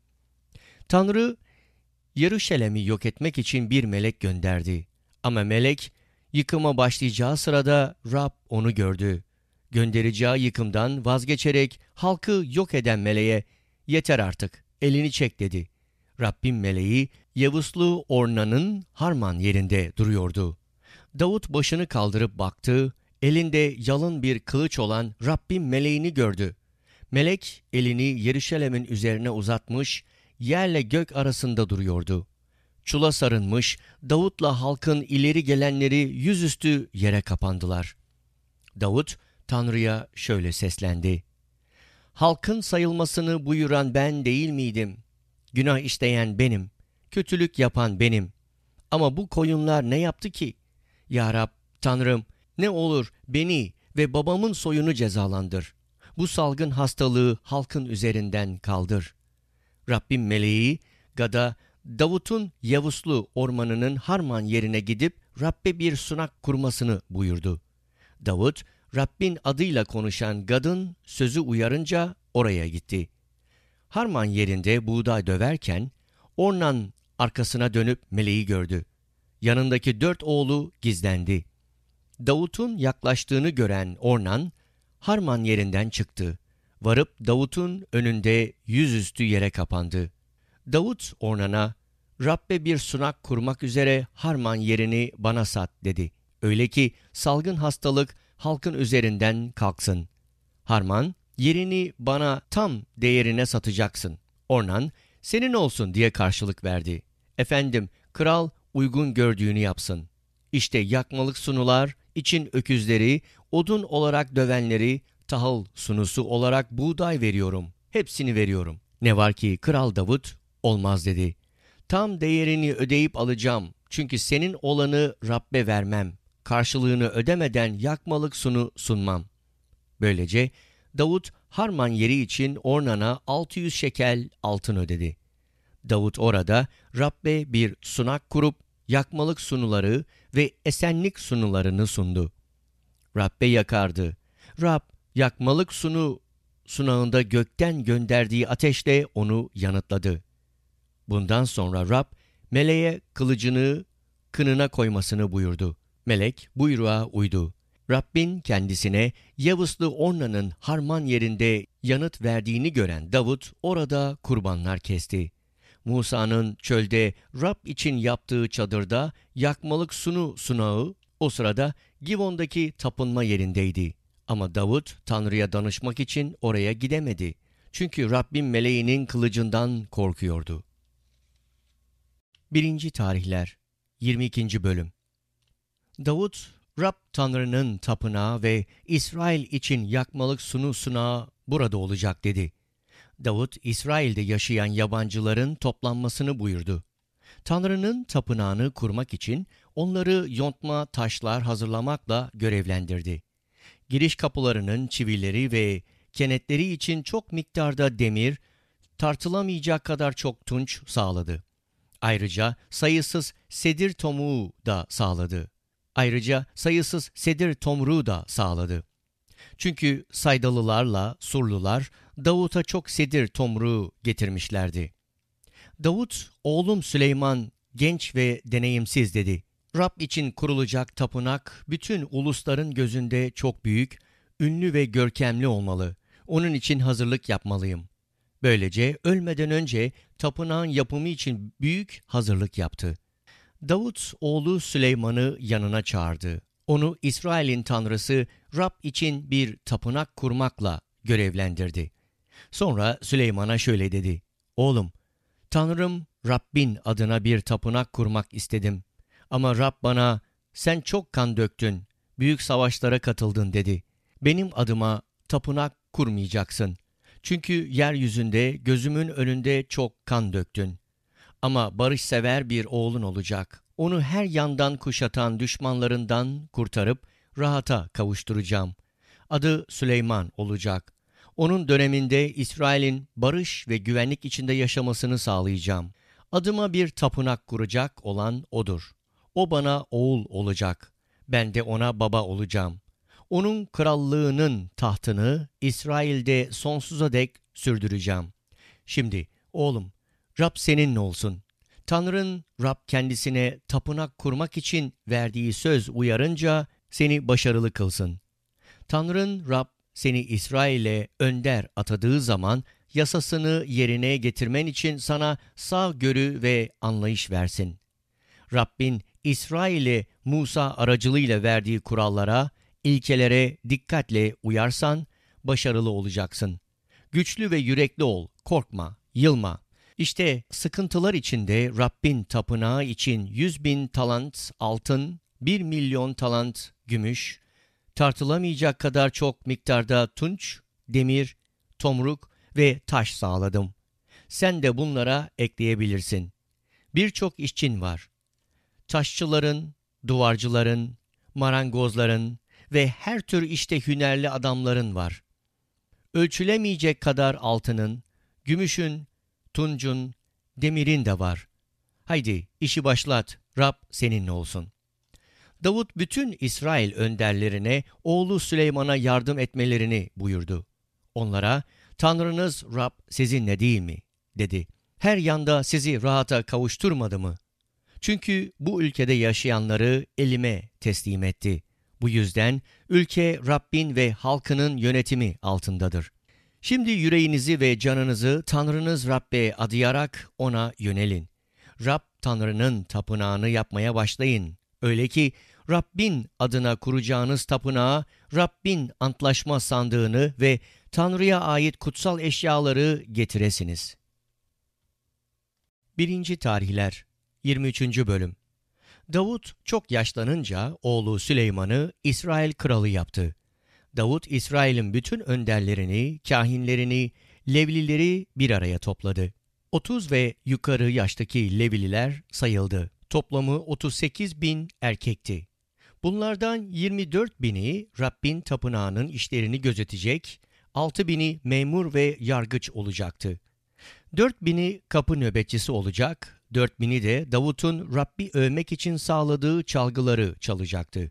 Tanrı Yeruşalim'i yok etmek için bir melek gönderdi. Ama melek yıkıma başlayacağı sırada Rab onu gördü. Göndereceği yıkımdan vazgeçerek halkı yok eden meleğe "Yeter artık, elini çek," dedi. Rabbin meleği Yavuslu Orna'nın Harman yerinde duruyordu. Davut başını kaldırıp baktı, elinde yalın bir kılıç olan Rabbin meleğini gördü. Melek elini Yeruşalim'in üzerine uzatmış, yerle gök arasında duruyordu. Çula sarılmış, Davut'la halkın ileri gelenleri yüzüstü yere kapandılar. Davut, Tanrı'ya şöyle seslendi. "Halkın sayılmasını buyuran ben değil miydim? Günah işleyen benim, kötülük yapan benim. Ama bu koyunlar ne yaptı ki? Ya Rab, Tanrım, ne olur beni ve babamın soyunu cezalandır. Bu salgın hastalığı halkın üzerinden kaldır." Rabbim meleği Gad'a Davut'un Yavuslu ormanının Harman yerine gidip Rabbe bir sunak kurmasını buyurdu. Davut, Rabbin adıyla konuşan Gad'ın sözü uyarınca oraya gitti. Harman yerinde buğday döverken Ornan arkasına dönüp meleği gördü. Yanındaki dört oğlu gizlendi. Davut'un yaklaştığını gören Ornan, Harman yerinden çıktı. Varıp Davut'un önünde yüzüstü yere kapandı. Davut Ornan'a, "Rabbe bir sunak kurmak üzere Harman yerini bana sat," dedi. "Öyle ki salgın hastalık halkın üzerinden kalksın. Harman, yerini bana tam değerine satacaksın." Ornan, "Senin olsun," diye karşılık verdi. "Efendim, kral uygun gördüğünü yapsın. İşte yakmalık sunular, için öküzleri, odun olarak dövenleri, tahıl sunusu olarak buğday veriyorum. Hepsini veriyorum." Ne var ki Kral Davut Olmaz dedi. Tam değerini ödeyip alacağım. Çünkü senin olanı Rabbe vermem. Karşılığını ödemeden yakmalık sunu sunmam. Böylece Davut Harman yeri için Ornan'a altı yüz şekel altın ödedi. Davut orada Rabbe bir sunak kurup yakmalık sunuları ve esenlik sunularını sundu. Rabbe yakardı. Rab yakmalık sunu sunağında gökten gönderdiği ateşle onu yanıtladı. Bundan sonra Rab meleğe kılıcını kınına koymasını buyurdu. Melek buyruğa uydu. Rabbin kendisine Yavuzlu Orna'nın Harman yerinde yanıt verdiğini gören Davut orada kurbanlar kesti. Musa'nın çölde Rab için yaptığı çadırda yakmalık sunu sunağı o sırada Givon'daki tapınma yerindeydi. Ama Davut Tanrı'ya danışmak için oraya gidemedi. Çünkü Rabbin meleğinin kılıcından korkuyordu. birinci. Tarihler yirmi ikinci. Bölüm. Davut, Rab Tanrı'nın tapınağı ve İsrail için yakmalık sunu sunağı burada olacak dedi. Davut, İsrail'de yaşayan yabancıların toplanmasını buyurdu. Tanrı'nın tapınağını kurmak için onları yontma taşlar hazırlamakla görevlendirdi. Giriş kapılarının çivileri ve kenetleri için çok miktarda demir, tartılamayacak kadar çok tunç sağladı. Ayrıca sayısız sedir tomuğu da sağladı. Ayrıca sayısız sedir tomruğu da sağladı. Çünkü Saydalılarla Surlular Davut'a çok sedir tomruğu getirmişlerdi. Davut, oğlum Süleyman genç ve deneyimsiz dedi. Rab için kurulacak tapınak bütün ulusların gözünde çok büyük, ünlü ve görkemli olmalı. Onun için hazırlık yapmalıyım. Böylece ölmeden önce tapınağın yapımı için büyük hazırlık yaptı. Davut oğlu Süleyman'ı yanına çağırdı. Onu İsrail'in tanrısı Rab için bir tapınak kurmakla görevlendirdi. Sonra Süleyman'a şöyle dedi. Oğlum, Tanrım Rabbin adına bir tapınak kurmak istedim. Ama Rab bana sen çok kan döktün, büyük savaşlara katıldın dedi. Benim adıma tapınak kurmayacaksın. Çünkü yeryüzünde gözümün önünde çok kan döktün. Ama barışsever bir oğlun olacak. Onu her yandan kuşatan düşmanlarından kurtarıp rahata kavuşturacağım. Adı Süleyman olacak. Onun döneminde İsrail'in barış ve güvenlik içinde yaşamasını sağlayacağım. Adıma bir tapınak kuracak olan odur. O bana oğul olacak. Ben de ona baba olacağım. Onun krallığının tahtını İsrail'de sonsuza dek sürdüreceğim. Şimdi oğlum, Rab seninle olsun. Tanrın Rab kendisine tapınak kurmak için verdiği söz uyarınca seni başarılı kılsın. Tanrın Rab seni İsrail'e önder atadığı zaman yasasını yerine getirmen için sana sağgörü ve anlayış versin. Rabbin İsrail'e Musa aracılığıyla verdiği kurallara, ilkelere dikkatle uyarsan başarılı olacaksın. Güçlü ve yürekli ol, korkma, yılma. İşte sıkıntılar içinde Rabbin tapınağı için yüz bin talant altın, bir milyon talant gümüş, tartılamayacak kadar çok miktarda tunç, demir, tomruk ve taş sağladım. Sen de bunlara ekleyebilirsin. Birçok işçin var. Taşçıların, duvarcıların, marangozların ve her tür işte hünerli adamların var. Ölçülemeyecek kadar altının, gümüşün, tuncun, demirin de var. Haydi işi başlat, Rab seninle olsun. Davut bütün İsrail önderlerine oğlu Süleyman'a yardım etmelerini buyurdu. Onlara, Tanrınız Rab sizinle değil mi? Dedi. Her yanda sizi rahata kavuşturmadı mı? Çünkü bu ülkede yaşayanları elime teslim etti. Bu yüzden ülke Rabbin ve halkının yönetimi altındadır. Şimdi yüreğinizi ve canınızı Tanrınız Rab'be adayarak ona yönelin. Rab Tanrı'nın tapınağını yapmaya başlayın. Öyle ki Rabbin adına kuracağınız tapınağa Rabbin antlaşma sandığını ve Tanrı'ya ait kutsal eşyaları getiresiniz. birinci. Tarihler yirmi üçüncü. Bölüm. Davut çok yaşlanınca oğlu Süleyman'ı İsrail kralı yaptı. Davut İsrail'in bütün önderlerini, kâhinlerini, Levlileri bir araya topladı. otuz ve yukarı yaştaki Levililer sayıldı. Toplamı otuz sekiz bin erkekti. Bunlardan yirmi dört bini Rabbin tapınağının işlerini gözetecek, altı bini memur ve yargıç olacaktı. dört bini kapı nöbetçisi olacak, dört bini de Davut'un Rabbi övmek için sağladığı çalgıları çalacaktı.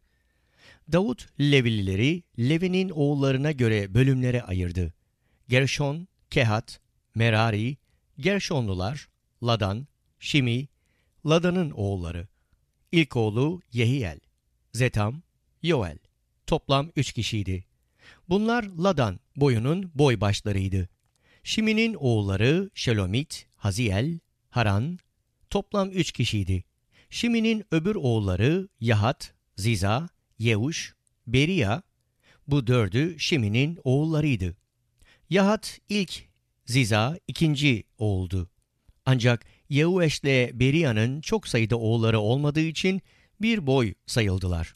Davut Levilileri Levi'nin oğullarına göre bölümlere ayırdı. Gerşon, Kehat, Merari, Gerşonlular, Ladan, Şimi, Ladan'ın oğulları. İlk oğlu Yehiel, Zetam, Yoel. Toplam üç kişiydi. Bunlar Ladan boyunun boy başlarıydı. Şimi'nin oğulları Şelomit, Haziyel, Haran. Toplam üç kişiydi. Şimi'nin öbür oğulları Yahat, Ziza, Yehuş, Beriya. Bu dördü Şimi'nin oğullarıydı. Yahat ilk, Ziza ikinci oğuldu. Ancak Yehueş'le Beriya'nın çok sayıda oğulları olmadığı için bir boy sayıldılar.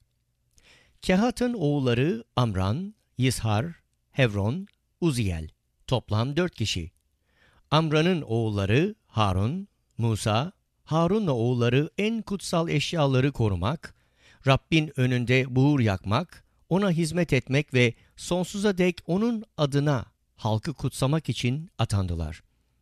Kehat'ın oğulları Amran, Yishar, Hevron, Uziyel. Toplam dört kişi. Amran'ın oğulları Harun, Musa, Harun'la oğulları en kutsal eşyaları korumak, Rabbin önünde buğur yakmak, ona hizmet etmek ve sonsuza dek onun adına halkı kutsamak için atandılar.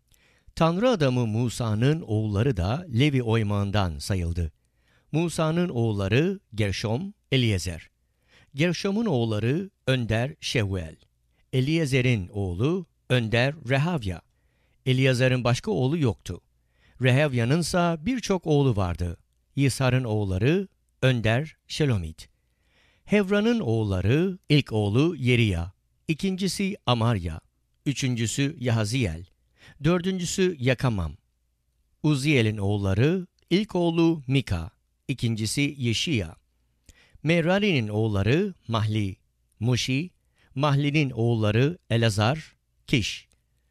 Tanrı adamı Musa'nın oğulları da Levi oymağından sayıldı. Musa'nın oğulları Gerşom, Eliezer. Gerşom'un oğulları Önder, Şevuel. Eliezer'in oğlu Önder, Rehavya. Eliezer'in başka oğlu yoktu. Rehavya'nınsa birçok oğlu vardı. Yishar'ın oğulları Önder, Şelomit. Hevran'ın oğulları ilk oğlu Yeriya, ikincisi Amarya, üçüncüsü Yahaziyel, dördüncüsü Yakamam. Uziyel'in oğulları ilk oğlu Mika, ikincisi Yeşiya. Merari'nin oğulları Mahli, Muşi, Mahli'nin oğulları Elazar, Kiş.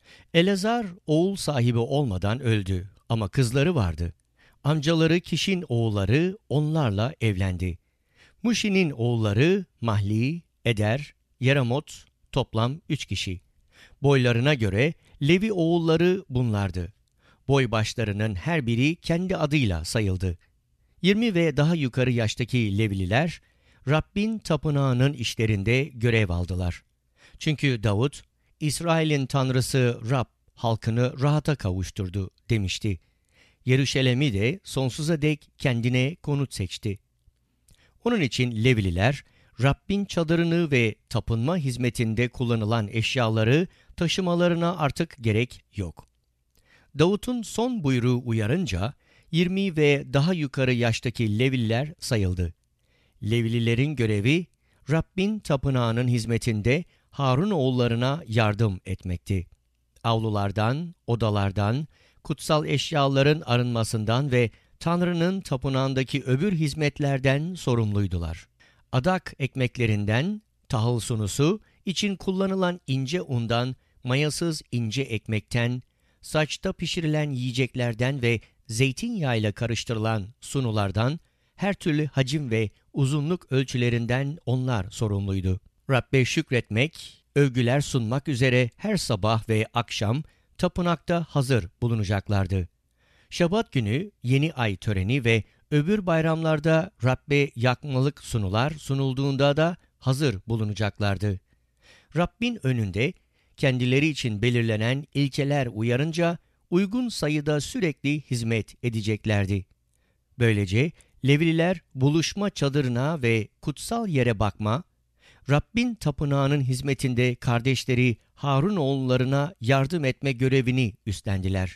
Elazar oğul sahibi olmadan öldü ama kızları vardı. Amcaları Kiş'in oğulları onlarla evlendi. Muşi'nin oğulları Mahli, Eder, Yeramot, toplam üç kişi. Boylarına göre Levi oğulları bunlardı. Boy başlarının her biri kendi adıyla sayıldı. yirmi ve daha yukarı yaştaki Levililer, Rabbin tapınağının işlerinde görev aldılar. Çünkü Davut, İsrail'in tanrısı Rab halkını rahata kavuşturdu demişti. Yeruşalim'i de sonsuza dek kendine konut seçti. Onun için Levililer, Rabbin çadırını ve tapınma hizmetinde kullanılan eşyaları taşımalarına artık gerek yok. Davut'un son buyruğu uyarınca, yirmi ve daha yukarı yaştaki Levililer sayıldı. Levililerin görevi, Rabbin tapınağının hizmetinde Harun oğullarına yardım etmekti. Avlulardan, odalardan, kutsal eşyaların arınmasından ve Tanrı'nın tapınağındaki öbür hizmetlerden sorumluydular. Adak ekmeklerinden, tahıl sunusu, için kullanılan ince undan, mayasız ince ekmekten, saçta pişirilen yiyeceklerden ve zeytinyağıyla karıştırılan sunulardan, her türlü hacim ve uzunluk ölçülerinden onlar sorumluydu. Rabbe şükretmek, övgüler sunmak üzere her sabah ve akşam tapınakta hazır bulunacaklardı. Şabat günü yeni ay töreni ve öbür bayramlarda Rabbe yakmalık sunular sunulduğunda da hazır bulunacaklardı. Rabbin önünde kendileri için belirlenen ilkeler uyarınca uygun sayıda sürekli hizmet edeceklerdi. Böylece Levililer buluşma çadırına ve kutsal yere bakma, Rabbin tapınağının hizmetinde kardeşleri Harun oğullarına yardım etme görevini üstlendiler.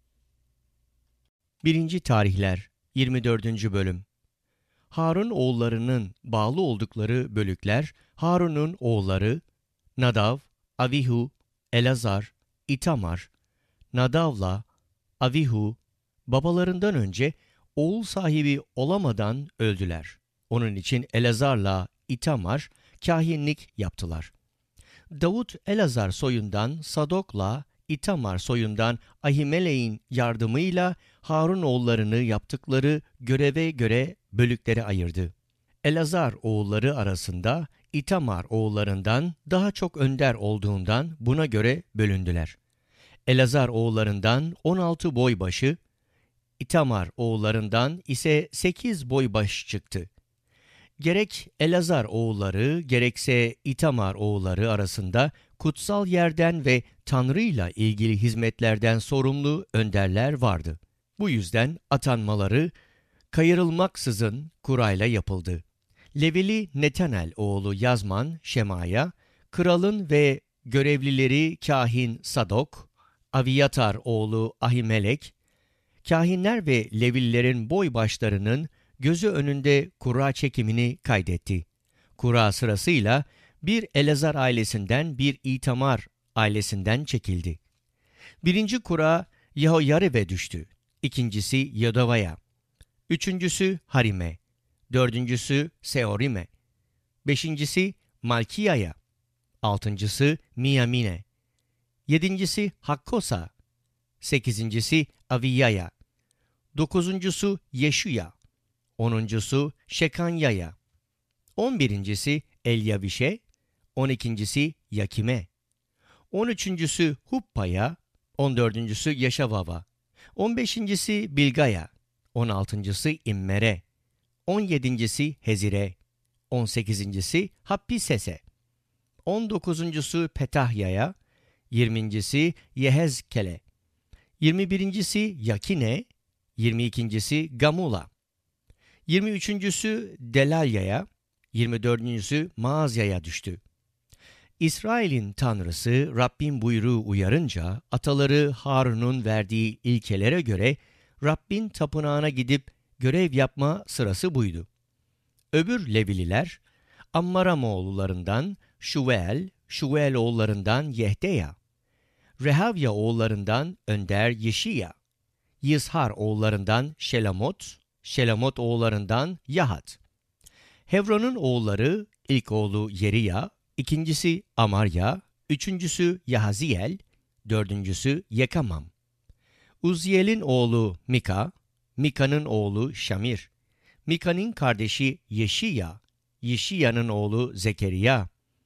birinci. Tarihler yirmi dördüncü. bölüm. Harun oğullarının bağlı oldukları bölükler, Harun'un oğulları Nadav, Avihu, Elazar, İtamar. Nadav'la Avihu babalarından önce oğul sahibi olamadan öldüler. Onun için Elazar'la İtamar kahinlik yaptılar. Davut Elazar soyundan Sadok'la İtamar soyundan Ahimele'in yardımıyla Harun oğullarını yaptıkları göreve göre bölüklere ayırdı. Elazar oğulları arasında İtamar oğullarından daha çok önder olduğundan buna göre bölündüler. Elazar oğullarından on altı boybaşı, İtamar oğullarından ise sekiz boybaş çıktı. Gerek Elazar oğulları gerekse İtamar oğulları arasında kutsal yerden ve Tanrı'yla ilgili hizmetlerden sorumlu önderler vardı. Bu yüzden atanmaları kayırılmaksızın kurayla yapıldı. Levili Netanel oğlu Yazman Şema'ya, kralın ve görevlileri kahin Sadok, Aviyatar oğlu Ahimelek, kahinler ve Levillerin boy başlarının gözü önünde kura çekimini kaydetti. Kura sırasıyla bir Elazar ailesinden bir İtamar ailesinden çekildi. Birinci kura Yehoyarib'e düştü. İkincisi Yodava'ya. Üçüncüsü Harim'e. Dördüncüsü Seorim'e. Beşincisi Malkiya'ya. Altıncısı Miyamin'e. Yedincisi Hakkos'a. Sekizincisi Aviya'ya. Dokuzuncusu Yeşu'ya. Onuncusu Şekanya'ya. On birincisi Elyaviş'e. On ikincisi Yakim'e. On üçüncüsü Huppa'ya. On dördüncüsü Yaşavav'a. On beşincisi Bilga'ya. On altıncısı İmmer'e. On yedincisi Hezir'e. On sekizincisi Happises'e. On dokuzuncusu Petahya'ya. Yirmincisi Yehezkel'e. Yirmi birincisi Yakine. Yirmi ikincisi Gamul'a. Yirmi üçüncüsü Delalya'ya. Yirmi dördüncüsü Maazya'ya düştü. İsrail'in tanrısı Rabbin buyruğu uyarınca ataları Harun'un verdiği ilkelere göre Rabbin tapınağına gidip görev yapma sırası buydu. Öbür Levililer Ammaram oğullarından Şuvel, Şuvel oğullarından Yehteya, Rehavya oğullarından Önder Yeşiya, Yizhar oğullarından Şelamot, Şelamot oğullarından Yahat. Hevron'un oğulları ilk oğlu Yeriya, ikincisi Amarya, üçüncüsü Yahaziyel, dördüncüsü Yekamam. Uziyel'in oğlu Mika, Mika'nın oğlu Şamir, Mika'nın kardeşi Yeşiya, Yeşiya'nın oğlu Zekeriya.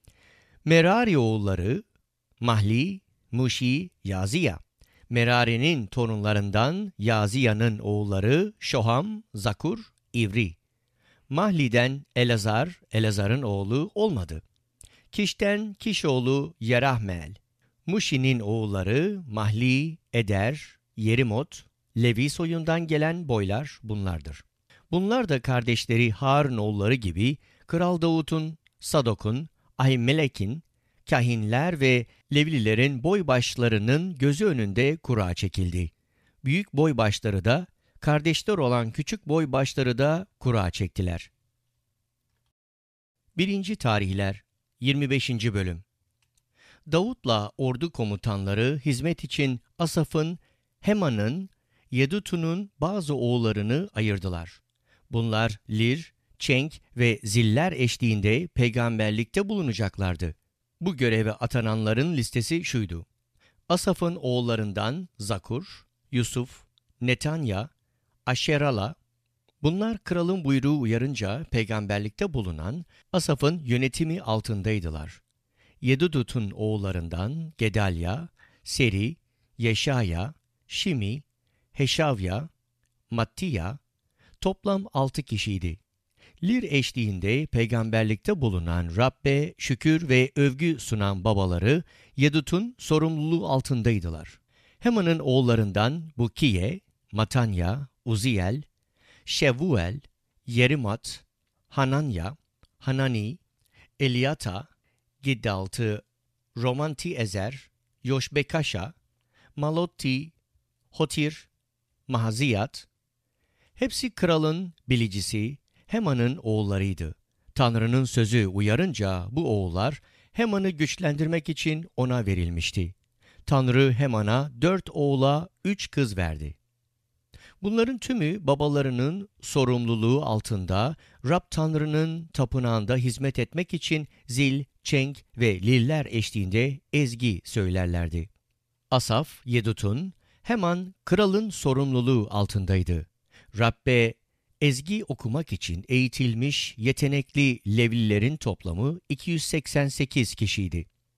Merari oğulları Mahli, Muşi, Yaziya. Merari'nin torunlarından Yaziya'nın oğulları Şoham, Zakur, İvri. Mahli'den Elazar, Elazar'ın oğlu olmadı. Kiş'ten Kiş oğlu Yerahmeel. Muşi'nin oğulları Mahli, Eder, Yerimot, Levi soyundan gelen boylar bunlardır. Bunlar da kardeşleri Harun oğulları gibi Kral Davut'un, Sadok'un, Ahimelek'in, kahinler ve Levlilerin boy başlarının gözü önünde kura çekildi. Büyük boy başları da, kardeşler olan küçük boy başları da kura çektiler. birinci. Tarihler yirmi beşinci. Bölüm. Davut'la ordu komutanları hizmet için Asaf'ın, Heman'ın, Yedutun'un bazı oğullarını ayırdılar. Bunlar lir, çenk ve ziller eşliğinde peygamberlikte bulunacaklardı. Bu göreve atananların listesi şuydu: Asaf'ın oğullarından Zakur, Yusuf, Netanya, Aşerala. Bunlar kralın buyruğu uyarınca peygamberlikte bulunan Asaf'ın yönetimi altındaydılar. Yedutun oğullarından Gedalya, Seri, Yeşaya, Şimi, Heşavya, Mattiya, toplam altı kişiydi. Lir eşliğinde peygamberlikte bulunan Rabbe şükür ve övgü sunan babaları Yedutun sorumluluğu altındaydılar. Heman'ın oğullarından Bukiye, Matanya, Uziyel, Şevuel, Yerimat, Hananya, Hanani, Eliyata, Giddaltı, Romanti Ezer, Yoşbekaşa, Malotti, Hotir, Mahaziyat, hepsi kralın bilicisi Heman'ın oğullarıydı. Tanrı'nın sözü uyarınca bu oğullar Heman'ı güçlendirmek için ona verilmişti. Tanrı Heman'a dört oğula üç kız verdi. Bunların tümü babalarının sorumluluğu altında Rab Tanrı'nın tapınağında hizmet etmek için zil, çenk ve liller eşliğinde ezgi söylerlerdi. Asaf, Yedutun, Heman kralın sorumluluğu altındaydı. Rabbe ezgi okumak için eğitilmiş yetenekli Levlilerin toplamı iki yüz seksen sekiz kişiydi.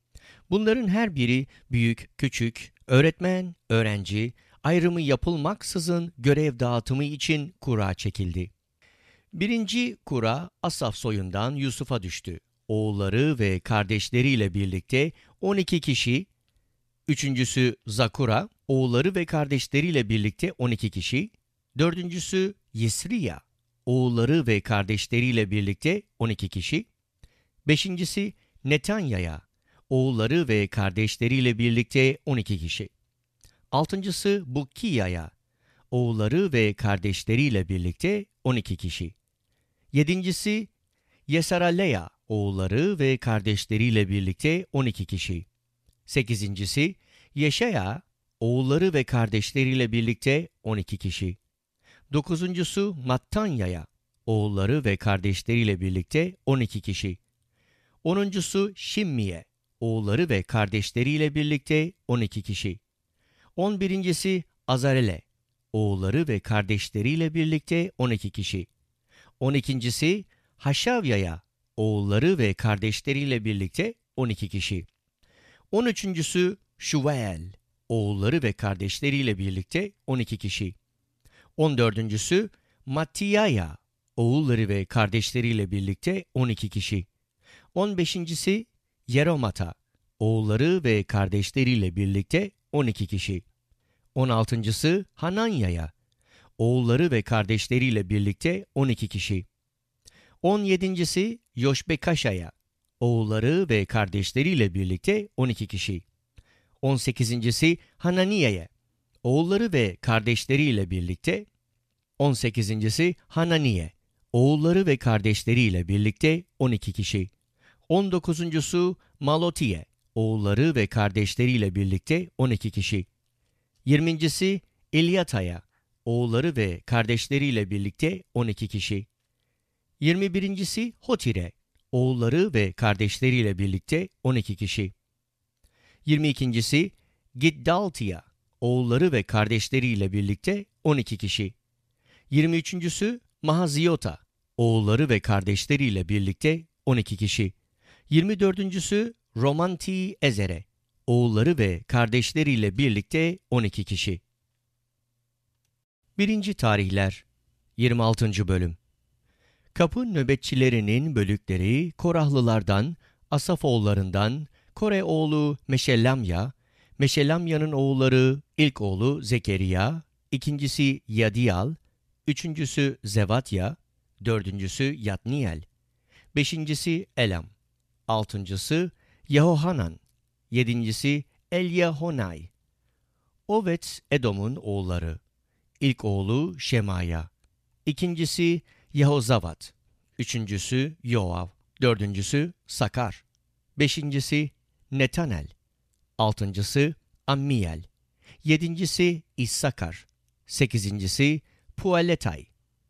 Bunların her biri büyük, küçük, öğretmen, öğrenci, ayrımı yapılmaksızın görev dağıtımı için kura çekildi. Birinci kura Asaf soyundan Yusuf'a düştü. Oğulları ve kardeşleriyle birlikte on iki kişi. Üçüncüsü Zakura, oğulları ve kardeşleriyle birlikte on iki kişi. Dördüncüsü Yesriya, oğulları ve kardeşleriyle birlikte on iki kişi. Beşincisi Netanya'ya, oğulları ve kardeşleriyle birlikte on iki kişi. Altıncısı Bukkiya'ya, oğulları ve kardeşleriyle birlikte on iki kişi. Yedincisi Yesaraleya, oğulları ve kardeşleriyle birlikte on iki kişi. Sekizincisi Yeşaya, oğulları ve kardeşleriyle birlikte on iki kişi. Dokuzuncusu Mattanya'ya, oğulları ve kardeşleriyle birlikte on iki kişi. Onuncusu Şimmiye, oğulları ve kardeşleriyle birlikte on iki kişi. On birincisi Azarele, oğulları ve kardeşleriyle birlikte on iki kişi. On ikincisi Haşavya'ya, oğulları ve kardeşleriyle birlikte on iki kişi. On üçüncüsü Şuvael, oğulları ve kardeşleriyle birlikte on iki kişi. On dördüncüsü Mattiyaya, oğulları ve kardeşleriyle birlikte on iki kişi. On beşincisi Yeromata, oğulları ve kardeşleriyle birlikte on iki kişi. On altıncısı Hananya'ya, oğulları ve kardeşleriyle birlikte on iki kişi. On yedincisi Yoşbekaşa'ya, oğulları ve kardeşleriyle birlikte on iki kişi. On sekizincisi Hananiye'ye, oğulları ve kardeşleriyle birlikte. On sekizincisi Hananiye, oğulları ve kardeşleriyle birlikte on iki kişi. On dokuzuncusu Malotiye, oğulları ve kardeşleriyle birlikte on iki kişi. Yirmincisi Eliata'ya, oğulları ve kardeşleriyle birlikte on iki kişi. Yirmi birincisi Hotire, oğulları ve kardeşleriyle birlikte on iki kişi. Yirmi ikincisi Giddaltiya, oğulları ve kardeşleriyle birlikte on iki kişi. Yirmi üçüncüsü Mahaziyota, oğulları ve kardeşleriyle birlikte on iki kişi. Yirmi dördüncüsü Romanti Ezere, oğulları ve kardeşleriyle birlikte on iki kişi. Birinci Tarihler yirmi altıncı Bölüm. Kapı nöbetçilerinin bölükleri Korahlılardan, Asafoğullarından, Kore oğlu Meşellamya, Meşellamya'nın oğulları ilk oğlu Zekeriya, ikincisi Yadiyal, üçüncüsü Zevatya, dördüncüsü Yatniel, beşincisi Elam, altıncısı Yehohanan, yedincisi Elyahonay. Ovet Edom'un oğulları, ilk oğlu Şemaya, ikincisi Yehozavat, üçüncüsü Yoav, dördüncüsü Sakar, beşincisi Netanel, altıncısı Ammiyel, yedincisi İssakar, sekizincisi Pualetay.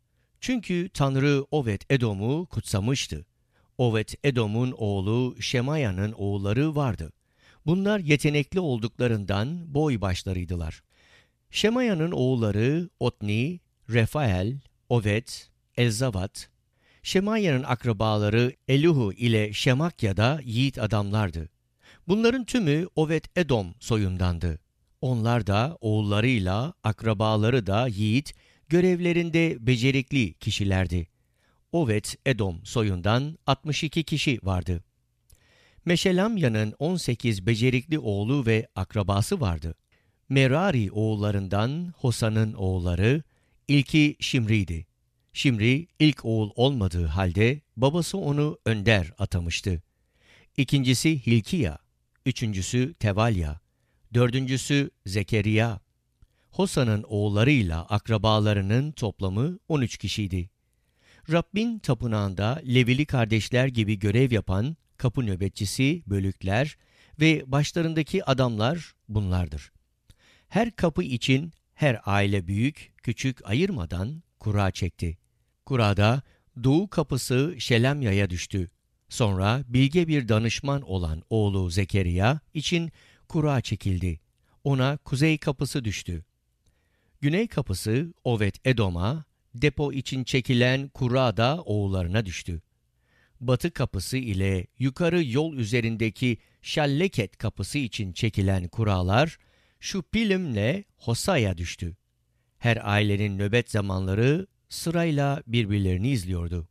Çünkü Tanrı Ovet Edom'u kutsamıştı. Ovet Edom'un oğlu Şemaya'nın oğulları vardı. Bunlar yetenekli olduklarından boy başlarıydılar. Şemaya'nın oğulları Otni, Refael, Ovet, Elzavat. Şemaya'nın akrabaları Elihu ile Şemakya da yiğit adamlardı. Bunların tümü Ovet Edom soyundandı. Onlar da oğullarıyla akrabaları da yiğit, görevlerinde becerikli kişilerdi. Ovet Edom soyundan altmış iki kişi vardı. Meşelamya'nın on sekiz becerikli oğlu ve akrabası vardı. Merari oğullarından Hosa'nın oğulları, ilki Şimri'ydi. Şimri ilk oğul olmadığı halde babası onu önder atamıştı. İkincisi Hilkiya, üçüncüsü Tevalya, dördüncüsü Zekeriya. Hosa'nın oğullarıyla akrabalarının toplamı on üç kişiydi. Rabbin tapınağında Levili kardeşler gibi görev yapan kapı nöbetçisi, bölükler ve başlarındaki adamlar bunlardır. Her kapı için her aile büyük, küçük ayırmadan kura çekti. Kurada doğu kapısı Şelemya'ya düştü. Sonra bilge bir danışman olan oğlu Zekeriya için kura çekildi. Ona kuzey kapısı düştü. Güney kapısı Ovet Edom'a, depo için çekilen kura da oğullarına düştü. Batı kapısı ile yukarı yol üzerindeki Şalleket kapısı için çekilen kurallar Şuppilimle Hosa'ya düştü. Her ailenin nöbet zamanları sırayla birbirlerini izliyordu.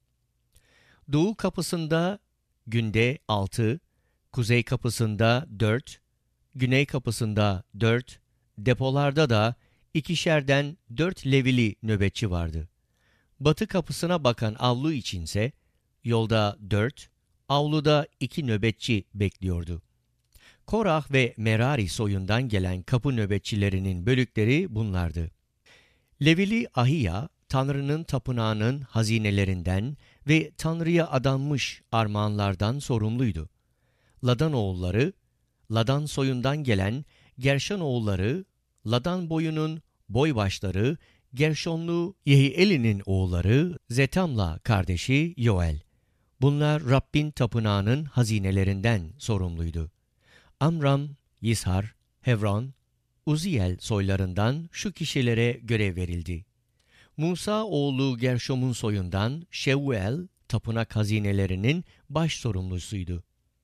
Doğu kapısında günde altı, kuzey kapısında dört, güney kapısında dört, depolarda da ikişerden dört levili nöbetçi vardı. Batı kapısına bakan avlu içinse yolda dört, avluda iki nöbetçi bekliyordu. Korah ve Merari soyundan gelen kapı nöbetçilerinin bölükleri bunlardı. Levili Ahiya, Tanrı'nın tapınağının hazinelerinden ve Tanrı'ya adanmış armağanlardan sorumluydu. Ladan oğulları, Ladan soyundan gelen Gerşon oğulları, Ladan boyunun boybaşları, Gerşonlu Yehieli'nin oğulları Zetamla kardeşi Yoel. Bunlar Rabbin tapınağının hazinelerinden sorumluydu. Amram, Yishar, Hevron, Uziyel soylarından şu kişilere görev verildi. Musa oğlu Gerşom'un soyundan Şevvel, tapınak hazinelerinin baş sorumlusuydu.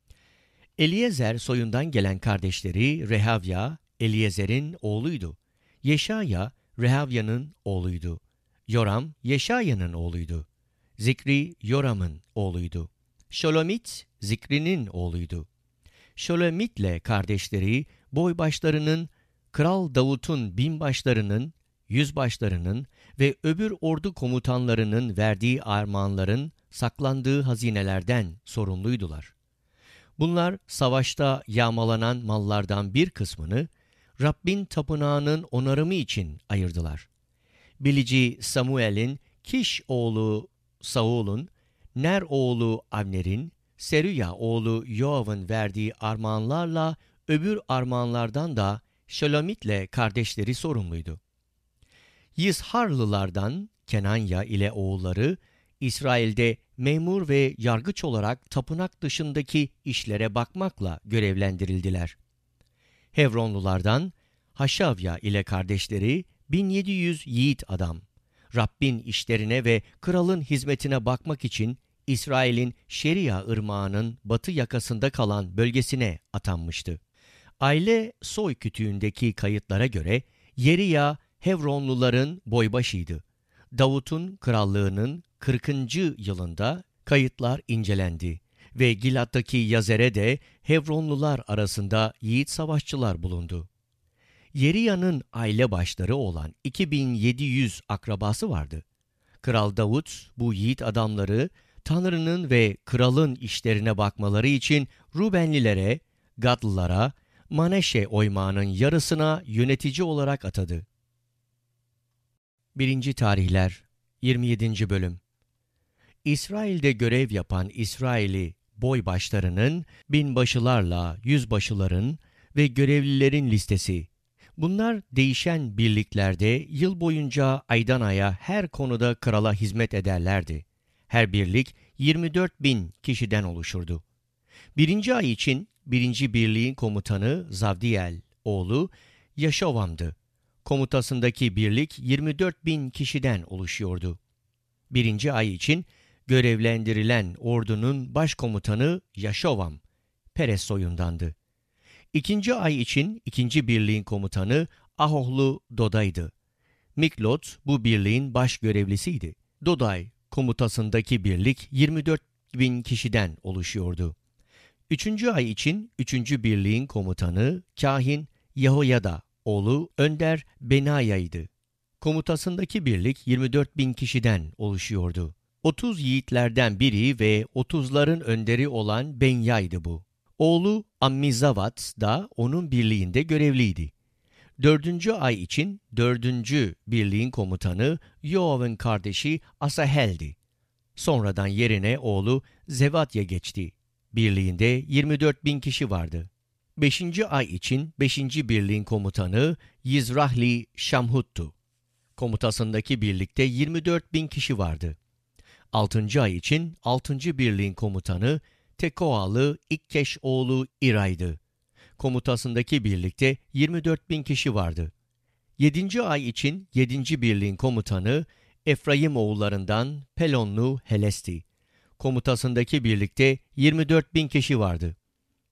Eliezer soyundan gelen kardeşleri Rehavya, Eliezer'in oğluydu. Yeşaya, Rehavya'nın oğluydu. Yoram, Yeşaya'nın oğluydu. Zikri, Yoram'ın oğluydu. Şolomit, Zikri'nin oğluydu. Şolomit'le kardeşleri boybaşlarının, Kral Davut'un binbaşlarının, yüzbaşlarının ve öbür ordu komutanlarının verdiği armağanların saklandığı hazinelerden sorumluydular. Bunlar savaşta yağmalanan mallardan bir kısmını Rabbin tapınağının onarımı için ayırdılar. Bilici Samuel'in, Kiş oğlu Saul'un, Ner oğlu Avner'in, Seruya oğlu Yoav'ın verdiği armağanlarla öbür armağanlardan da Şelomit'le kardeşleri sorumluydu. Yizharlılardan Kenanya ile oğulları İsrail'de memur ve yargıç olarak tapınak dışındaki işlere bakmakla görevlendirildiler. Hevronlulardan Haşavya ile kardeşleri bin yedi yüz yiğit adam, Rabbin işlerine ve kralın hizmetine bakmak için İsrail'in Şeria ırmağının batı yakasında kalan bölgesine atanmıştı. Aile soy kütüğündeki kayıtlara göre Yeriya Hevronluların boybaşıydı. Davut'un krallığının kırkıncı yılında kayıtlar incelendi ve Gilat'taki Yazer'e de Hevronlular arasında yiğit savaşçılar bulundu. Yeriya'nın aile başları olan iki bin yedi yüz akrabası vardı. Kral Davut bu yiğit adamları Tanrı'nın ve kralın işlerine bakmaları için Rubenlilere, Gadlılara, Maneşe oymağının yarısına yönetici olarak atadı. birinci. Tarihler yirmi yedinci. Bölüm. İsrail'de görev yapan İsraili boybaşlarının, binbaşılarla yüzbaşıların ve görevlilerin listesi. Bunlar değişen birliklerde yıl boyunca aydan aya her konuda krala hizmet ederlerdi. Her birlik yirmi dört bin kişiden oluşurdu. Birinci ay için birinci birliğin komutanı Zavdiyel oğlu Yaşovam'dı. Komutasındaki birlik yirmi dört bin kişiden oluşuyordu. Birinci ay için görevlendirilen ordunun başkomutanı Yaşovam, Perez soyundandı. İkinci ay için ikinci birliğin komutanı Ahohlu Doday'dı. Miklot bu birliğin baş görevlisiydi. Doday komutasındaki birlik yirmi dört bin kişiden oluşuyordu. Üçüncü ay için üçüncü birliğin komutanı kahin Yehoyada oğlu Önder Benaya'ydı. Komutasındaki birlik yirmi dört bin kişiden oluşuyordu. otuz yiğitlerden biri ve otuzların önderi olan Benya'ydı bu. Oğlu Ammizavat da onun birliğinde görevliydi. Dördüncü ay için dördüncü birliğin komutanı Yoav'ın kardeşi Asahel'di. Sonradan yerine oğlu Zevatya geçti. Birliğinde yirmi dört bin kişi vardı. Beşinci ay için beşinci birliğin komutanı Yizrahli Şamhut'tu. Komutasındaki birlikte yirmi dört bin kişi vardı. Altıncı ay için altıncı birliğin komutanı Tekoalı İkkeş oğlu İray'dı. Komutasındaki birlikte yirmi dört bin kişi vardı. Yedinci ay için yedinci birliğin komutanı Efraim oğullarından Pelonlu Heles'ti. Komutasındaki birlikte yirmi dört bin kişi vardı.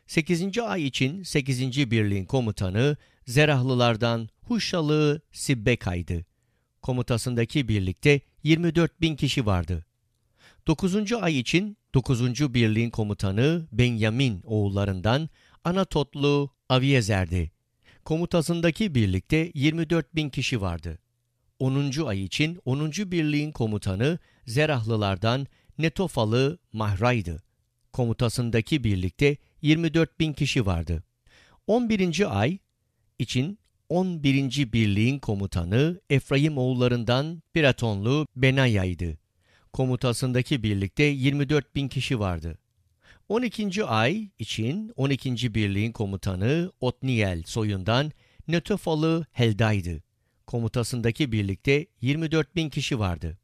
sekizinci ay için sekizinci birliğin komutanı Zerahlılardan Huşalı Sibbeka'ydı. Komutasındaki birlikte yirmi dört bin kişi vardı. dokuzuncu ay için dokuzuncu birliğin komutanı Benyamin oğullarından Anatotlu Aviezer'di. Komutasındaki birlikte yirmi dört bin kişi vardı. onuncu ay için onuncu birliğin komutanı Zerahlılardan Netofalı Mahra'ydı. Komutasındaki birlikte yirmi dört bin kişi vardı. on birinci ay için on birinci birliğin komutanı Efraim oğullarından Piratonlu Benaya'ydı. Komutasındaki birlikte yirmi dört bin kişi vardı. on ikinci ay için on ikinci birliğin komutanı Otniel soyundan Netofalı Helda'ydı. Komutasındaki birlikte yirmi dört bin kişi vardı.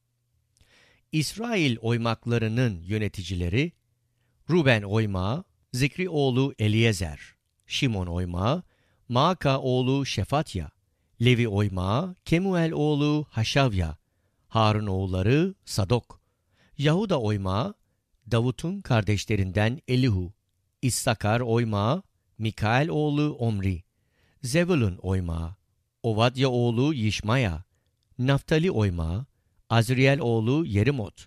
İsrail oymaklarının yöneticileri Ruben oymağı Zikri oğlu Eliezer, Şimon oymağı Maaka oğlu Şefatya, Levi oymağı Kemuel oğlu Haşavya, Harun oğulları Sadok, Yahuda oymağı Davut'un kardeşlerinden Elihu, İssakar oymağı Mikael oğlu Omri, Zebulun oymağı Ovadya oğlu Yişmaya, Naftali oymağı Azriel oğlu Yerimot,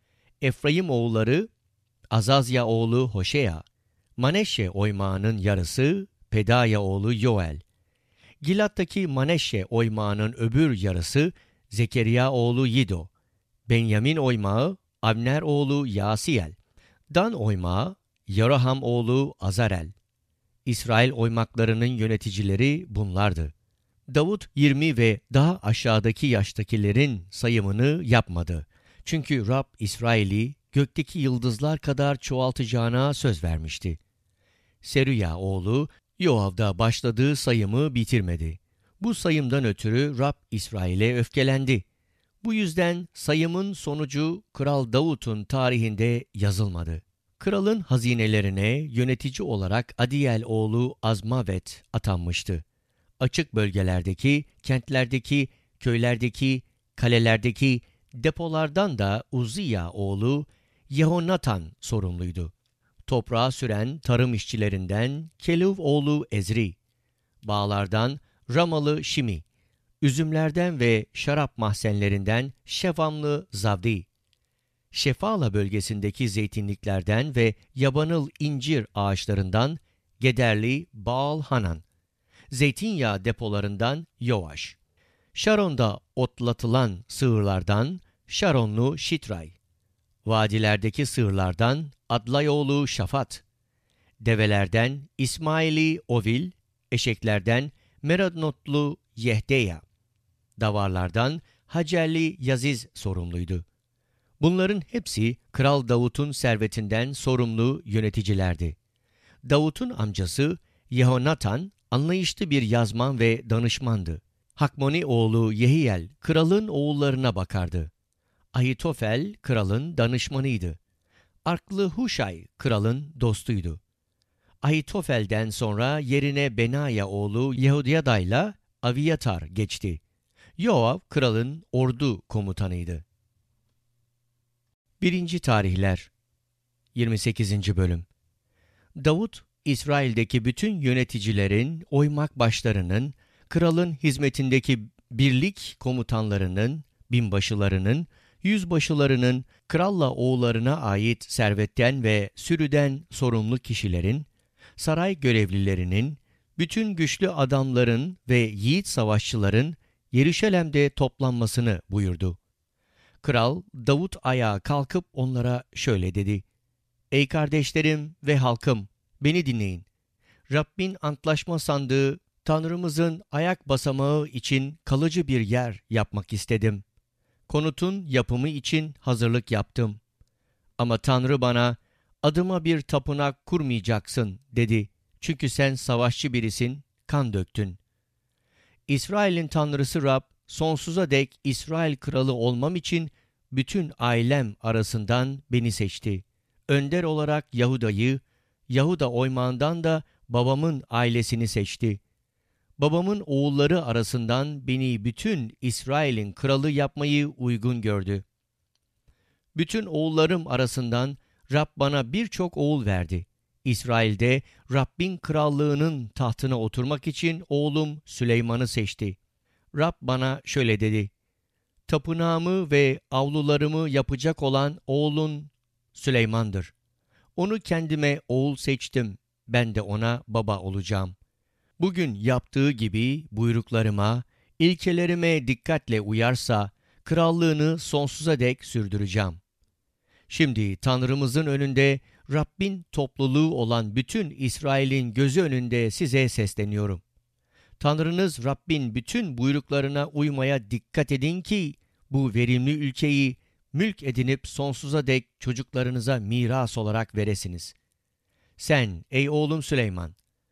Efraim oğulları Azazya oğlu Hoşea, Maneşe oymağının yarısı Pedaya oğlu Yoel, Gilat'taki Maneşe oymağının öbür yarısı Zekeriya oğlu Yido, Benyamin oymağı Abner oğlu Yasiyel, Dan oymağı Yeroham oğlu Azarel. İsrail oymaklarının yöneticileri bunlardı. Davut yirmi ve daha aşağıdaki yaştakilerin sayımını yapmadı. Çünkü Rab İsrail'i gökteki yıldızlar kadar çoğaltacağına söz vermişti. Seruya oğlu Yoav'da başladığı sayımı bitirmedi. Bu sayımdan ötürü Rab İsrail'e öfkelendi. Bu yüzden sayımın sonucu Kral Davut'un tarihinde yazılmadı. Kralın hazinelerine yönetici olarak Adiyel oğlu Azmavet atanmıştı. Açık bölgelerdeki, kentlerdeki, köylerdeki, kalelerdeki depolardan da Uziya oğlu Yehonatan sorumluydu. Toprağa süren tarım işçilerinden Keluv oğlu Ezri, bağlardan Ramalı Şimi, üzümlerden ve şarap mahzenlerinden Şefamlı Zavdi, Şefala bölgesindeki zeytinliklerden ve yabanıl incir ağaçlarından Gederli Baal Hanan, zeytinyağı depolarından Yoaş, Şaron'da otlatılan sığırlardan Şaronlu Şitray, vadilerdeki sığırlardan Adlayoğlu Şafat, develerden İsmaili Ovil, eşeklerden Meradnotlu Yehdeya, davarlardan Hacerli Yaziz sorumluydu. Bunların hepsi Kral Davut'un servetinden sorumlu yöneticilerdi. Davut'un amcası Yehonatan anlayışlı bir yazman ve danışmandı. Hakmoni oğlu Yehiyel kralın oğullarına bakardı. Ahitofel kralın danışmanıydı. Arklı Huşay kralın dostuydu. Ahitofel'den sonra yerine Benaya oğlu Yehudiyada'yla Aviyatar geçti. Yoav kralın ordu komutanıydı. birinci. Tarihler yirmi sekizinci. Bölüm. Davut, İsrail'deki bütün yöneticilerin, oymak başlarının, kralın hizmetindeki birlik komutanlarının, binbaşılarının, yüzbaşılarının, kralla oğullarına ait servetten ve sürüden sorumlu kişilerin, saray görevlilerinin, bütün güçlü adamların ve yiğit savaşçıların Yeruşalim'de toplanmasını buyurdu. Kral Davut ayağa kalkıp onlara şöyle dedi: "Ey kardeşlerim ve halkım, beni dinleyin. Rabbin antlaşma sandığı, Tanrımızın ayak basamağı için kalıcı bir yer yapmak istedim. Konutun yapımı için hazırlık yaptım. Ama Tanrı bana, adıma bir tapınak kurmayacaksın dedi. Çünkü sen savaşçı birisin, kan döktün. İsrail'in Tanrısı Rab, sonsuza dek İsrail kralı olmam için bütün ailem arasından beni seçti. Önder olarak Yahuda'yı, Yahuda oymağından da babamın ailesini seçti. Babamın oğulları arasından beni bütün İsrail'in kralı yapmayı uygun gördü. Bütün oğullarım arasından Rab bana birçok oğul verdi. İsrail'de Rabbin krallığının tahtına oturmak için oğlum Süleyman'ı seçti. Rab bana şöyle dedi: tapınağımı ve avlularımı yapacak olan oğlun Süleyman'dır. Onu kendime oğul seçtim, ben de ona baba olacağım. Bugün yaptığı gibi buyruklarıma, ilkelerime dikkatle uyarsa, krallığını sonsuza dek sürdüreceğim. Şimdi Tanrımızın önünde, Rabbin topluluğu olan bütün İsrail'in gözü önünde size sesleniyorum. Tanrınız Rabbin bütün buyruklarına uymaya dikkat edin ki, bu verimli ülkeyi mülk edinip sonsuza dek çocuklarınıza miras olarak veresiniz. Sen ey oğlum Süleyman,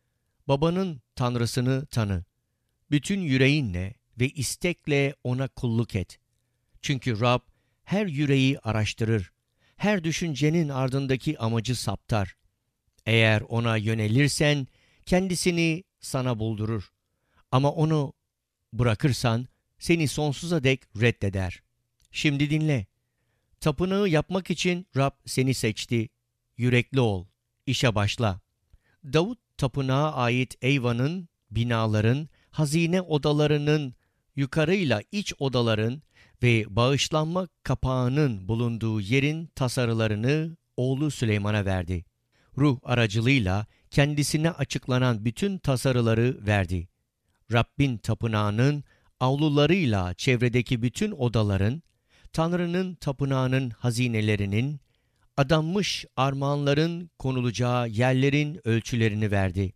babanın Tanrısını tanı. Bütün yüreğinle ve istekle ona kulluk et. Çünkü Rab her yüreği araştırır. Her düşüncenin ardındaki amacı saptar. Eğer ona yönelirsen kendisini sana buldurur. Ama onu bırakırsan seni sonsuza dek reddeder. Şimdi dinle. Tapınağı yapmak için Rab seni seçti. Yürekli ol, işe başla. Davut tapınağa ait eyvanın, binaların, hazine odalarının, yukarıyla iç odaların ve bağışlanma kapağının bulunduğu yerin tasarılarını oğlu Süleyman'a verdi. Ruh aracılığıyla kendisine açıklanan bütün tasarıları verdi. Rabbin tapınağının avlularıyla çevredeki bütün odaların, Tanrı'nın tapınağının hazinelerinin, adanmış armağanların konulacağı yerlerin ölçülerini verdi.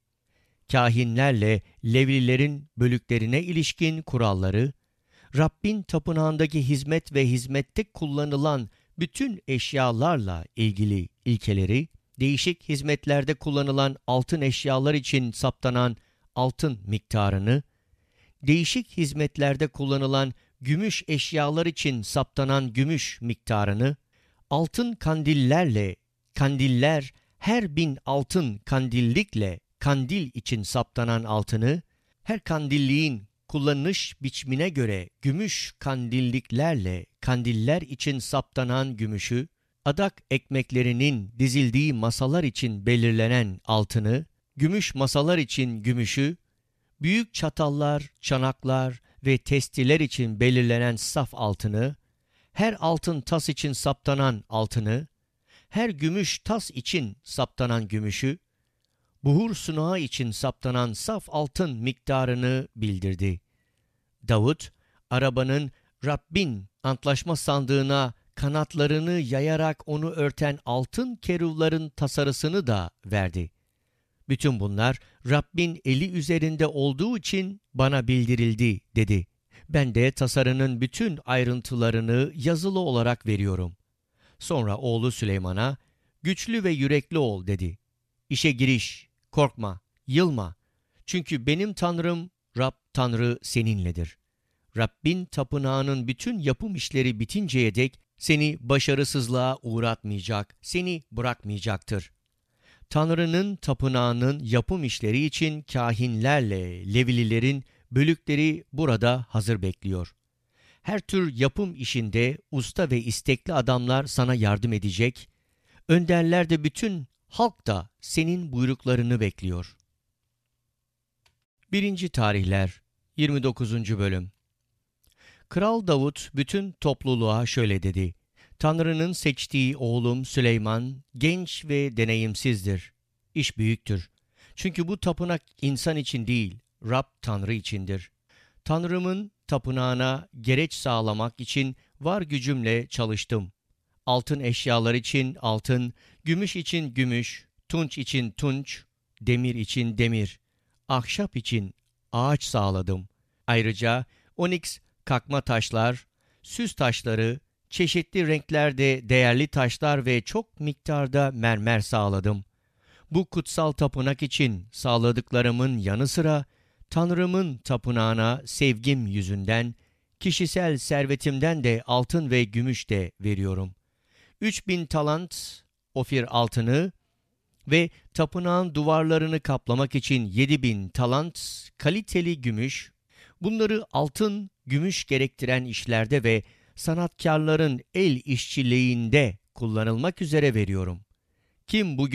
Kahinlerle Levlilerin bölüklerine ilişkin kuralları, Rabbin tapınağındaki hizmet ve hizmette kullanılan bütün eşyalarla ilgili ilkeleri, değişik hizmetlerde kullanılan altın eşyalar için saptanan altın miktarını, değişik hizmetlerde kullanılan gümüş eşyalar için saptanan gümüş miktarını, altın kandillerle, kandiller her bin altın kandillikle kandil için saptanan altını, her kandilliğin kullanış biçimine göre gümüş kandilliklerle kandiller için saptanan gümüşü, adak ekmeklerinin dizildiği masalar için belirlenen altını, gümüş masalar için gümüşü, büyük çatallar, çanaklar ve testiler için belirlenen saf altını, her altın tas için saptanan altını, her gümüş tas için saptanan gümüşü, buhur sunağı için saptanan saf altın miktarını bildirdi. Davut, arabanın Rabbin antlaşma sandığına kanatlarını yayarak onu örten altın keruvların tasarısını da verdi. Bütün bunlar Rabbin eli üzerinde olduğu için bana bildirildi dedi. Ben de tasarının bütün ayrıntılarını yazılı olarak veriyorum. Sonra oğlu Süleyman'a güçlü ve yürekli ol dedi. İşe giriş, korkma, yılma. Çünkü benim Tanrım Rab Tanrı seninledir. Rabbin tapınağının bütün yapım işleri bitinceye dek seni başarısızlığa uğratmayacak, seni bırakmayacaktır. Tanrı'nın tapınağının yapım işleri için kahinlerle Levililerin bölükleri burada hazır bekliyor. Her tür yapım işinde usta ve istekli adamlar sana yardım edecek, önderler de bütün halk da senin buyruklarını bekliyor. Birinci Tarihler yirmi dokuzuncu Bölüm. Kral Davut bütün topluluğa şöyle dedi: Tanrı'nın seçtiği oğlum Süleyman genç ve deneyimsizdir. İş büyüktür. Çünkü bu tapınak insan için değil, Rab Tanrı içindir. Tanrımın tapınağına gereç sağlamak için var gücümle çalıştım. Altın eşyalar için altın, gümüş için gümüş, tunç için tunç, demir için demir, ahşap için ağaç sağladım. Ayrıca oniks kakma taşlar, süs taşları, çeşitli renklerde değerli taşlar ve çok miktarda mermer sağladım. Bu kutsal tapınak için sağladıklarımın yanı sıra Tanrımın tapınağına sevgim yüzünden, kişisel servetimden de altın ve gümüş de veriyorum. Üç bin talant ofir altını ve tapınağın duvarlarını kaplamak için yedi bin talant kaliteli gümüş, bunları altın, gümüş gerektiren işlerde ve sanatkarların el işçiliğinde kullanılmak üzere veriyorum. Kim bugün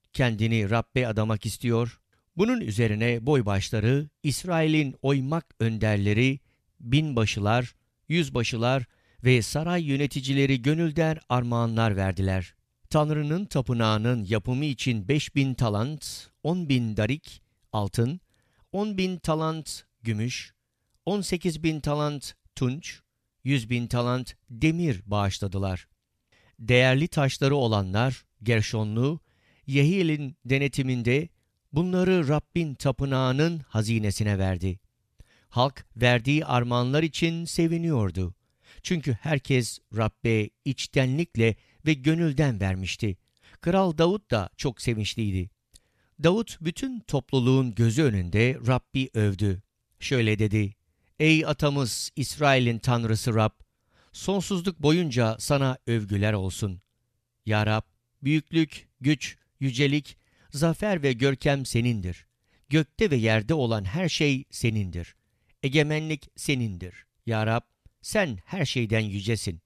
kendini Rab'be adamak istiyor. Bunun üzerine boybaşları, İsrail'in oymak önderleri, binbaşılar, yüzbaşılar ve saray yöneticileri gönülden armağanlar verdiler. Tanrı'nın tapınağının yapımı için beş bin talant, on bin darik altın, on bin talant gümüş, on sekiz bin talant tunç, yüz bin talant demir bağışladılar. Değerli taşları olanlar Gerşonlu, Yehiel'in denetiminde bunları Rabbin tapınağının hazinesine verdi. Halk verdiği armağanlar için seviniyordu. Çünkü herkes Rabbe içtenlikle ve gönülden vermişti. Kral Davut da çok sevinçliydi. Davut bütün topluluğun gözü önünde Rabbi övdü. Şöyle dedi: "Ey atamız İsrail'in Tanrısı Rab, sonsuzluk boyunca sana övgüler olsun. Ya Rab, büyüklük, güç, yücelik, zafer ve görkem senindir. Gökte ve yerde olan her şey senindir. Egemenlik senindir. Ya Rab, sen her şeyden yücesin.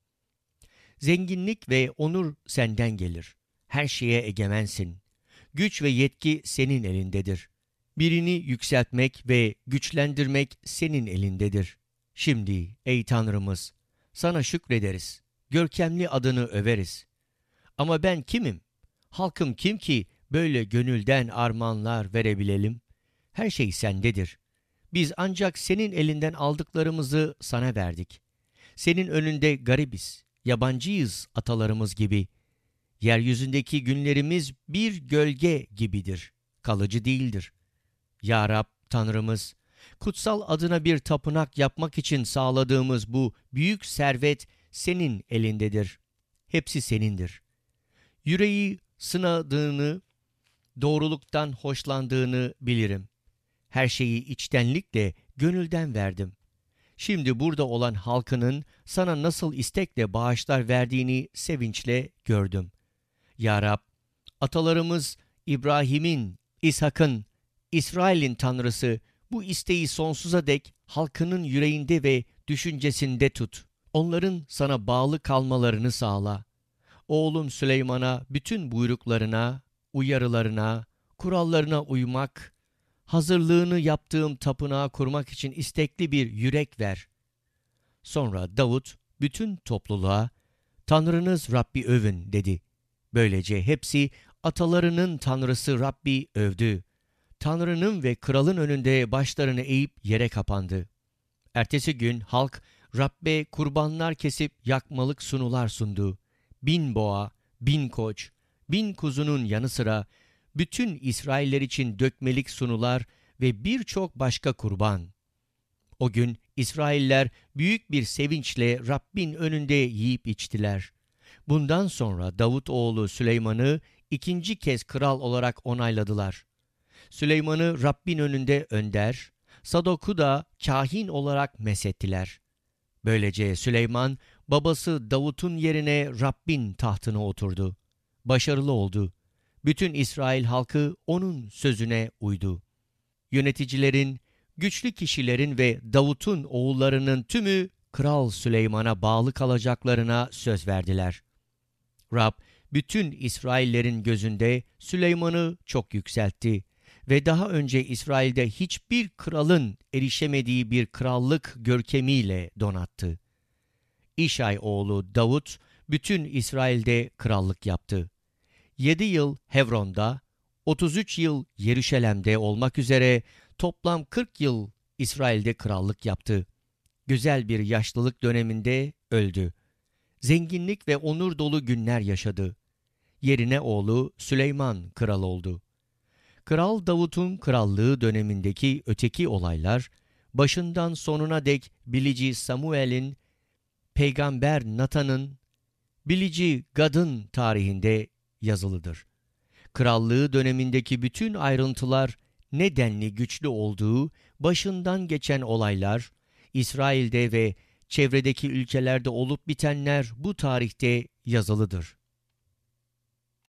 Zenginlik ve onur senden gelir. Her şeye egemensin. Güç ve yetki senin elindedir. Birini yükseltmek ve güçlendirmek senin elindedir. Şimdi ey Tanrımız, sana şükrederiz. Görkemli adını överiz. Ama ben kimim? Halkım kim ki böyle gönülden armağanlar verebilelim? Her şey sendedir. Biz ancak senin elinden aldıklarımızı sana verdik. Senin önünde garibiz, yabancıyız atalarımız gibi. Yeryüzündeki günlerimiz bir gölge gibidir, kalıcı değildir. Ya Rab, Tanrımız, kutsal adına bir tapınak yapmak için sağladığımız bu büyük servet senin elindedir. Hepsi senindir. Yüreği sınadığını, doğruluktan hoşlandığını bilirim. Her şeyi içtenlikle, gönülden verdim. Şimdi burada olan halkının sana nasıl istekle bağışlar verdiğini sevinçle gördüm. Ya Rab, atalarımız İbrahim'in, İshak'ın, İsrail'in Tanrısı bu isteği sonsuza dek halkının yüreğinde ve düşüncesinde tut. Onların sana bağlı kalmalarını sağla. Oğlum Süleyman'a bütün buyruklarına, uyarılarına, kurallarına uymak, hazırlığını yaptığım tapınağı kurmak için istekli bir yürek ver. Sonra Davut bütün topluluğa, Tanrınız Rabbi övün dedi. Böylece hepsi atalarının Tanrısı Rabbi övdü. Tanrı'nın ve kralın önünde başlarını eğip yere kapandı. Ertesi gün halk Rabbe kurbanlar kesip yakmalık sunular sundu. Bin boğa, bin koç, bin kuzunun yanı sıra bütün İsrailler için dökmelik sunular ve birçok başka kurban. O gün İsrailler büyük bir sevinçle Rabbin önünde yiyip içtiler. Bundan sonra Davut oğlu Süleyman'ı ikinci kez kral olarak onayladılar. Süleyman'ı Rabbin önünde önder, Sadok'u da kahin olarak mesettiler. Böylece Süleyman babası Davut'un yerine Rabbin tahtına oturdu. Başarılı oldu. Bütün İsrail halkı onun sözüne uydu. Yöneticilerin, güçlü kişilerin ve Davut'un oğullarının tümü Kral Süleyman'a bağlı kalacaklarına söz verdiler. Rab, bütün İsraillerin gözünde Süleyman'ı çok yükseltti ve daha önce İsrail'de hiçbir kralın erişemediği bir krallık görkemiyle donattı. İşay oğlu Davut, bütün İsrail'de krallık yaptı. Yedi yıl Hebron'da, otuz üç yıl Yeruşalim'de olmak üzere toplam kırk yıl İsrail'de krallık yaptı. Güzel bir yaşlılık döneminde öldü. Zenginlik ve onur dolu günler yaşadı. Yerine oğlu Süleyman kral oldu. Kral Davut'un krallığı dönemindeki öteki olaylar, başından sonuna dek bilici Samuel'in, peygamber Natan'ın, bilici Gad'ın tarihinde yazılıdır. Krallığı dönemindeki bütün ayrıntılar, ne denli güçlü olduğu, başından geçen olaylar, İsrail'de ve çevredeki ülkelerde olup bitenler bu tarihte yazılıdır.